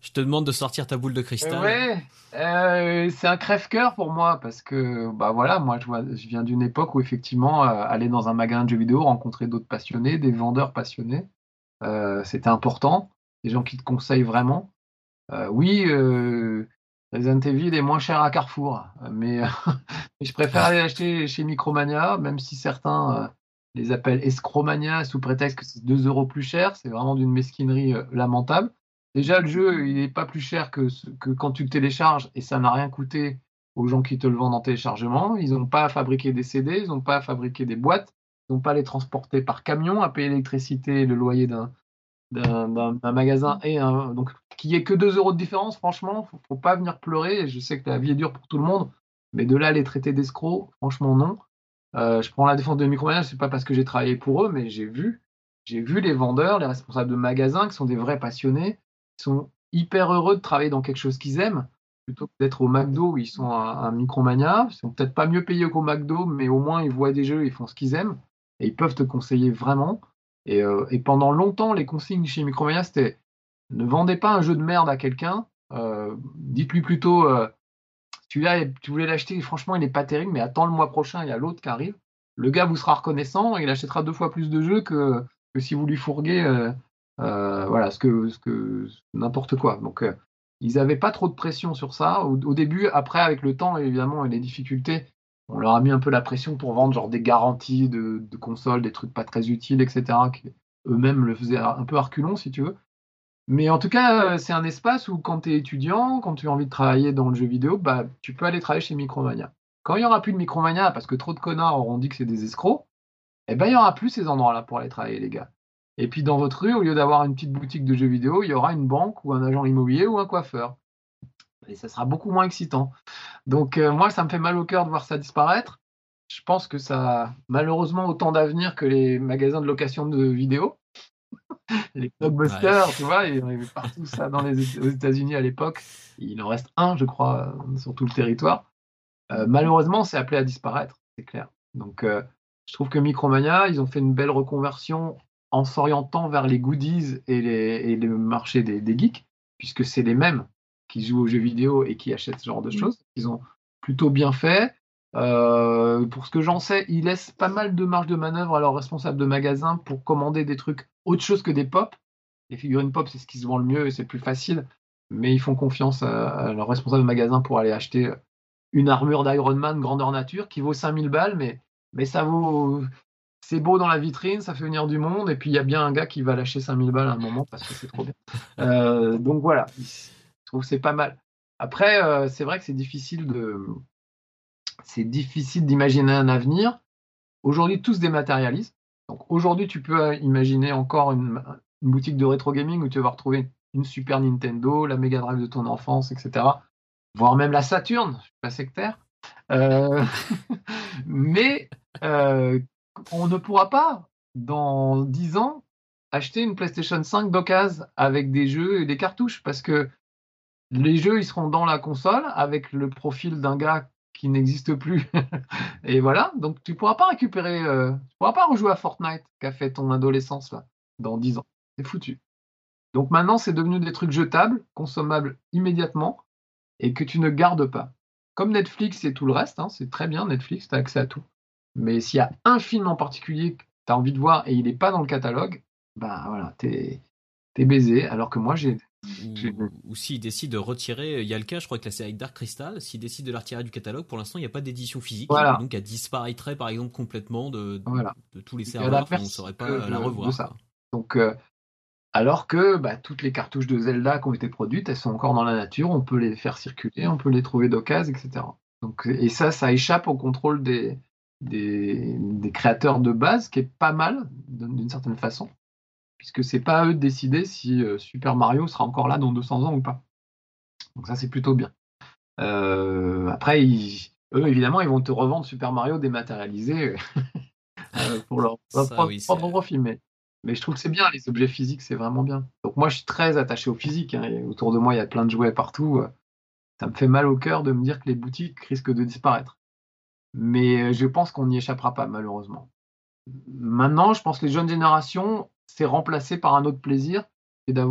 Je te demande de sortir ta boule de Euh, cristal. ouais, euh, c'est un crève-cœur pour moi parce que bah voilà, moi je, vois, je viens d'une époque où effectivement euh, aller dans un magasin de jeux vidéo, rencontrer d'autres passionnés, des vendeurs passionnés, euh, c'était important, des gens qui te conseillent vraiment. Euh, oui, euh, Resident Evil est moins cher à Carrefour, euh, mais je préfère aller l'acheter chez Micromania, même si certains euh, les appellent Escromania sous prétexte que c'est deux euros plus cher. C'est vraiment d'une mesquinerie euh, lamentable. Déjà, le jeu, il n'est pas plus cher que, ce- que quand tu le télécharges et ça n'a rien coûté aux gens qui te le vendent en téléchargement. Ils n'ont pas à fabriquer des C D, ils n'ont pas à fabriquer des boîtes, ils n'ont pas à les transporter par camion, à payer l'électricité et le loyer d'un d'un d'un- d'un magasin et un, donc qu'il n'y ait que deux euros de différence, franchement, faut, faut pas venir pleurer. Je sais que la vie est dure pour tout le monde, mais de là à les traiter d'escrocs, franchement non. Euh, je prends la défense de Micromania, c'est pas parce que j'ai travaillé pour eux, mais j'ai vu, j'ai vu les vendeurs, les responsables de magasins qui sont des vrais passionnés, qui sont hyper heureux de travailler dans quelque chose qu'ils aiment, plutôt que d'être au McDo où ils sont à, à Micromania. Ils sont peut-être pas mieux payés qu'au McDo, mais au moins ils voient des jeux, ils font ce qu'ils aiment et ils peuvent te conseiller vraiment. Et, euh, et pendant longtemps, les consignes chez Micromania, c'était ne vendez pas un jeu de merde à quelqu'un. Euh, dites-lui plutôt, euh, celui-là, tu voulais l'acheter, franchement, il n'est pas terrible, mais attends le mois prochain, il y a l'autre qui arrive. Le gars vous sera reconnaissant et il achètera deux fois plus de jeux que, que si vous lui fourguez euh, euh, voilà, ce que, ce que, n'importe quoi. Donc, euh, ils n'avaient pas trop de pression sur ça. Au, au début, après, avec le temps, évidemment, et les difficultés, on leur a mis un peu la pression pour vendre genre des garanties de, de consoles, des trucs pas très utiles, et cetera, qui eux-mêmes le faisaient un peu à reculons, si tu veux. Mais en tout cas, euh, c'est un espace où quand tu es étudiant, quand tu as envie de travailler dans le jeu vidéo, bah, tu peux aller travailler chez Micromania. Quand il n'y aura plus de Micromania, parce que trop de connards auront dit que c'est des escrocs, eh ben, il n'y aura plus ces endroits-là pour aller travailler, les gars. Et puis dans votre rue, au lieu d'avoir une petite boutique de jeux vidéo, il y aura une banque ou un agent immobilier ou un coiffeur. Et ça sera beaucoup moins excitant. Donc euh, moi, ça me fait mal au cœur de voir ça disparaître. Je pense que ça a malheureusement autant d'avenir que les magasins de location de vidéos. Les Ouais. blockbusters, tu vois, il y en avait partout ça dans les, aux États-Unis à l'époque. Il en reste un, je crois, euh, sur tout le territoire. Euh, malheureusement, c'est appelé à disparaître, c'est clair. Donc, euh, je trouve que Micromania, ils ont fait une belle reconversion en s'orientant vers les goodies et, les, et le marché des, des geeks, puisque c'est les mêmes qui jouent aux jeux vidéo et qui achètent ce genre de choses. Ils ont plutôt bien fait. Euh, pour ce que j'en sais, ils laissent pas mal de marge de manœuvre à leurs responsables de magasin pour commander des trucs autre chose que des pop. Les figurines pop, c'est ce qui se vend le mieux et c'est plus facile, mais ils font confiance à, à leurs responsables de magasin pour aller acheter une armure d'Iron Man grandeur nature qui vaut cinq mille balles, mais, mais ça vaut. C'est beau dans la vitrine, ça fait venir du monde, et puis il y a bien un gars qui va lâcher cinq mille balles à un moment parce que c'est trop bien. Euh, donc voilà, je trouve que c'est pas mal. Après, euh, c'est vrai que c'est difficile de, c'est difficile d'imaginer un avenir. Aujourd'hui, tout se dématérialise. Donc aujourd'hui, tu peux imaginer encore une, une boutique de rétro gaming où tu vas retrouver une Super Nintendo, la Mega Drive de ton enfance, et cetera. Voire même la Saturn, je suis pas sectaire. Euh, mais euh, on ne pourra pas, dans dix ans, acheter une PlayStation cinq d'occasion avec des jeux et des cartouches parce que les jeux, ils seront dans la console avec le profil d'un gars qui n'existe plus. Et voilà, donc tu pourras pas récupérer, euh, tu pourras pas rejouer à Fortnite qu'a fait ton adolescence là, dans dix ans. C'est foutu. Donc maintenant, c'est devenu des trucs jetables, consommables immédiatement et que tu ne gardes pas. Comme Netflix et tout le reste, hein, c'est très bien Netflix, tu as accès à tout. Mais s'il y a un film en particulier que tu as envie de voir et il n'est pas dans le catalogue, bah voilà, t'es es baisé. Alors que moi, j'ai. j'ai- Ou, ou s'ils décident de retirer, il y a le cas, je crois que là c'est avec Dark Crystal, s'ils décident de la retirer du catalogue, pour l'instant il n'y a pas d'édition physique, et Voilà, donc elle disparaîtrait par exemple complètement de, voilà. de tous les Et à la serveurs, enfin on ne merci saurait de, pas la de- de revoir, ça. quoi. Donc, euh, alors que bah, toutes les cartouches de Zelda qui ont été produites, elles sont encore dans la nature, on peut les faire circuler, on peut les trouver d'occasion, et cetera. Donc, et ça, ça échappe au contrôle des, des, des créateurs de base, qui est pas mal, d'une certaine façon, puisque c'est pas à eux de décider si euh, Super Mario sera encore là dans deux cents ans ou pas. Donc ça, c'est plutôt bien. Euh, après, ils- eux, évidemment, ils vont te revendre Super Mario dématérialisé euh, pour leur, leur Ça propre oui, propre c'est... profit. Mais, mais je trouve que c'est bien, les objets physiques, c'est vraiment bien. Donc moi, je suis très attaché au physique, hein, et autour de moi, il y a plein de jouets partout. euh, Ça me fait mal au cœur de me dire que les boutiques risquent de disparaître. Mais euh, je pense qu'on n'y échappera pas, malheureusement. Maintenant, je pense que les jeunes générations, c'est remplacé par un autre plaisir, c'est d'avoir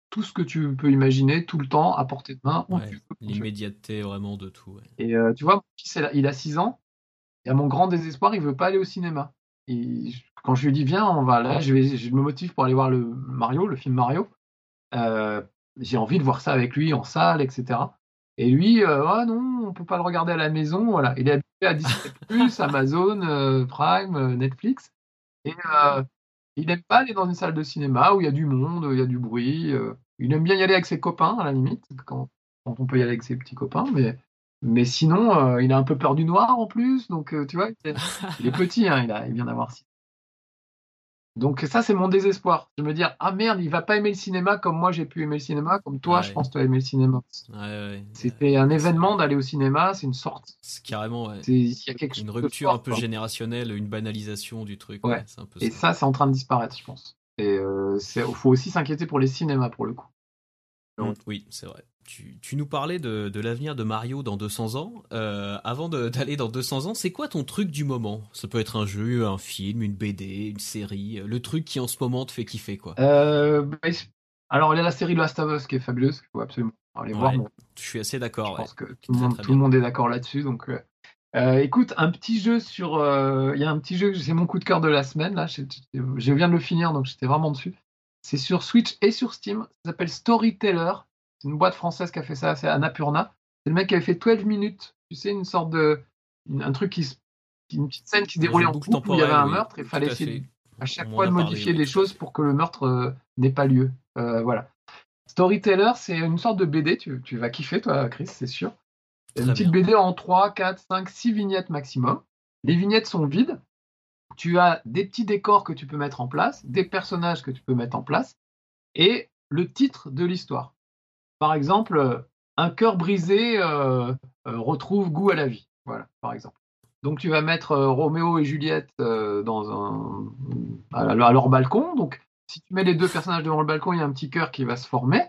tout ce que tu peux imaginer, tout le temps, à portée de main, où Ouais, tu veux. quand tu veux. l'immédiateté vraiment de tout. Ouais. Et euh, tu vois, mon fils, il a- il a six ans, et à mon grand désespoir, il veut pas aller au cinéma. Et je- quand je lui dis, viens, on va là, je, vais, je me motive pour aller voir le Mario, le film Mario. Euh, j'ai envie de voir ça avec lui en salle, et cetera. Et lui, euh, ah non, on peut pas le regarder à la maison. Voilà. Il est habitué à Disney+, Amazon, euh, Prime, euh, Netflix. Et euh, il n'aime pas aller dans une salle de cinéma où il y a du monde, il y a du bruit. euh. Il aime bien y aller avec ses copains, à la limite, quand, quand on peut y aller avec ses petits copains. Mais, mais sinon, euh, il a un peu peur du noir en plus. Donc, euh, tu vois, il est, il est petit, hein, il, a, il vient d'avoir six. Donc ça, c'est mon désespoir. Je me dire, ah merde, il va pas aimer le cinéma comme moi j'ai pu aimer le cinéma, comme toi, je Ouais, pense que tu as aimé le cinéma. ouais, ouais. C'était un C'est événement d'aller au cinéma, c'est une sorte. c'est carrément ouais. C'est, il y a quelque chose Une de rupture un fort, peu quoi. générationnelle, une banalisation du truc, ouais, Ouais. c'est un peu Et ça. ça, c'est en train de disparaître, je pense. Et euh, c'est, faut aussi s'inquiéter pour les cinémas, pour le coup. Mm, Ouais. oui, c'est vrai. Tu, tu nous parlais de, de l'avenir de Mario dans deux cents ans. Euh, avant de- d'aller dans deux cents ans, c'est quoi ton truc du moment? Ça peut être un jeu, un film, une B D, une série, le truc qui en ce moment te fait kiffer, quoi. Euh, bah, je- alors, il y a la série Last of Us qui est fabuleuse, qu'il faut absolument aller voir, Ouais, mais je suis assez je d'accord, ouais. pense que tout Qui est le très monde, très tout le bien. monde est d'accord là-dessus. Donc, euh, Euh, écoute, un petit jeu sur. euh, Il y a un petit jeu, c'est mon coup de cœur de la semaine, là. Je, je viens de le finir, donc j'étais vraiment dessus. C'est sur Switch et sur Steam. Ça s'appelle Storyteller. C'est une boîte française qui a fait ça, c'est Annapurna. C'est le mec qui avait fait douze minutes. Tu sais, une sorte de. une- un truc qui se. Une petite scène qui se Un déroulait jeu de en boucle boucle où il y avait temporelle, un oui, meurtre et il tout fallait à essayer de- fait. à On chaque m'en fois a de parlé, modifier oui, des tout à choses fait. pour que le meurtre euh, n'ait pas lieu. Euh, voilà. Storyteller, c'est une sorte de B D. Tu, tu vas kiffer, toi, Chris, c'est sûr. Une Très petite bien. B D en trois, quatre, cinq, six vignettes maximum. Les vignettes sont vides. Tu as des petits décors que tu peux mettre en place, des personnages que tu peux mettre en place, et le titre de l'histoire. Par exemple, euh, un cœur brisé euh, euh, retrouve goût à la vie. Voilà, par exemple. Donc tu vas mettre euh, Roméo et Juliette euh, dans un, à, à leur balcon. Donc si tu mets les deux personnages devant le balcon, il y a un petit cœur qui va se former.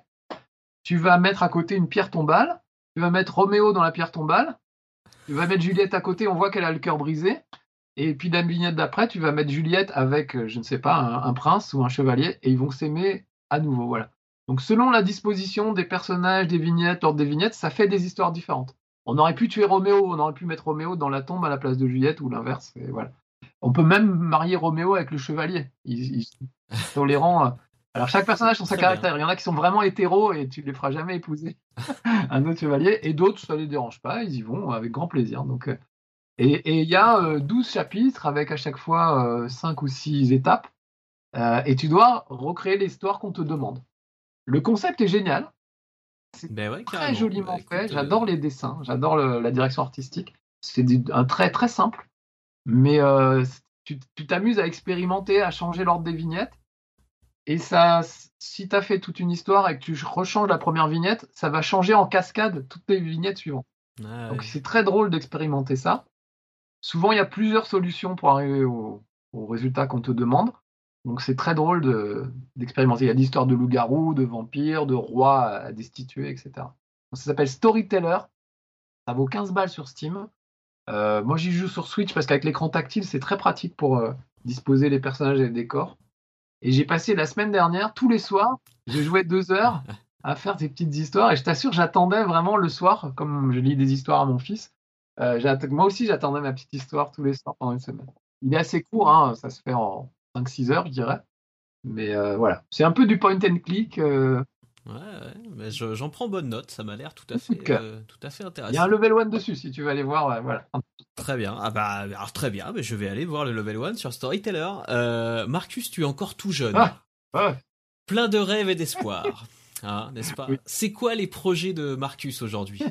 Tu vas mettre à côté une pierre tombale. Tu vas mettre Roméo dans la pierre tombale. Tu vas mettre Juliette à côté. On voit qu'elle a le cœur brisé. Et puis la vignette d'après, tu vas mettre Juliette avec, euh, je ne sais pas, un, un prince ou un chevalier, et ils vont s'aimer à nouveau. Voilà. Donc selon la disposition des personnages, des vignettes, l'ordre des vignettes, ça fait des histoires différentes. On aurait pu tuer Roméo, on aurait pu mettre Roméo dans la tombe à la place de Juliette ou l'inverse. Et voilà. On peut même marier Roméo avec le chevalier. Ils, ils sont tolérants. euh. Alors chaque personnage a son Très bien. caractère. Il y en a qui sont vraiment hétéros et tu ne les feras jamais épouser un autre chevalier, et d'autres ça ne les dérange pas, ils y vont avec grand plaisir. Donc euh, et et il y a euh, douze chapitres avec à chaque fois euh, cinq ou six étapes. Euh, et tu dois recréer l'histoire qu'on te demande. Le concept est génial. C'est Ben ouais, très carrément. Bah joliment fait. écoute, euh, J'adore les dessins. J'adore le- la direction artistique. C'est du- un trait très simple. Mais euh, tu tu t'amuses à expérimenter, à changer l'ordre des vignettes. Et ça, si tu as fait toute une histoire et que tu rechanges la première vignette, ça va changer en cascade toutes les vignettes suivantes. ah Donc ouais. c'est très drôle d'expérimenter ça. Souvent, il y a plusieurs solutions pour arriver au, au résultat qu'on te demande. Donc, c'est très drôle de- d'expérimenter. Il y a l'histoire de loups-garous, de vampires, de rois à destituer, et cetera. Donc, ça s'appelle Storyteller. Ça vaut quinze balles sur Steam. Euh, moi, j'y joue sur Switch parce qu'avec l'écran tactile, c'est très pratique pour euh, disposer les personnages et les décors. Et j'ai passé la semaine dernière, tous les soirs, je jouais deux heures à faire des petites histoires. Et je t'assure, j'attendais vraiment le soir, comme je lis des histoires à mon fils. Euh, j'att- moi aussi, j'attendais ma petite histoire tous les soirs pendant une semaine. Il est assez court, hein, ça se fait en cinq six heures, je dirais. Mais euh, voilà, c'est un peu du point and click. Euh, Ouais, ouais. Mais je- j'en prends bonne note. Ça m'a l'air tout à coup de fait, cœur. euh, tout à fait Il y a un intéressant. level one dessus, si tu veux aller voir. Ouais, voilà. Très bien. Ah bah alors très bien. Mais je vais aller voir le level one sur Storyteller. Euh, Marcus, tu es encore tout jeune, Ah, ouais, plein de rêves et d'espoir. Hein, n'est-ce oui. pas? C'est quoi les projets de Marcus aujourd'hui?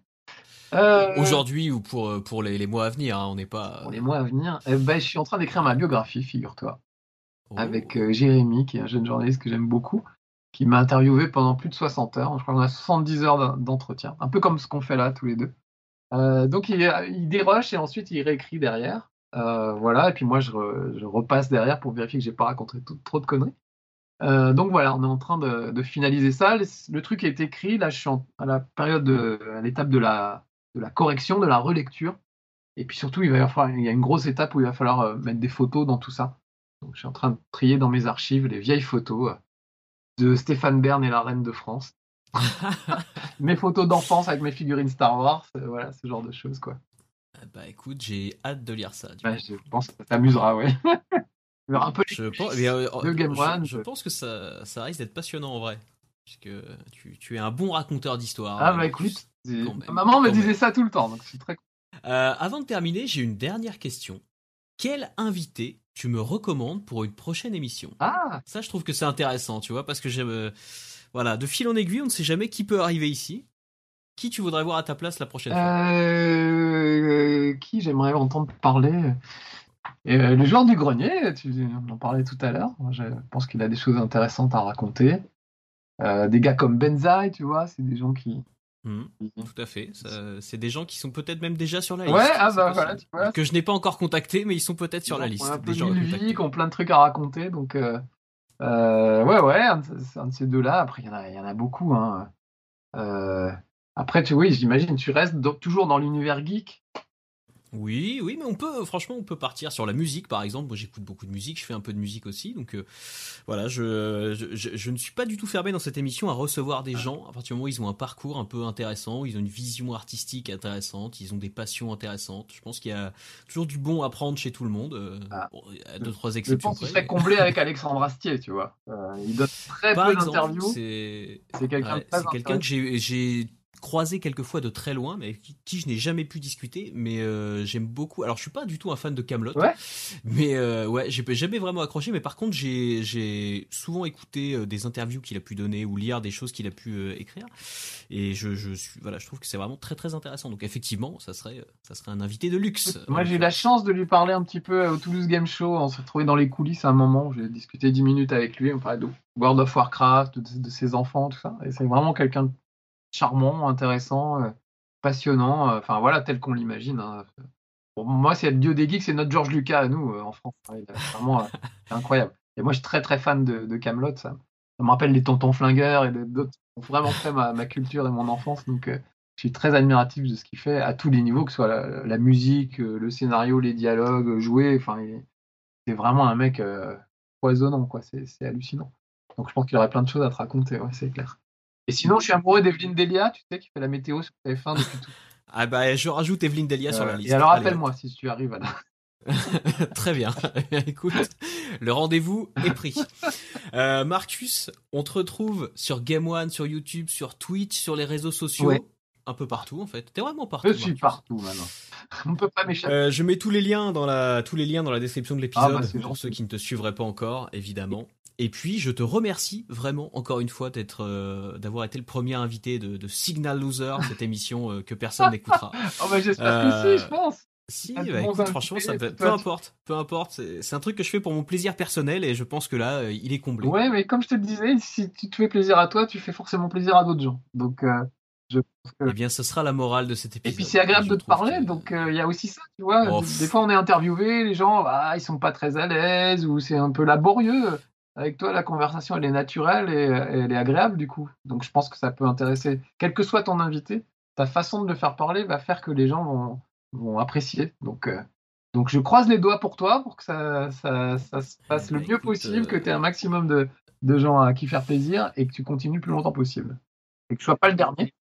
Euh, Aujourd'hui ou pour, euh, pour les, les mois à venir, hein, on n'est pas. pour les mois à venir, eh ben, je suis en train d'écrire ma biographie, figure-toi, avec Oh. euh, Jérémy, qui est un jeune journaliste que j'aime beaucoup, qui m'a interviewé pendant plus de soixante heures. Je crois qu'on a soixante-dix heures d'en- d'entretien, un peu comme ce qu'on fait là tous les deux. Euh, donc il, il dérush et ensuite il réécrit derrière. Euh, voilà, et puis moi je, re- je repasse derrière pour vérifier que j'ai pas raconté tout- trop de conneries. Euh, donc voilà, on est en train de, de finaliser ça. Le, le truc est écrit, là je suis en- à la période, de, à l'étape de la, de la correction, de la relecture. Et puis surtout, il va y avoir, il y a une grosse étape où il va falloir euh, mettre des photos dans tout ça. Donc je suis en train de trier dans mes archives les vieilles photos. de Stéphane Bern et la Reine de France. Mes photos d'enfance avec mes figurines Star Wars, euh, voilà, ce genre de choses, quoi. Bah écoute, j'ai hâte de lire ça. Bah, je pense que ça t'amusera, ouais. Un peu je, pense, mais, euh, de Game je, One. Je pense que ça, ça risque d'être passionnant en vrai. Puisque tu, tu es un bon raconteur d'histoire. Ah bah écoute, maman me disait même. ça tout le temps, donc je suis très euh, Avant de terminer, j'ai une dernière question. Quel invité tu me recommandes pour une prochaine émission? Ah. Ça, je trouve que c'est intéressant, tu vois, parce que j'aime... Euh, voilà, de fil en aiguille, on ne sait jamais qui peut arriver ici. Qui tu voudrais voir à ta place la prochaine fois? euh, Qui j'aimerais entendre parler? euh, Le joueur du grenier, tu on en parlait tout à l'heure. Je pense qu'il a des choses intéressantes à raconter. Euh, des gars comme Benzaï, tu vois, c'est des gens qui... Mmh, tout à fait. Ça, c'est des gens qui sont peut-être même déjà sur la ouais, liste. Ouais, ah bah voilà, tu vois. Que je n'ai pas encore contacté, mais ils sont peut-être sur la liste. Ils ont un peu mille vies, qui ont plein de trucs à raconter, donc... Euh... Euh, ouais, ouais, un de, un de ces deux-là. Après, il y, y en a beaucoup. Hein. Euh, après, tu, oui, j'imagine, tu restes do- toujours dans l'univers geek. Oui, oui, mais on peut, franchement, on peut partir sur la musique, par exemple. Moi, j'écoute beaucoup de musique, je fais un peu de musique aussi, donc euh, voilà, je, je, je, je ne suis pas du tout fermé dans cette émission à recevoir des gens à partir du moment où ils ont un parcours un peu intéressant, où ils ont une vision artistique intéressante, ils ont des passions intéressantes. Je pense qu'il y a toujours du bon à prendre chez tout le monde. Euh, ah. bon, il y a deux, trois exceptions. Je pense qu'il serait comblé avec Alexandre Astier, tu vois. Euh, il donne très par peu exemple, d'interviews. C'est, c'est quelqu'un, ouais, c'est quelqu'un que j'ai, j'ai croisé quelquefois de très loin, mais qui, qui je n'ai jamais pu discuter, mais euh, j'aime beaucoup. Alors je suis pas du tout un fan de Kaamelott, ouais. mais euh, ouais, j'ai jamais vraiment accroché. Mais par contre, j'ai j'ai souvent écouté euh, des interviews qu'il a pu donner ou lire des choses qu'il a pu euh, écrire, et je je suis voilà, je trouve que c'est vraiment très très intéressant. Donc effectivement, ça serait ça serait un invité de luxe. Moi, j'ai eu la chance de lui parler un petit peu au Toulouse Game Show. On s'est retrouvé dans les coulisses à un moment. J'ai discuté dix minutes avec lui. On parlait de World of Warcraft, de, de ses enfants, tout ça. Et c'est vraiment quelqu'un de charmant, intéressant, euh, passionnant, enfin euh, voilà, tel qu'on l'imagine. Hein. Pour moi, c'est le dieu des geeks, c'est notre George Lucas à nous, euh, en France. Ouais, vraiment euh, c'est incroyable. Et moi, je suis très très fan de, de Kaamelott. Ça, ça me rappelle les Tontons Flingueurs et d'autres qui ont vraiment fait ma, ma culture et mon enfance. Donc, euh, je suis très admiratif de ce qu'il fait à tous les niveaux, que ce soit la, la musique, euh, le scénario, les dialogues, jouer. Enfin, c'est vraiment un mec euh, foisonnant, quoi. C'est, c'est hallucinant. Donc, je pense qu'il aurait plein de choses à te raconter, ouais, c'est clair. Et sinon, je suis amoureux d'Evelyne Delia, tu sais, qui fait la météo sur T F un depuis tout. Ah bah, je rajoute Evelyne Delia euh, sur la liste. Et alors, appelle-moi si tu arrives à la... Très bien. Écoute, le rendez-vous est pris. Euh, Marcus, on te retrouve sur Game One, sur YouTube, sur Twitch, sur les réseaux sociaux. Ouais. Un peu partout, en fait. T'es vraiment partout. Je suis Marcus. Partout, maintenant. On peut pas m'échapper. Euh, je mets tous les liens dans la, tous les liens dans la description de l'épisode, ah bah, pour ceux qui ne te suivraient pas encore, évidemment. Et puis, je te remercie vraiment, encore une fois, d'être, euh, d'avoir été le premier invité de, de Signal Loser, cette émission euh, que personne n'écoutera. Oh bah, j'espère euh, que si, je pense. Si, bah, écoute, franchement, ça peut, peu importe, peu importe. C'est, c'est un truc que je fais pour mon plaisir personnel et je pense que là, euh, il est comblé. Ouais, mais comme je te le disais, si tu te fais plaisir à toi, tu fais forcément plaisir à d'autres gens. Donc, euh, je pense que... Eh bien, ce sera la morale de cet épisode. Et puis, c'est agréable de te parler, que... donc il euh, y a aussi ça, tu vois. Oh, des, des fois, on est interviewé, les gens, ah, ils sont pas très à l'aise ou c'est un peu laborieux. Avec toi, la conversation, elle est naturelle et, et elle est agréable, du coup. Donc, je pense que ça peut intéresser. Quel que soit ton invité, ta façon de le faire parler va faire que les gens vont, vont apprécier. Donc, euh, donc, je croise les doigts pour toi, pour que ça, ça, ça se passe eh le mieux écoute, possible, euh... que tu aies un maximum de, de gens à qui faire plaisir et que tu continues le plus longtemps possible. Et que tu ne sois pas le dernier.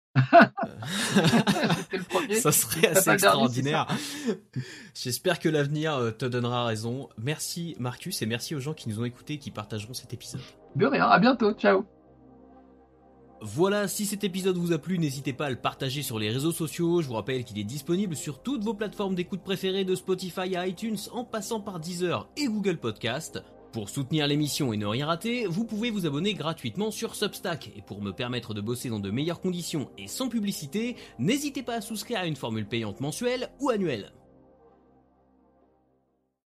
C'était le premier. Ça serait assez extraordinaire. Dernier, J'espère que l'avenir te donnera raison. Merci Marcus et merci aux gens qui nous ont écoutés et qui partageront cet épisode. De rien, à bientôt, ciao. Voilà, si cet épisode vous a plu, n'hésitez pas à le partager sur les réseaux sociaux. Je vous rappelle qu'il est disponible sur toutes vos plateformes d'écoute préférées, de Spotify à iTunes, en passant par Deezer et Google Podcast. Pour soutenir l'émission et ne rien rater, vous pouvez vous abonner gratuitement sur Substack. Et pour me permettre de bosser dans de meilleures conditions et sans publicité, n'hésitez pas à souscrire à une formule payante mensuelle ou annuelle.